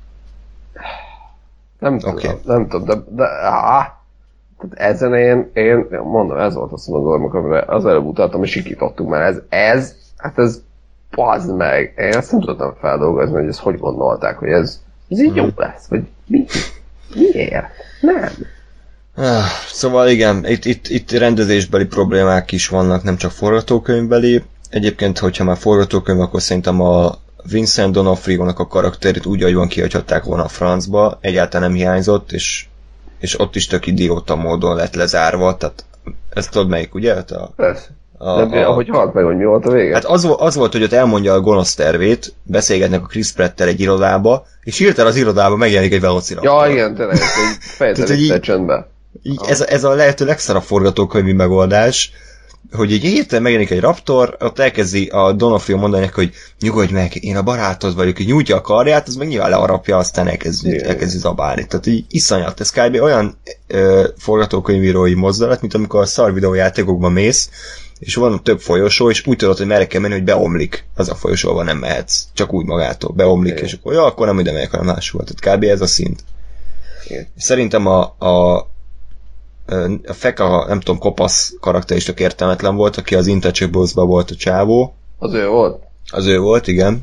Nem tudom, de tehát ezen én mondom, ez volt azt mondom, amire az előbb utaltam, és sikítottunk, mert ez bazd meg, én ezt nem tudtam feldolgozni, hogy ezt hogy gondolták, hogy ez így jó lesz, vagy miért? Nem. Szóval igen, itt rendezésbeli problémák is vannak, nem csak forgatókönyvbeli. Egyébként, hogyha már forgatókönyv, akkor szerintem a Vincent D'Onofrio-nak a karakterét úgy, ahogy van, kihagyhatták volna a francba, egyáltalán nem hiányzott, és ott is tök idióta módon lett lezárva, tehát ezt tudod melyik, ugye? Persze. Ahogy halt meg, hogy mi volt a vége? Hát az volt, hogy ott elmondja a gonosz tervét, beszélgetnek a Chris Pratt-tel egy irodába, és hirtelen az irodába megjelenik egy Velociraptor. Ja, igen, tényleg, fejtelen csöndbe. Ez a lehető legszarabb forgatókönyvi megoldás, hogy így hirtelen megjelenik egy raptor, ott elkezdi a D'Onofrio mondani neki, hogy nyugodj meg, én a barátod vagyok, így nyújtja a karját, az meg nyilván learapja, aztán elkezdi zabálni. Tehát így iszonyat, ez kb. Olyan forgatókönyvírói mozdulat, mint amikor a szar videójátékokban mész, és van több folyosó, és úgy tudod, hogy merre kell menni, hogy beomlik. Az a folyosóval nem mehetsz. Csak úgy magától. Beomlik, és akkor nem ide megyek, hanem máshol. Tehát kb. Ez a szint. Szerintem a Feka, nem tudom, kopasz karakter is tök értelmetlen volt, aki az Intouchables-ban volt a csávó. Az ő volt? Az ő volt, igen.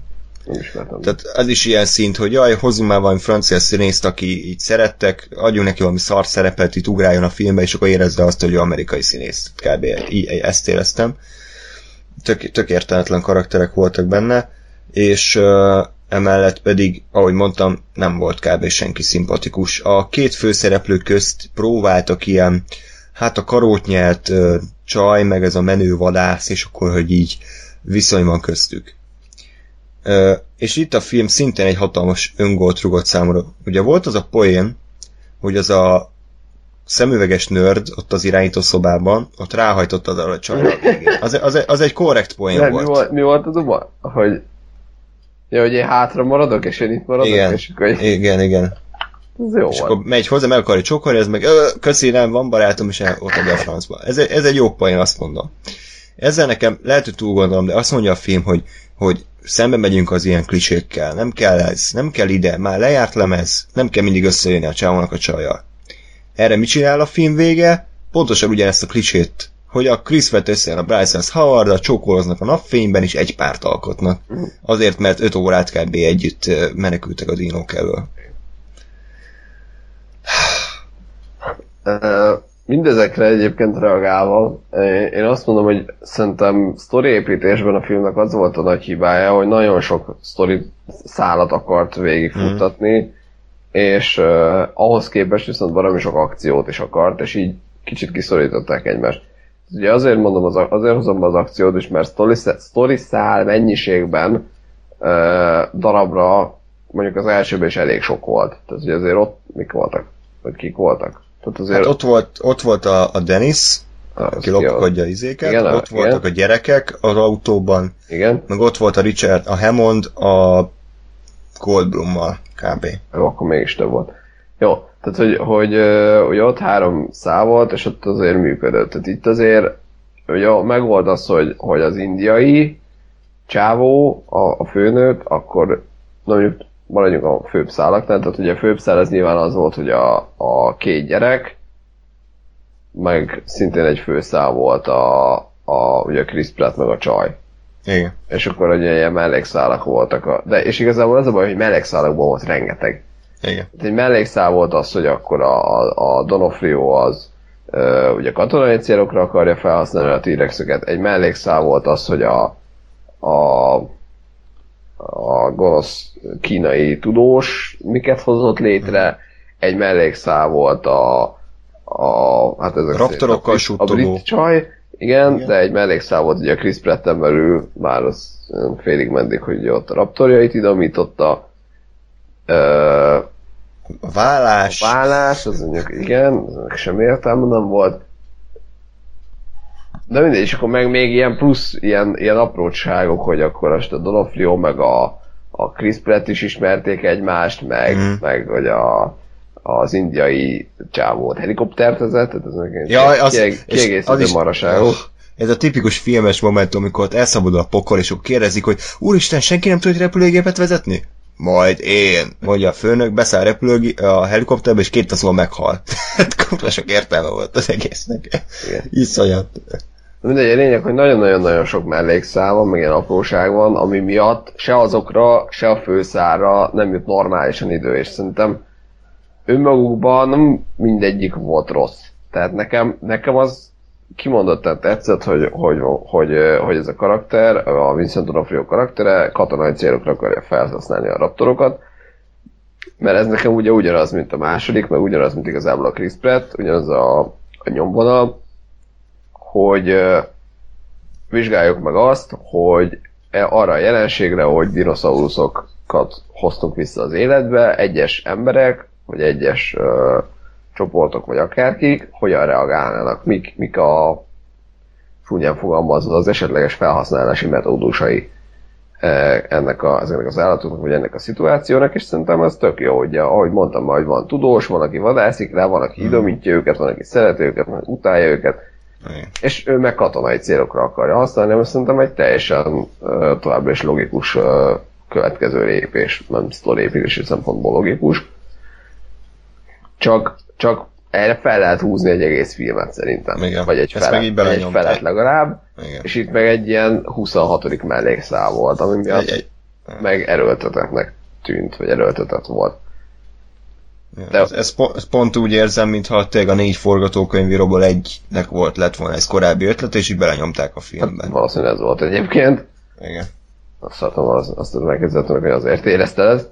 Nem ismertem. Tehát az is ilyen szint, hogy jaj, hozzunk már valami francia színészt, aki így szerettek, adjunk neki valami szar szerepet, itt ugráljon a filmbe, és akkor érezze azt, hogy ő amerikai színész. Kb. Ezt éreztem. Tök értelmetlen karakterek voltak benne, és emellett pedig, ahogy mondtam, nem volt kb. Senki szimpatikus. A két főszereplő közt próbáltak ilyen, hát a karót nyelt csaj, meg ez a menő vadász, és akkor, hogy így viszony van köztük. És itt a film szintén egy hatalmas öngolt rugott számomra. Ugye volt az a poén, hogy az a szemüveges nörd ott az irányítószobában, ott ráhajtottad arra a csajra a végén. Az egy korrekt poén volt. Mi volt az a hogy hogy én hátra maradok, és én itt maradok, igen, és akkor... Igen. Ez jó és volt. akkor megy hozzá, meg akarja csokolni, ez meg köszi, nem, van barátom, és ott adja a francba. Ez egy jó poén, azt mondom. Ezzel nekem lehet, hogy túl gondolom, de azt mondja a film, hogy szembe megyünk az ilyen klisékkel. Nem kell ez, nem kell ide, már lejárt lemez, nem kell mindig összejönni a csávónak a csajjal. Erre mit csinál a film vége? Pontosan ugyanezt a klisét, hogy a Chris Pratt összejön a Bryce Howard-dal, csókoloznak a napfényben, és egy párt alkotnak. Azért, mert 5 órát kb. Együtt menekültek a dinók elől. Mindezekre egyébként reagálva, én azt mondom, hogy szerintem sztoriépítésben a filmnek az volt a nagy hibája, hogy nagyon sok sztori szálat akart végigfuttatni, és ahhoz képest viszont valami sok akciót is akart, és így kicsit kiszorították egymást. Ugye azért mondom, azért hozom be az akciót is, mert sztori szál mennyiségben darabra mondjuk az elsőben is elég sok volt. Tehát ugye azért ott mik voltak? Vagy kik voltak? Tehát azért... Hát ott volt a Dennis, aki lopkodja izéket, igen, ott voltak a gyerekek az autóban, igen. Meg ott volt a Richard, a Hammond, a Goldblummal kb. Jó, akkor mégis több volt. Jó, tehát hogy ott 3 szál volt, és ott azért működött. Tehát itt azért ugye megvolt az, hogy az indiai csávó, a főnök, akkor mondjuk maradjunk a főbb szálaknál, tehát ugye a főbb szál az nyilván az volt, hogy a 2 gyerek, meg szintén egy főszál volt ugye a Chris Pratt meg a csaj. Igen. És akkor ugye ilyen mellékszálak voltak. És igazából az a baj, hogy mellékszálakból volt rengeteg. Igen. Egy mellékszál volt az, hogy akkor a Donofrio az ugye katonai célokra akarja felhasználni a T-rexeket. Egy mellékszál volt az, hogy a gonosz kínai tudós miket hozott létre. Egy mellékszál volt hát ezek raptorokkal a brit csaj, igen, de egy mellékszál volt ugye a Chris Pratten belül, már az félig mendik, hogy ott a raptorjait idomította. A vállás, az mondjuk igen, semmi értelme nem volt. De mindegy, és akkor meg még ilyen plusz, ilyen apróságok, hogy akkor most a Donofrio meg a Chris Pratt is ismerték egymást, meg hogy az indiai csávót helikoptertezett, tehát ez meg kiegészítő maraságok. Ez a tipikus filmes momentum, amikor ott elszabadul a pokol, és akkor kérdezik, hogy úristen, senki nem tud repülőgépet vezetni? Majd én, mondja a főnök, beszáll a helikopterbe, és 2 szóval meghal. Kurva sok értelme volt az egésznek. Iszonyat. Mindegy, a lényeg, hogy nagyon-nagyon-nagyon sok mellékszál van, meg ilyen apróság van, ami miatt se azokra, se a főszálra nem jut normálisan idő, és szerintem önmagukban nem mindegyik volt rossz. Tehát nekem az kimondottan tetszett, hogy ez a karakter, a Vincent D'Onofrio karaktere katonai célokra akarja felhasználni a raptorokat, mert ez nekem ugye ugyanaz, mint a második, meg ugyanaz, mint igazából a Chris Pratt, ugyanaz a nyomvonal, hogy vizsgáljuk meg azt, hogy arra a jelenségre, hogy dinoszauruszokat hoztunk vissza az életbe, egyes emberek, vagy egyes csoportok, vagy akárkik, hogyan reagálnának, mik a csúnyán fogalmazva az esetleges felhasználási metódusai ezeknek az állatoknak, vagy ennek a szituációnak, és szerintem ez tök jó, ugye, ahogy mondtam, hogy van tudós, van, aki vadászik rá, van, aki idomítja őket, van, aki szereti őket, van, aki utálja őket, és ő meg katonai célokra akarja használni, mert szerintem egy teljesen továbbra is logikus következő lépés, nem sztorépítési szempontból logikus. Csak erre fel lehet húzni egy egész filmet szerintem. Igen. Vagy egy felet legalább. Igen. És itt meg egy ilyen 26. mellékszál volt, ami miatt... meg erőltetetnek tűnt, vagy erőltetett volt. De ez pont úgy érzem, mintha tényleg a 4 forgatókönyvíróból egynek lett volna ez korábbi ötlet, és így belenyomták a filmben. Hát, valószínűleg ez volt egyébként. Igen. Azt megkezdettem, hogy azért érezted ezt.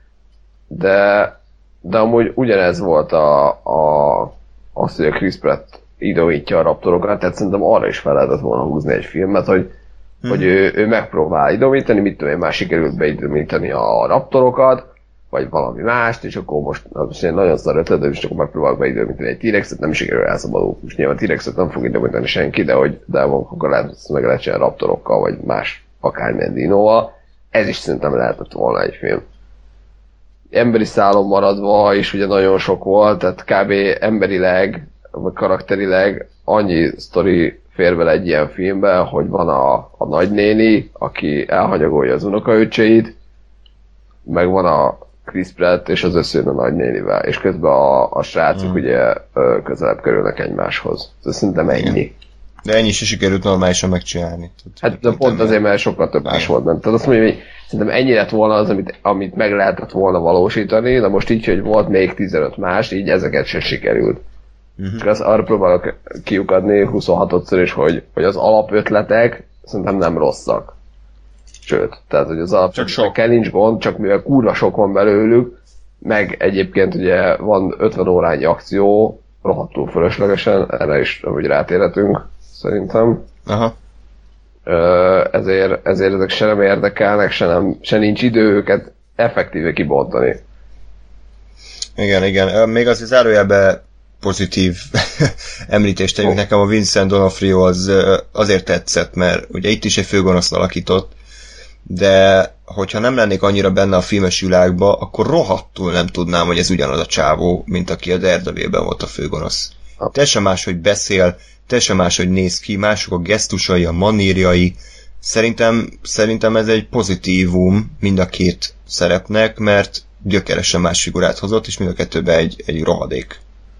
De amúgy ugyanez volt az, hogy a Chris Pratt időítja a raptorokat, tehát szerintem arra is fel lehetett volna húzni egy filmet, hogy ő megpróbál idomítani, mit tudom én, már sikerült beidomítani a raptorokat, vagy valami mást, és akkor most én nagyon szar ötlet, és akkor megpróbálok beidomítani egy T-rexet, nem sikerül elszabadul. Most nyilván T-rexet nem fog idomítani senki, de akkor meg lehet csinálni raptorokkal, vagy más akármilyen dinóval. Ez is szerintem lehetett volna egy film. Emberi szálon maradva is ugye nagyon sok volt, tehát kb. Emberileg, vagy karakterileg annyi sztori fér bele egy ilyen filmben, hogy van a nagynéni, aki elhanyagolja az unokaöccseit, meg van a Chris Pratt, és az összejön a nagynénivel, és közben a srácok ugye közelebb kerülnek egymáshoz. Ez szerintem ennyi. De ennyi se sikerült normálisan megcsinálni. Hát de pont azért, mert sokkal több más volt benne. Tehát azt mondja, hogy szerintem ennyi lett volna az, amit meg lehetett volna valósítani, de most így, hogy volt még 15 más, így ezeket se sikerült. Csak azt arra próbálok kiukadni 26-szor is, hogy az alapötletek szerintem nem rosszak. Sőt, tehát hogy az alapötletekkel nincs gond, csak mivel kurva sok van belőlük, meg egyébként ugye van 50 órányi akció, rohadtul fölöslegesen, erre is amúgy rátérhetünk, szerintem. Aha. Ezért ezek se nem érdekelnek, se nincs idő őket effektíve kibontani. Igen. Még az zárójelben pozitív említést tegyünk. Nekem a Vincent D'Onofrio azért tetszett, mert ugye itt is egy főgonoszt alakított, de hogyha nem lennék annyira benne a filmes világba, akkor rohadtul nem tudnám, hogy ez ugyanaz a csávó, mint aki a Daredevilben volt a főgonosz. Teljesen máshogy beszél, teljesen máshogy néz ki, mások a gesztusai, a manírjai. Szerintem ez egy pozitívum mind a két szerepnek, mert gyökeresen más figurát hozott, és mind a kettőben egy rohadék.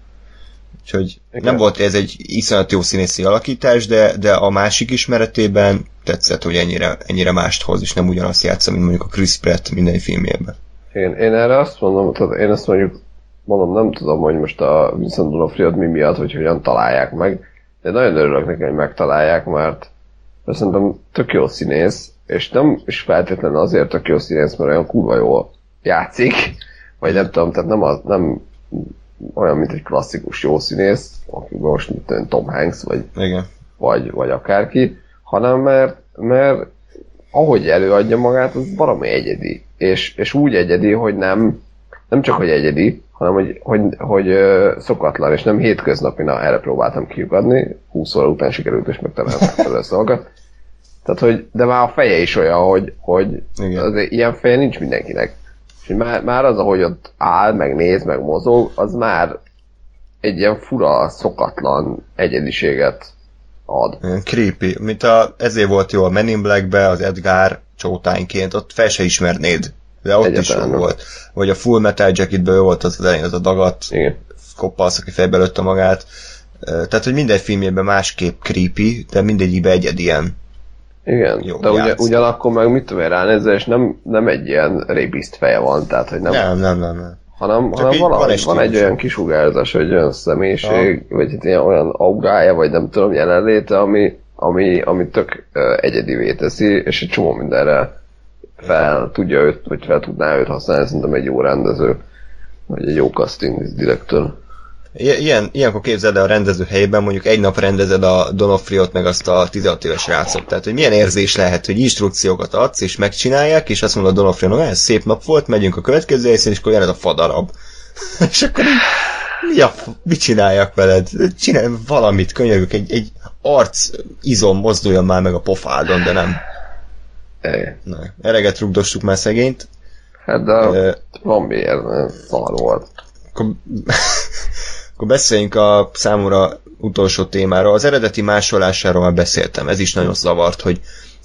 Úgyhogy nem volt ez egy iszonyat jó színészi alakítás, de a másik ismeretében tetszett, hogy ennyire mást hoz, és nem ugyanazt játsza, mint mondjuk a Chris Pratt minden filmjében. Én erre azt mondom, tehát én ezt mondom, nem tudom, hogy most a Vincent D'Onofriót mi miatt, hogy hogyan találják meg, de nagyon örülök neki, hogy megtalálják, mert szerintem tök jó színész, és nem is feltétlenül azért tök jó színész, mert olyan kurva jól játszik, vagy nem tudom, tehát nem olyan, mint egy klasszikus jó színész, aki most mint Tom Hanks, vagy akárki, hanem mert ahogy előadja magát, az baromi egyedi. És úgy egyedi, hogy nem csak, hogy egyedi, hanem hogy szokatlan, és nem hétköznapi, erre próbáltam kiukadni, 20 óra után sikerült, és megtaláltam a szavakat. Tehát, de már a feje is olyan, hogy ilyen feje nincs mindenkinek. És már az, ahogy ott áll, meg néz, meg mozog, az már egy ilyen fura, szokatlan egyediséget ad. Creepy. Mint ezért volt jó a Men in Black-be, az Edgar csótányként, ott fel se ismernéd. De ott egyetlen is jó volt. Vagy a Full Metal Jacketből volt az elején az a dagat, koppalsz, aki fejbe lőtte magát. Tehát, hogy minden filmjében másképp creepy, de mindegyikben egyedien. Igen, jó, de ugyanakkor meg mit tudom én ránézve, és nem egy ilyen répiszt feje van, tehát hogy nem. Hanem van egy olyan kisugárzás, vagy olyan személyiség, vagy olyan aurája, vagy nem tudom, jelenléte, ami tök egyedivé teszi, és egy csomó mindenre fel tudná őt használni, szerintem egy jó rendező, vagy egy jó casting direktor. Ilyenkor képzeld el a rendező helyében, mondjuk egy nap rendezed a D'Onofriót meg azt a 16 éves rácot. Tehát, hogy milyen érzés lehet, hogy instrukciókat adsz, és megcsinálják, és azt mondod a D'Onofrio, ez szép nap volt, megyünk a következő részén, és akkor jön ez a fadarab. És akkor mit csináljak veled? Csinálj valamit, könyörgök, egy arc izom mozduljon már meg a pofádon, de nem. Na, eleget rugdossuk már szegényt. Hát de van miért, szar volt. Akkor beszéljünk a számomra utolsó témáról. Az eredeti másolásáról már beszéltem. Ez is nagyon zavart, hogy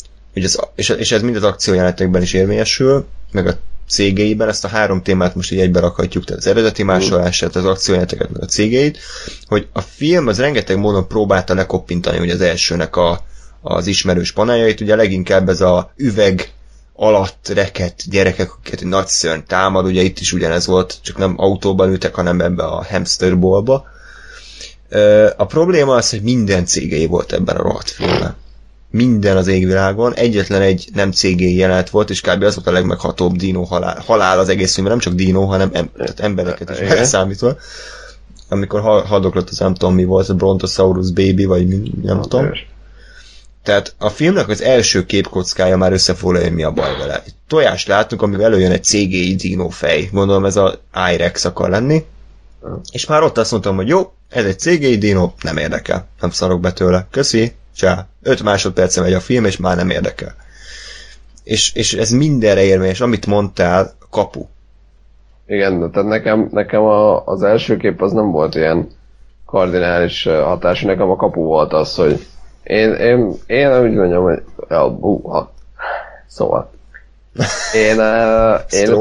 és ez mind az akciójelenetekben is érvényesül, meg a CGI-ben, ezt a 3 témát most így egybe rakhatjuk, tehát az eredeti másolását, az akciójeleneteket, meg a CGI-t, hogy a film az rengeteg módon próbálta lekoppintani ugye az elsőnek az ismerős panáljait, ugye leginkább ez a üveg alatt rekedt gyerekek, akiket egy nagy szörny támad, ugye itt is ugyanez volt, csak nem autóban ültek, hanem ebbe a hamsterballba. A probléma az, hogy minden CGI volt ebben a rohadt filmben. Minden az égvilágon, egyetlen egy nem CGI jelenet volt, és kb. Az volt a legmeghatóbb dino halál az egész filmben, nem csak dino, hanem embereket is megszámítva. Amikor haldoklott az nem tudom mi volt, a Brontosaurus baby, vagy nem tudom. Tehát a filmnek az első képkockája már összefoglalja, hogy mi a baj vele. Egy tojást látunk, amivel előjön egy CGI dino fej. Gondolom ez a I-Rex akar lenni. És már ott azt mondtam, hogy jó, ez egy CGI dino, nem érdekel. Nem szarok be tőle. Köszi, csá. 5 másodperce megy a film, és már nem érdekel. És ez mindenre érvényes, amit mondtál, kapu. Igen, tehát nekem az első kép az nem volt ilyen kardinális hatású, nekem a kapu volt az, hogy én úgy mondjam, hogy szóval én a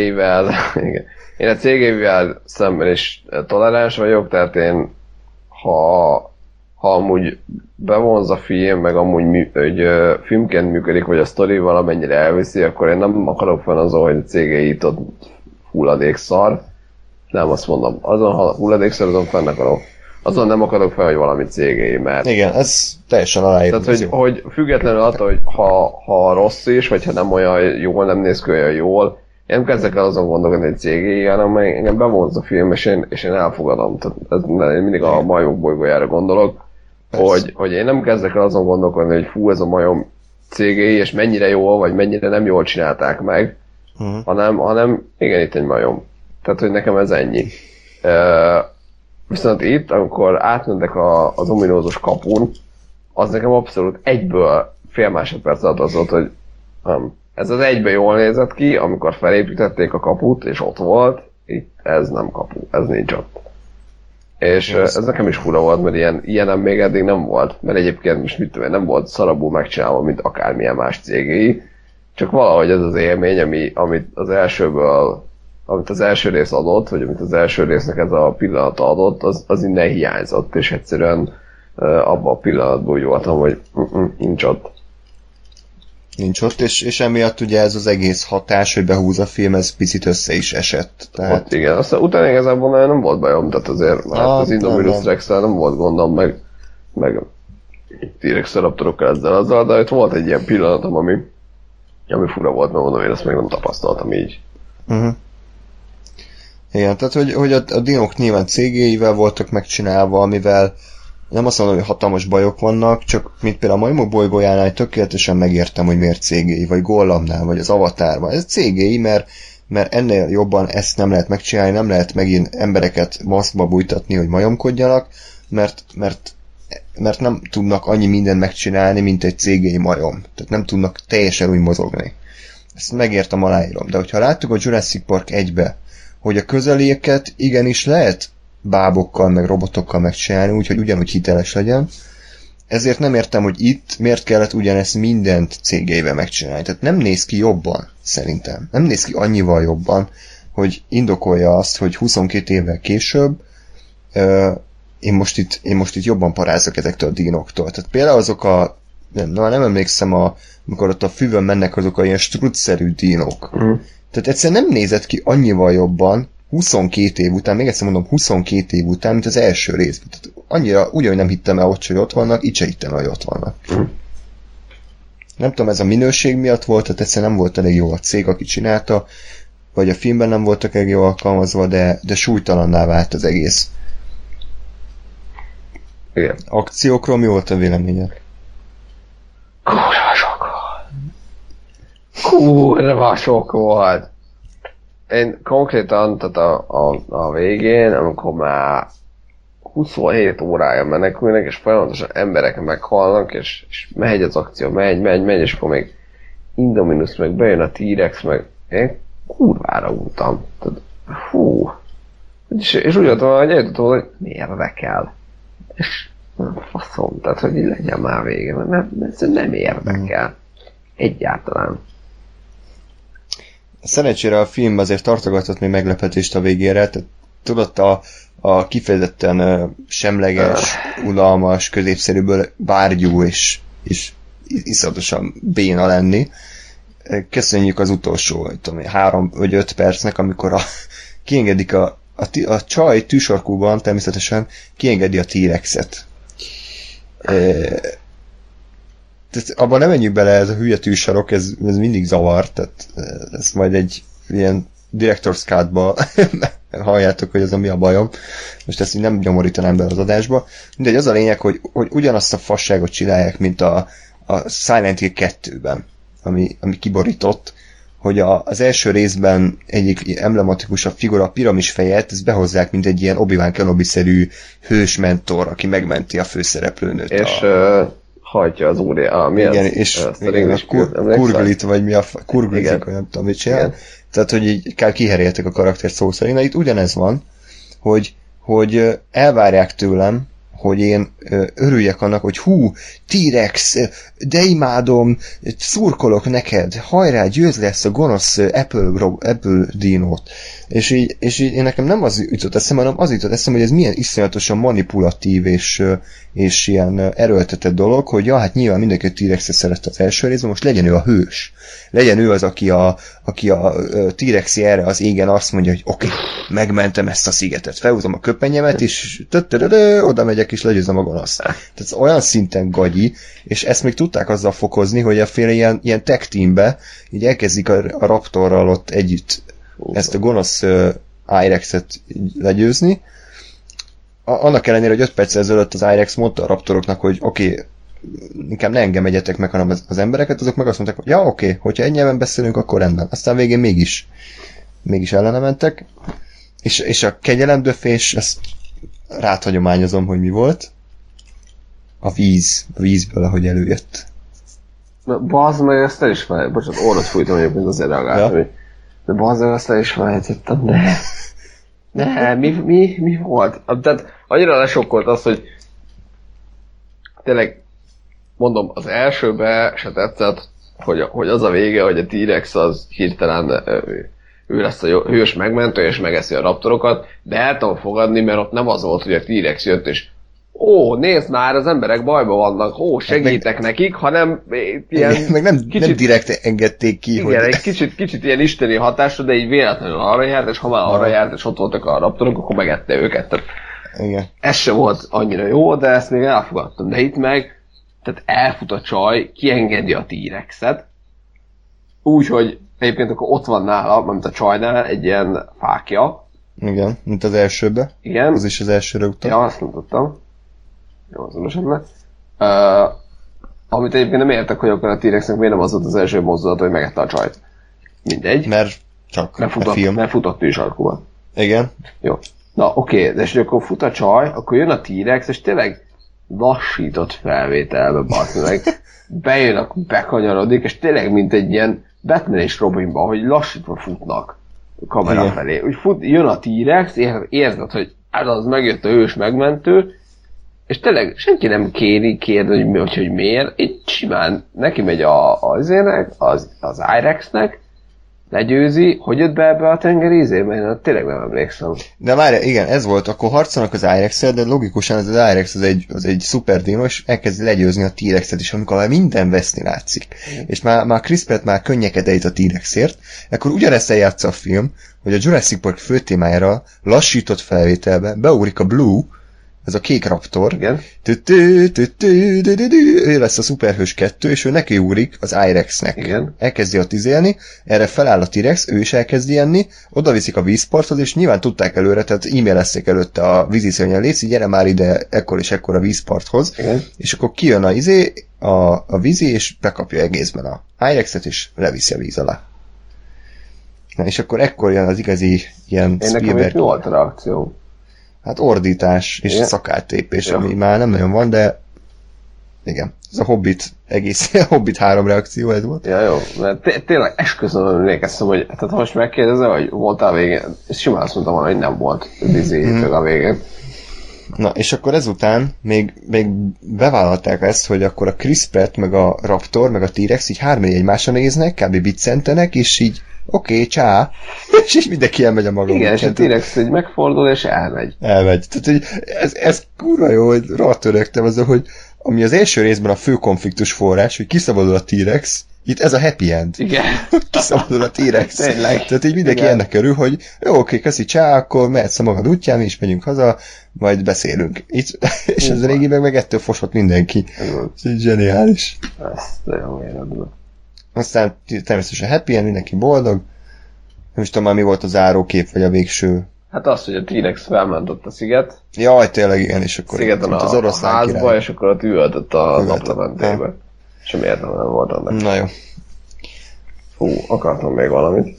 CGI-vel szemben is toleráns vagyok, tehát én ha amúgy bevonz a film, meg amúgy filmként működik, vagy a sztori valamennyire elviszi, akkor én nem akarok fel azon, hogy a CGI-t ott hulladékszar. Nem, azt mondom. Azon, ha hulladékszar, azon fenn akarok. Azon nem akarok fel, hogy valami CGI, mert... Igen, ez teljesen aláírva. Tehát, hogy függetlenül attól, hogy ha rossz is, vagy ha nem olyan jól, nem néz ki olyan jól, én nem kezdek el azon gondolkodni, hogy CGI, hanem engem bevonz a film, és én elfogadom. Tehát én mindig a majmok bolygójára gondolok, hogy én nem kezdek el azon gondolkodni, hogy fú, ez a majom CGI, és mennyire jól, vagy mennyire nem jól csinálták meg, hanem igen, itt egy majom. Tehát, hogy nekem ez ennyi. Viszont itt, amikor átmentek az ominózus kapun, az nekem abszolút egyből fél másodperc alatt az volt, hogy ez az egyben jól nézett ki, amikor felépítették a kaput, és ott volt, itt ez nem kapu, ez nincs ott. És ez nekem is fura volt, mert ilyenem még eddig nem volt, mert egyébként most mit tudom, nem volt szarabul megcsinálva, mint akármilyen más CGI, csak valahogy ez az élmény, amit az első rész adott, vagy amit az első résznek ez a pillanata adott, az innen hiányzott, és egyszerűen abban a pillanatban úgy voltam, hogy nincs ott. Nincs ott, és emiatt ugye ez az egész hatás, hogy behúz a film, ez picit össze is esett. Tehát... Ott igen, aztán utána igazából nem volt bajom, tehát azért az Indominus Rex-tel nem volt gondom, meg T-Rex raptorokkal ezzel, de itt volt egy ilyen pillanatom, ami fura volt, mert mondom, én ezt még nem tapasztaltam így. Igen, tehát hogy a dinók nyilván CGI-vel voltak megcsinálva, amivel nem azt mondom, hogy hatalmas bajok vannak, csak mint például a Majmok bolygójánál tökéletesen megértem, hogy miért CGI, vagy Gollamnál, vagy az Avatarban. Ez CGI, mert ennél jobban ezt nem lehet megcsinálni, nem lehet megint embereket maszkba bújtatni, hogy majomkodjanak, mert nem tudnak annyi mindent megcsinálni, mint egy CGI majom. Tehát nem tudnak teljesen úgy mozogni. Ezt megértem, aláírom. De hogyha láttuk a Jurassic Park 1-be, hogy a közeléket igenis lehet bábokkal, meg robotokkal megcsinálni, úgyhogy ugyanúgy hiteles legyen. Ezért nem értem, hogy itt miért kellett ugyanezt mindent CGI-vel megcsinálni. Tehát nem néz ki jobban, szerintem. Nem néz ki annyival jobban, hogy indokolja azt, hogy 22 évvel később én most itt jobban parázok ezektől a dinoktól. Tehát például azok nem emlékszem, amikor ott a füvön mennek azok a ilyen strutszerű dinok. Tehát egyszerűen nem nézett ki annyival jobban, 22 év után, még egyszer mondom, 22 év után, mint az első rész. Tehát annyira, ugyanúgy nem hittem el, hogy ott vannak, így se hittem el, hogy ott vannak. Nem tudom, ez a minőség miatt volt, tehát egyszerűen nem volt elég jó a cég, aki csinálta, vagy a filmben nem voltak elég jó alkalmazva, de súlytalanná vált az egész. Igen. Akciókról mi volt a véleményed? Kurva sok volt! Én konkrétan, tehát a végén, amikor már 27 órája menekülnek, és folyamatosan emberek meghalnak, és megy az akció, megy, és akkor még Indominus, meg bejön a T-Rex, meg én kurvára untam. Tehát, hú. És úgy voltam, hogy eljutottam, hogy mi érdekel. És faszom, tehát hogy így legyen már vége, mert nem érdekel. Egyáltalán. Szerencsére a film azért tartogatott még meglepetést a végére, tehát tudott a kifejezetten semleges, unalmas, középszerűből bárgyú és iszonyatosan béna lenni. köszönjük az utolsó, tudom, 3 vagy 5 percnek, amikor kiengedik a csaj tűsarkúban természetesen kiengedi a T-rexet. Tehát abban nem menjünk bele, ez a hülye tűsarok, ez mindig zavar, tehát ez majd egy ilyen director's cut-ba halljátok, hogy ez a mi a bajom. Most ezt így nem nyomorítanám be az adásba. Mindegy, az a lényeg, hogy ugyanazt a fasságot csinálják, mint a Silent Hill 2-ben, ami kiborított, hogy az első részben egyik emblematikusabb figura, a piramis fejet, ezt behozzák, mint egy ilyen Obi-Wan Kenobi-szerű hős mentor, aki megmenti a főszereplőnőt. És hajtja az úr, mi igen, az? és kurglit, vagy mi a kurglitik, vagy nem tudom, mit csinál. Igen. Tehát, hogy így kiheréltek a karaktert szó szerint. Na, itt ugyanez van, hogy elvárják tőlem, hogy én örüljek annak, hogy hú, T-Rex, de imádom, szurkolok neked, hajrá, győz lesz a gonosz Apple dinót. És így én nekem nem az jutott eszembe, hanem az jutott eszembe, hogy ez milyen iszonyatosan manipulatív és ilyen erőltetett dolog, hogy ja, hát nyilván mindenki T-Rexet szerette az első részben, most legyen ő a hős. Legyen ő az, aki a T-Rexi erre az égen azt mondja, hogy oké, megmentem ezt a szigetet, felhúzom a köpenyemet, és oda megyek, és legyőzem a gonoszt. Tehát olyan szinten gagyi, és ezt még tudták azzal fokozni, hogy a féle ilyen tech teambe így elkezdik a Raptorral ott együtt ezt a gonosz I-Rex-et legyőzni. Annak ellenére, hogy 5 perc ezelőtt az I-Rex mondta a Raptoroknak, hogy oké, inkább ne engem egyetek meg, hanem az embereket, azok meg azt mondták, hogy ja, oké, hogyha egy nyelven beszélünk, akkor rendben. Aztán végén mégis ellene mentek. És a kegyelemdöfés, ezt ráthagyományozom, hogy mi volt. A vízből, ahogy előjött. Bazd meg, ezt elismerhettem. Bocsánat, orrot fújtam, hogy azért reagáltam. Ja. De bazd meg, ezt elismerhettem. Ne, mi volt? Tehát annyira lesokkolt az, hogy tényleg, mondom, az elsőbe se tetszett, hogy az a vége, hogy a T-Rex az hirtelen ő lesz a hős megmentő, és megeszi a raptorokat, de el tudom fogadni, mert ott nem az volt, hogy a T-Rex jött, és nézd már, az emberek bajban vannak, segítek nekik, hanem ilyen... Meg nem direkt engedték ki, igen, hogy... egy kicsit ilyen isteni hatásra, de így véletlenül arra járt, és ha már arra járt, és ott voltak a raptorok, akkor megette őket. Tehát igen. Ez sem volt annyira jó, de ezt még elfogadtam. De itt meg, tehát elfut a csaj, kiengedi a T-Rexet, úgyhogy egyébként akkor ott van nála, mint a csajnál, egy ilyen fákja. Igen, mint az elsőbe. Igen. Az is az elsőre utal. Ja, azt nem tudtam. Jó, azonosan le. Amit egyébként nem értek, hogy akkor a T-Rexnek miért nem az volt az első mozdulat, hogy megette a csajt. Mindegy. Mert csak a film. Mert futott tűsarkúban. Igen. Jó. Na, oké, de és akkor fut a csaj, akkor jön a T-Rex, és tényleg lassított felvételbe, bazd meg. Bejön, bekanyarodik, és tényleg mint egy ilyen Batman és Robinban, hogy lassítva futnak a kamera igen. felé. Úgy jön a T-Rex, érzed, hogy az megjött a hős megmentő, és tényleg senki nem kérdezi, hogy miért, így simán neki megy az I-Rexnek, legyőzi, hogy jött be ebbe a tengerízébe, én tényleg nem emlékszem. De már igen, ez volt, akkor harcolnak az I-Rex-el, de logikusan az I-Rex az egy szuper dino, és elkezdi legyőzni a T-Rexet is, amikor már minden veszni látszik. És már Chris Pratt már könnyeket ejt a T-Rexért, akkor ugyanezt eljátsza a film, hogy a Jurassic Park főtémájára lassított felvételbe beugrik a Blue, ez a kék raptor, igen. Ő lesz a Szuperhős 2, és ő neki ugrik az I-Rexnek. Igen. Elkezdi ott izélni, erre feláll a T-Rex, ő is elkezdi enni, oda viszik a vízparthoz, és nyilván tudták előre, tehát e-mailezték előtte a víziszonyan, Léci, gyere már ide ekkor és ekkor a vízparthoz, igen. És akkor kijön a vízi, és bekapja egészben a I-Rexet, és leviszi a víz alá. Na, és akkor ekkor jön az igazi ilyen Spielberg. Nekem itt mi volt a reakció? Hát ordítás és szakáltépés, ami már nem nagyon van, de igen, ez a Hobbit egész, Hobbit 3 reakció ez volt. Ja, jó, mert tényleg esküszöm emlékeztem, hogy tehát ha most megkérdezem, hogy voltál a végén, és simán azt mondtam volna, hogy nem volt a végén. Na, és akkor ezután még bevállalták ezt, hogy akkor a Chris Pratt, meg a Raptor, meg a T-Rex így hárman egymásra néznek, kb. Biccentenek, és így oké, csá, és így mindenki elmegy a maga. Igen, és a T-Rex így megfordul, és elmegy. Tehát, hogy ez kurva jó, hogy rátörögtem azzal, hogy ami az első részben a fő konfliktus forrás, hogy kiszabadul a T-Rex, Itt ez a happy end. Igen. Kiszabadul a T-rex. Tényleg. Tehát így mindenki Igen. ennek örül, hogy jó, oké, köszi, csá, akkor mehetsz a magad útján, mi is megyünk haza, majd beszélünk. Itt, és ez a régi meg ettől fosott mindenki. Ez így zseniális. Ez nagyon mélyredül. Aztán természetesen happy end, mindenki boldog. Nem is tudom már mi volt a zárókép, vagy a végső. Hát az, hogy a T-rex felment ott a sziget. Jaj, tényleg igen, és akkor Szigeten az a oroszlán házba, király. és akkor ott üvöltött a Üvöltött. naplementébe. Semmi értelme nem volt annak. Na jó. Fú, akartam még valamit.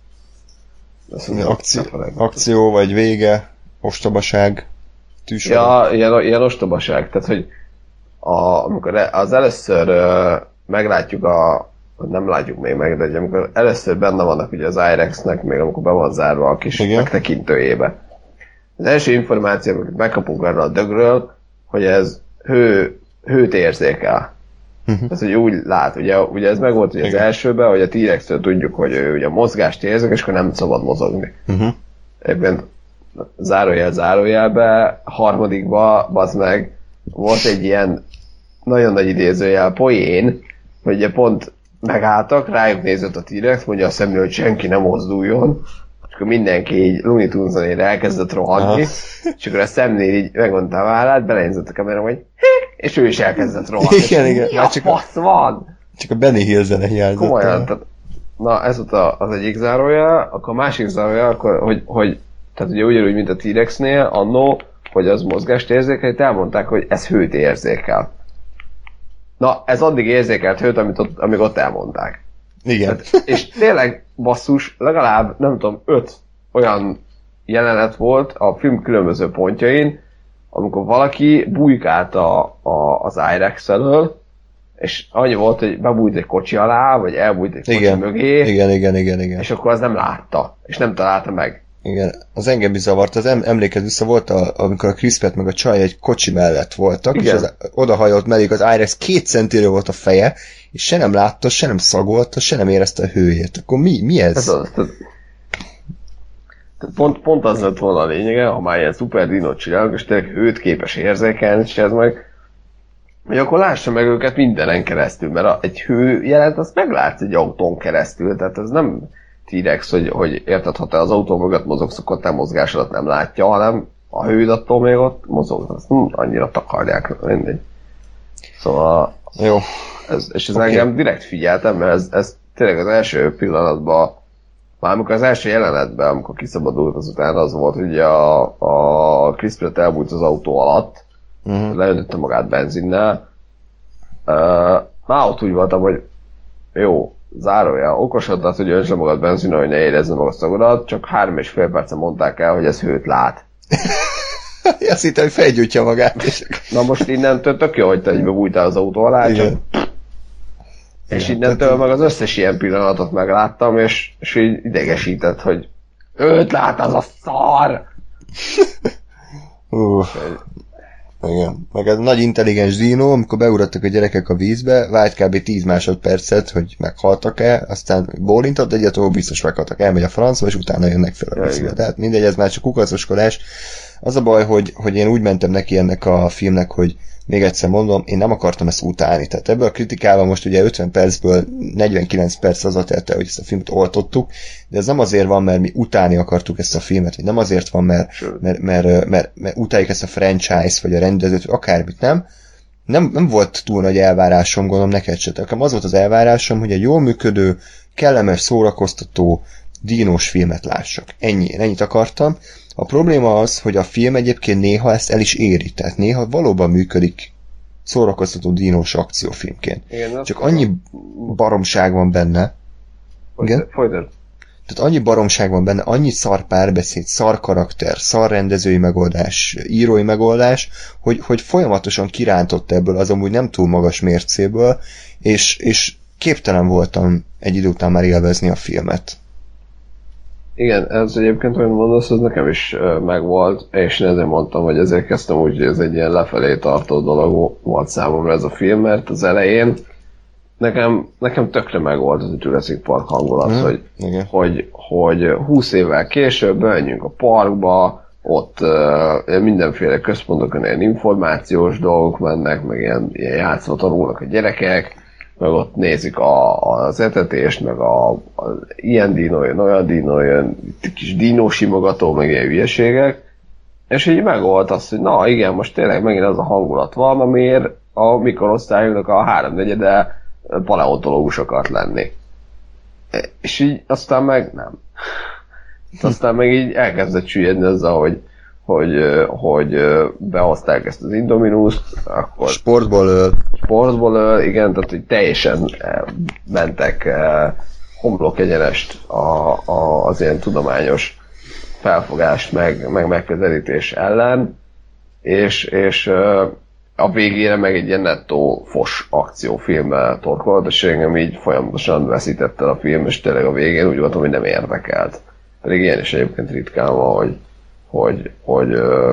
Akció, vagy vége, ostobaság, tűsor. Ja, ilyen ostobaság. Tehát, hogy amikor az először meglátjuk vagy nem látjuk még meg, de hogy amikor először benne vannak ugye az IREX-nek, még amikor be van zárva a kis Igen. megtekintőjébe. Az első információ, amit megkapunk erről a dögről, hogy ez hőt érzékel. Ez, hogy úgy lát, ugye ez meg volt ugye az Igen. elsőben, hogy a T-rex-től tudjuk, hogy ő ugye mozgást érzék, és akkor nem szabad mozogni. Egyébként zárójelbe, harmadikba, bazd meg, volt egy ilyen nagyon nagy idézőjel poén, hogy ugye pont megálltak, rájuk nézett a T-rex, mondja a szemlő, hogy senki nem mozduljon, és akkor mindenki így Looney Tunes-on elkezdett rohanni, és akkor a szemnél így megmondta a vállát, belenézett a kamera, hogy és ő is elkezdett rohanni. Igen. Mi a fasz van? Csak a Benny Hill zene hiányzott. Komolyan, tehát, na ez volt az egyik zárójel, akkor a másik zárójel, akkor, hogy tehát ugye ugyanúgy, mint a T-rexnél, annó, hogy az mozgást érzékel, itt elmondták, hogy ez hőt érzékel. Na, ez addig érzékelt hőt, amíg ott elmondták. Igen. És tényleg, basszus, legalább, nem tudom, 5 olyan jelenet volt a film különböző pontjain, amikor valaki bujkált az IREX elől, és annyi volt, hogy bebújt egy kocsi alá, vagy elbújt egy kocsi mögé, Igen. és akkor az nem látta, és nem találta meg. Igen, az engem is zavart, az emlékez vissza volt, amikor a Chris Pratt meg a csaj egy kocsi mellett voltak, igen. És odahajolt mellék az IREX 2 centiről volt a feje, és se nem látta, se nem szagolta, se nem érezte a hőjét. Akkor mi ez? Ez az, pont az lett volna a lényege, ha már ilyen szuper dinót csinálunk, és tényleg hőt képes érzékelni, és ez meg, hogy akkor lássa meg őket mindenen keresztül, mert egy hő jelent, azt meglátsz egy autón keresztül, tehát ez nem T-rex, hogy érted, ha te az autó mögött mozogsz, akkor te mozgásodat nem látja, hanem a hőd attól még ott mozog, azt annyira takarják, mindegy. Szóval, jó. És ez engem direkt figyeltem, mert ez tényleg az első pillanatban, már amikor az első jelenetben, amikor kiszabadult azután az volt, hogy a Chris Pratt elbújt az autó alatt, leöntötte magát benzinnel, már ott úgy voltam, hogy jó, zárójel, okosodhat, hogy öntsd le magad benzinnel, hogy ne érezze magad szagodat, csak 3,5 percen mondták el, hogy ez hőt lát. Azt hittem, hogy felgyújtja magát. És... Na most innentől tök jó, hogy te egybe bújtál az autó alá, csak... És innentől meg az összes ilyen pillanatot megláttam, és így idegesített, hogy őt lát az a szar! Igen. Meg ez nagy intelligens dino, amikor beugrottak a gyerekek a vízbe, vált kb. 10 másodpercet, hogy meghaltak-e, aztán bólintott egyet, ó, biztos meghaltak, elmegy a francba, és utána jönnek fel a vízbe. Tehát mindegy, ez már csak kukacoskodás. Az a baj, hogy én úgy mentem neki ennek a filmnek, hogy még egyszer mondom, én nem akartam ezt utálni. Tehát ebből a kritikával most ugye 50 percből 49 perc az telte, hogy ezt a filmet oltottuk, de ez nem azért van, mert mi utálni akartuk ezt a filmet, vagy nem azért van, mert utáljuk ezt a franchise, vagy a rendezőt, vagy akármit, nem volt túl nagy elvárásom, gondolom neked se. Nekem az volt az elvárásom, hogy egy jól működő, kellemes, szórakoztató, dínós filmet lássak. Ennyit akartam. A probléma az, hogy a film egyébként néha ezt el is éri, tehát néha valóban működik szórakoztató dínós akciófilmként. Igen, csak annyi baromság van benne. Igen? Tehát annyi baromság van benne, annyi szar párbeszéd, szar karakter, szar rendezői megoldás, írói megoldás, hogy folyamatosan kirántott ebből az amúgy nem túl magas mércéből, és képtelen voltam egy idő után már élvezni a filmet. Igen, ez egyébként, hogy mondasz, ez nekem is megvolt, és én ezért mondtam, hogy ezért kezdtem úgy, hogy ez egy ilyen lefelé tartó dolog volt számomra ez a film, mert az elején nekem tökre megvolt az a Jurassic Park hangulat, hogy 20 évvel később menjünk a parkba, ott mindenféle központokon ilyen információs dolgok mennek, meg ilyen játszva tanulnak a gyerekek, meg ott nézik az etetést, meg ilyen dino jön, olyan dino jön, kis dinósimogató, meg ilyen hülyeségek, és így megold azt, hogy na igen, most tényleg megint az a hangulat van, amiért a mikorosztályunknak a 3/4 paleontológus akart lenni. És így aztán meg nem. Aztán meg így elkezdett süllyedni azzal, hogy behozták ezt az Indominust, akkor... Sportból öl, igen, tehát hogy teljesen mentek homlok egyenest az ilyen tudományos felfogás meg megközelítés ellen, és a végére meg egy ilyen nettó fos akciófilmmel torkolt, és engem így folyamatosan veszített el a film, és tényleg a végén úgy voltam, hogy nem érdekelt. Pedig ilyen is egyébként ritkán van, hogy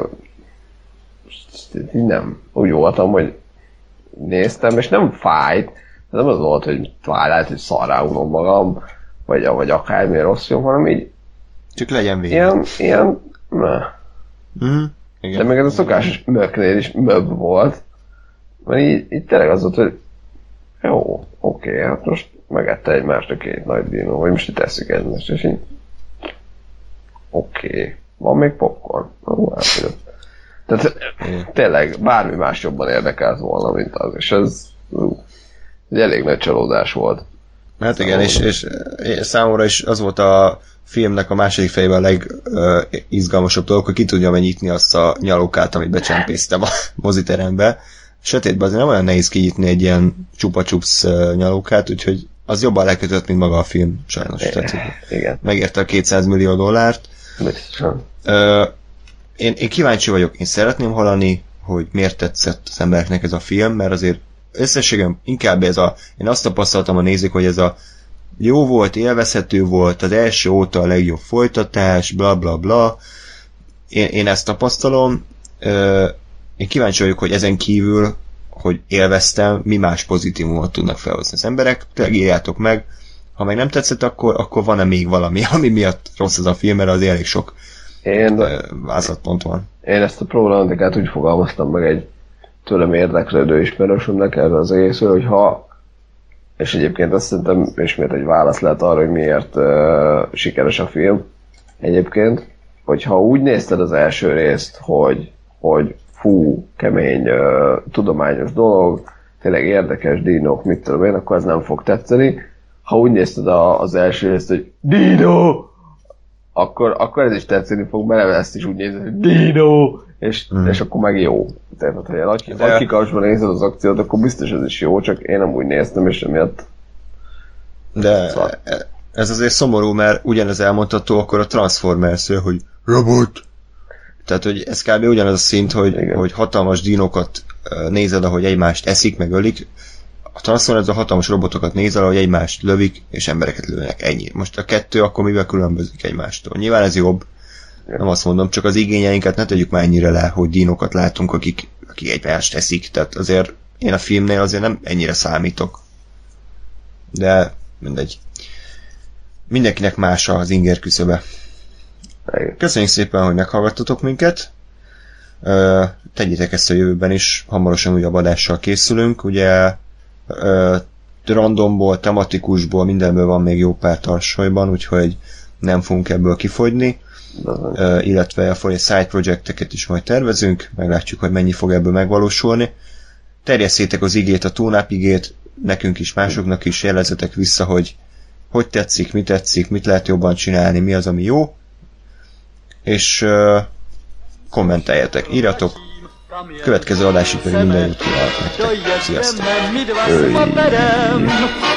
nem. Úgy voltam, hogy néztem, és nem fájt, nem az volt, hogy lehet, hogy szarrá unom magam, vagy akármi rossz film, hanem így csak legyen vége. Ilyen igen. De még ez a szokásos möknél is möbb volt, mert így tényleg az volt, hogy jó, oké, hát most megette egymást a két nagy dino, vagy most itt eszik egymást, és így oké, van még popcorn. Tehát tényleg bármi más jobban érdekelt volna, mint az, és ez egy elég nagy csalódás volt. Hát igen, és számomra is az volt a filmnek a második fejében a legizgalmasabb dolog, hogy ki tudja megnyitni azt a nyalókát, amit becsempésztem a moziterembe. Sötétben azért nem olyan nehéz kinyitni egy ilyen csupa-csupsz nyalókát, úgyhogy az jobban lekötött, mint maga a film, sajnos. Tehát, igen. Megérte a $200 millió. Én kíváncsi vagyok, én szeretném hallani, hogy miért tetszett az embereknek ez a film, mert azért összességem inkább én azt tapasztaltam a nézők, hogy ez a jó volt, élvezhető volt, az első óta a legjobb folytatás, bla bla bla. Én ezt tapasztalom. Én kíváncsi vagyok, hogy ezen kívül, hogy élveztem, mi más pozitívumot tudnak felhozni az emberek. Tényleg írjátok meg. Ha meg nem tetszett, akkor van-e még valami, ami miatt rossz ez a film, mert az elég sok vázlatpont van. Én ezt a problematikát úgy fogalmaztam meg egy tőlem érdeklődő ismerősömnek erre az egészről, hogy és egyébként azt szerintem ismét egy válasz lehet arra, hogy miért sikeres a film egyébként, hogyha úgy nézted az első részt, hogy fú, kemény, tudományos dolog, tényleg érdekes dinók, mit tudom én, akkor ez nem fog tetszeni. Ha úgy nézted az első részt, hogy Dino, akkor ez is tetszeni fog, mert ezt is úgy nézed, hogy Dino, és akkor meg jó. Tehát, ha nagy kikasban nézed az akciót, akkor biztos ez is jó, csak én nem úgy néztem, és emiatt... De ez azért szomorú, mert ugyanez elmondható akkor a Transformers, hogy robot. Tehát, hogy ez kb. Ugyanaz a szint, hogy hatalmas dinókat nézed, ahogy egymást eszik, meg ölik. A Transformers a hatalmas robotokat nézel, ahogy egymást lövik, és embereket lőnek. Ennyi. Most a kettő akkor mivel különbözik egymástól? Nyilván ez jobb. Nem azt mondom, csak az igényeinket ne tegyük már ennyire le, hogy dinókat látunk, akik egymást eszik. Tehát azért én a filmnél azért nem ennyire számítok. De mindegy. Mindenkinek más az inger küszöbe. Köszönjük szépen, hogy meghallgattatok minket. Tegyétek ezt a jövőben is, hamarosan újabb adással készülünk. Ugye randomból, tematikusból, mindenből van még jó pár tarsolyban, úgyhogy nem fogunk ebből kifogyni. Illetve a side projekteket is majd tervezünk, meglátjuk, hogy mennyi fog ebből megvalósulni. Terjesszétek az igét, a Tónáp igét, nekünk is, másoknak is, jelezzetek vissza, hogy tetszik, mit lehet jobban csinálni, mi az, ami jó, és kommenteljetek, írjatok. Következő adásig pedig minden jót kívánok nektek. Sziasztok!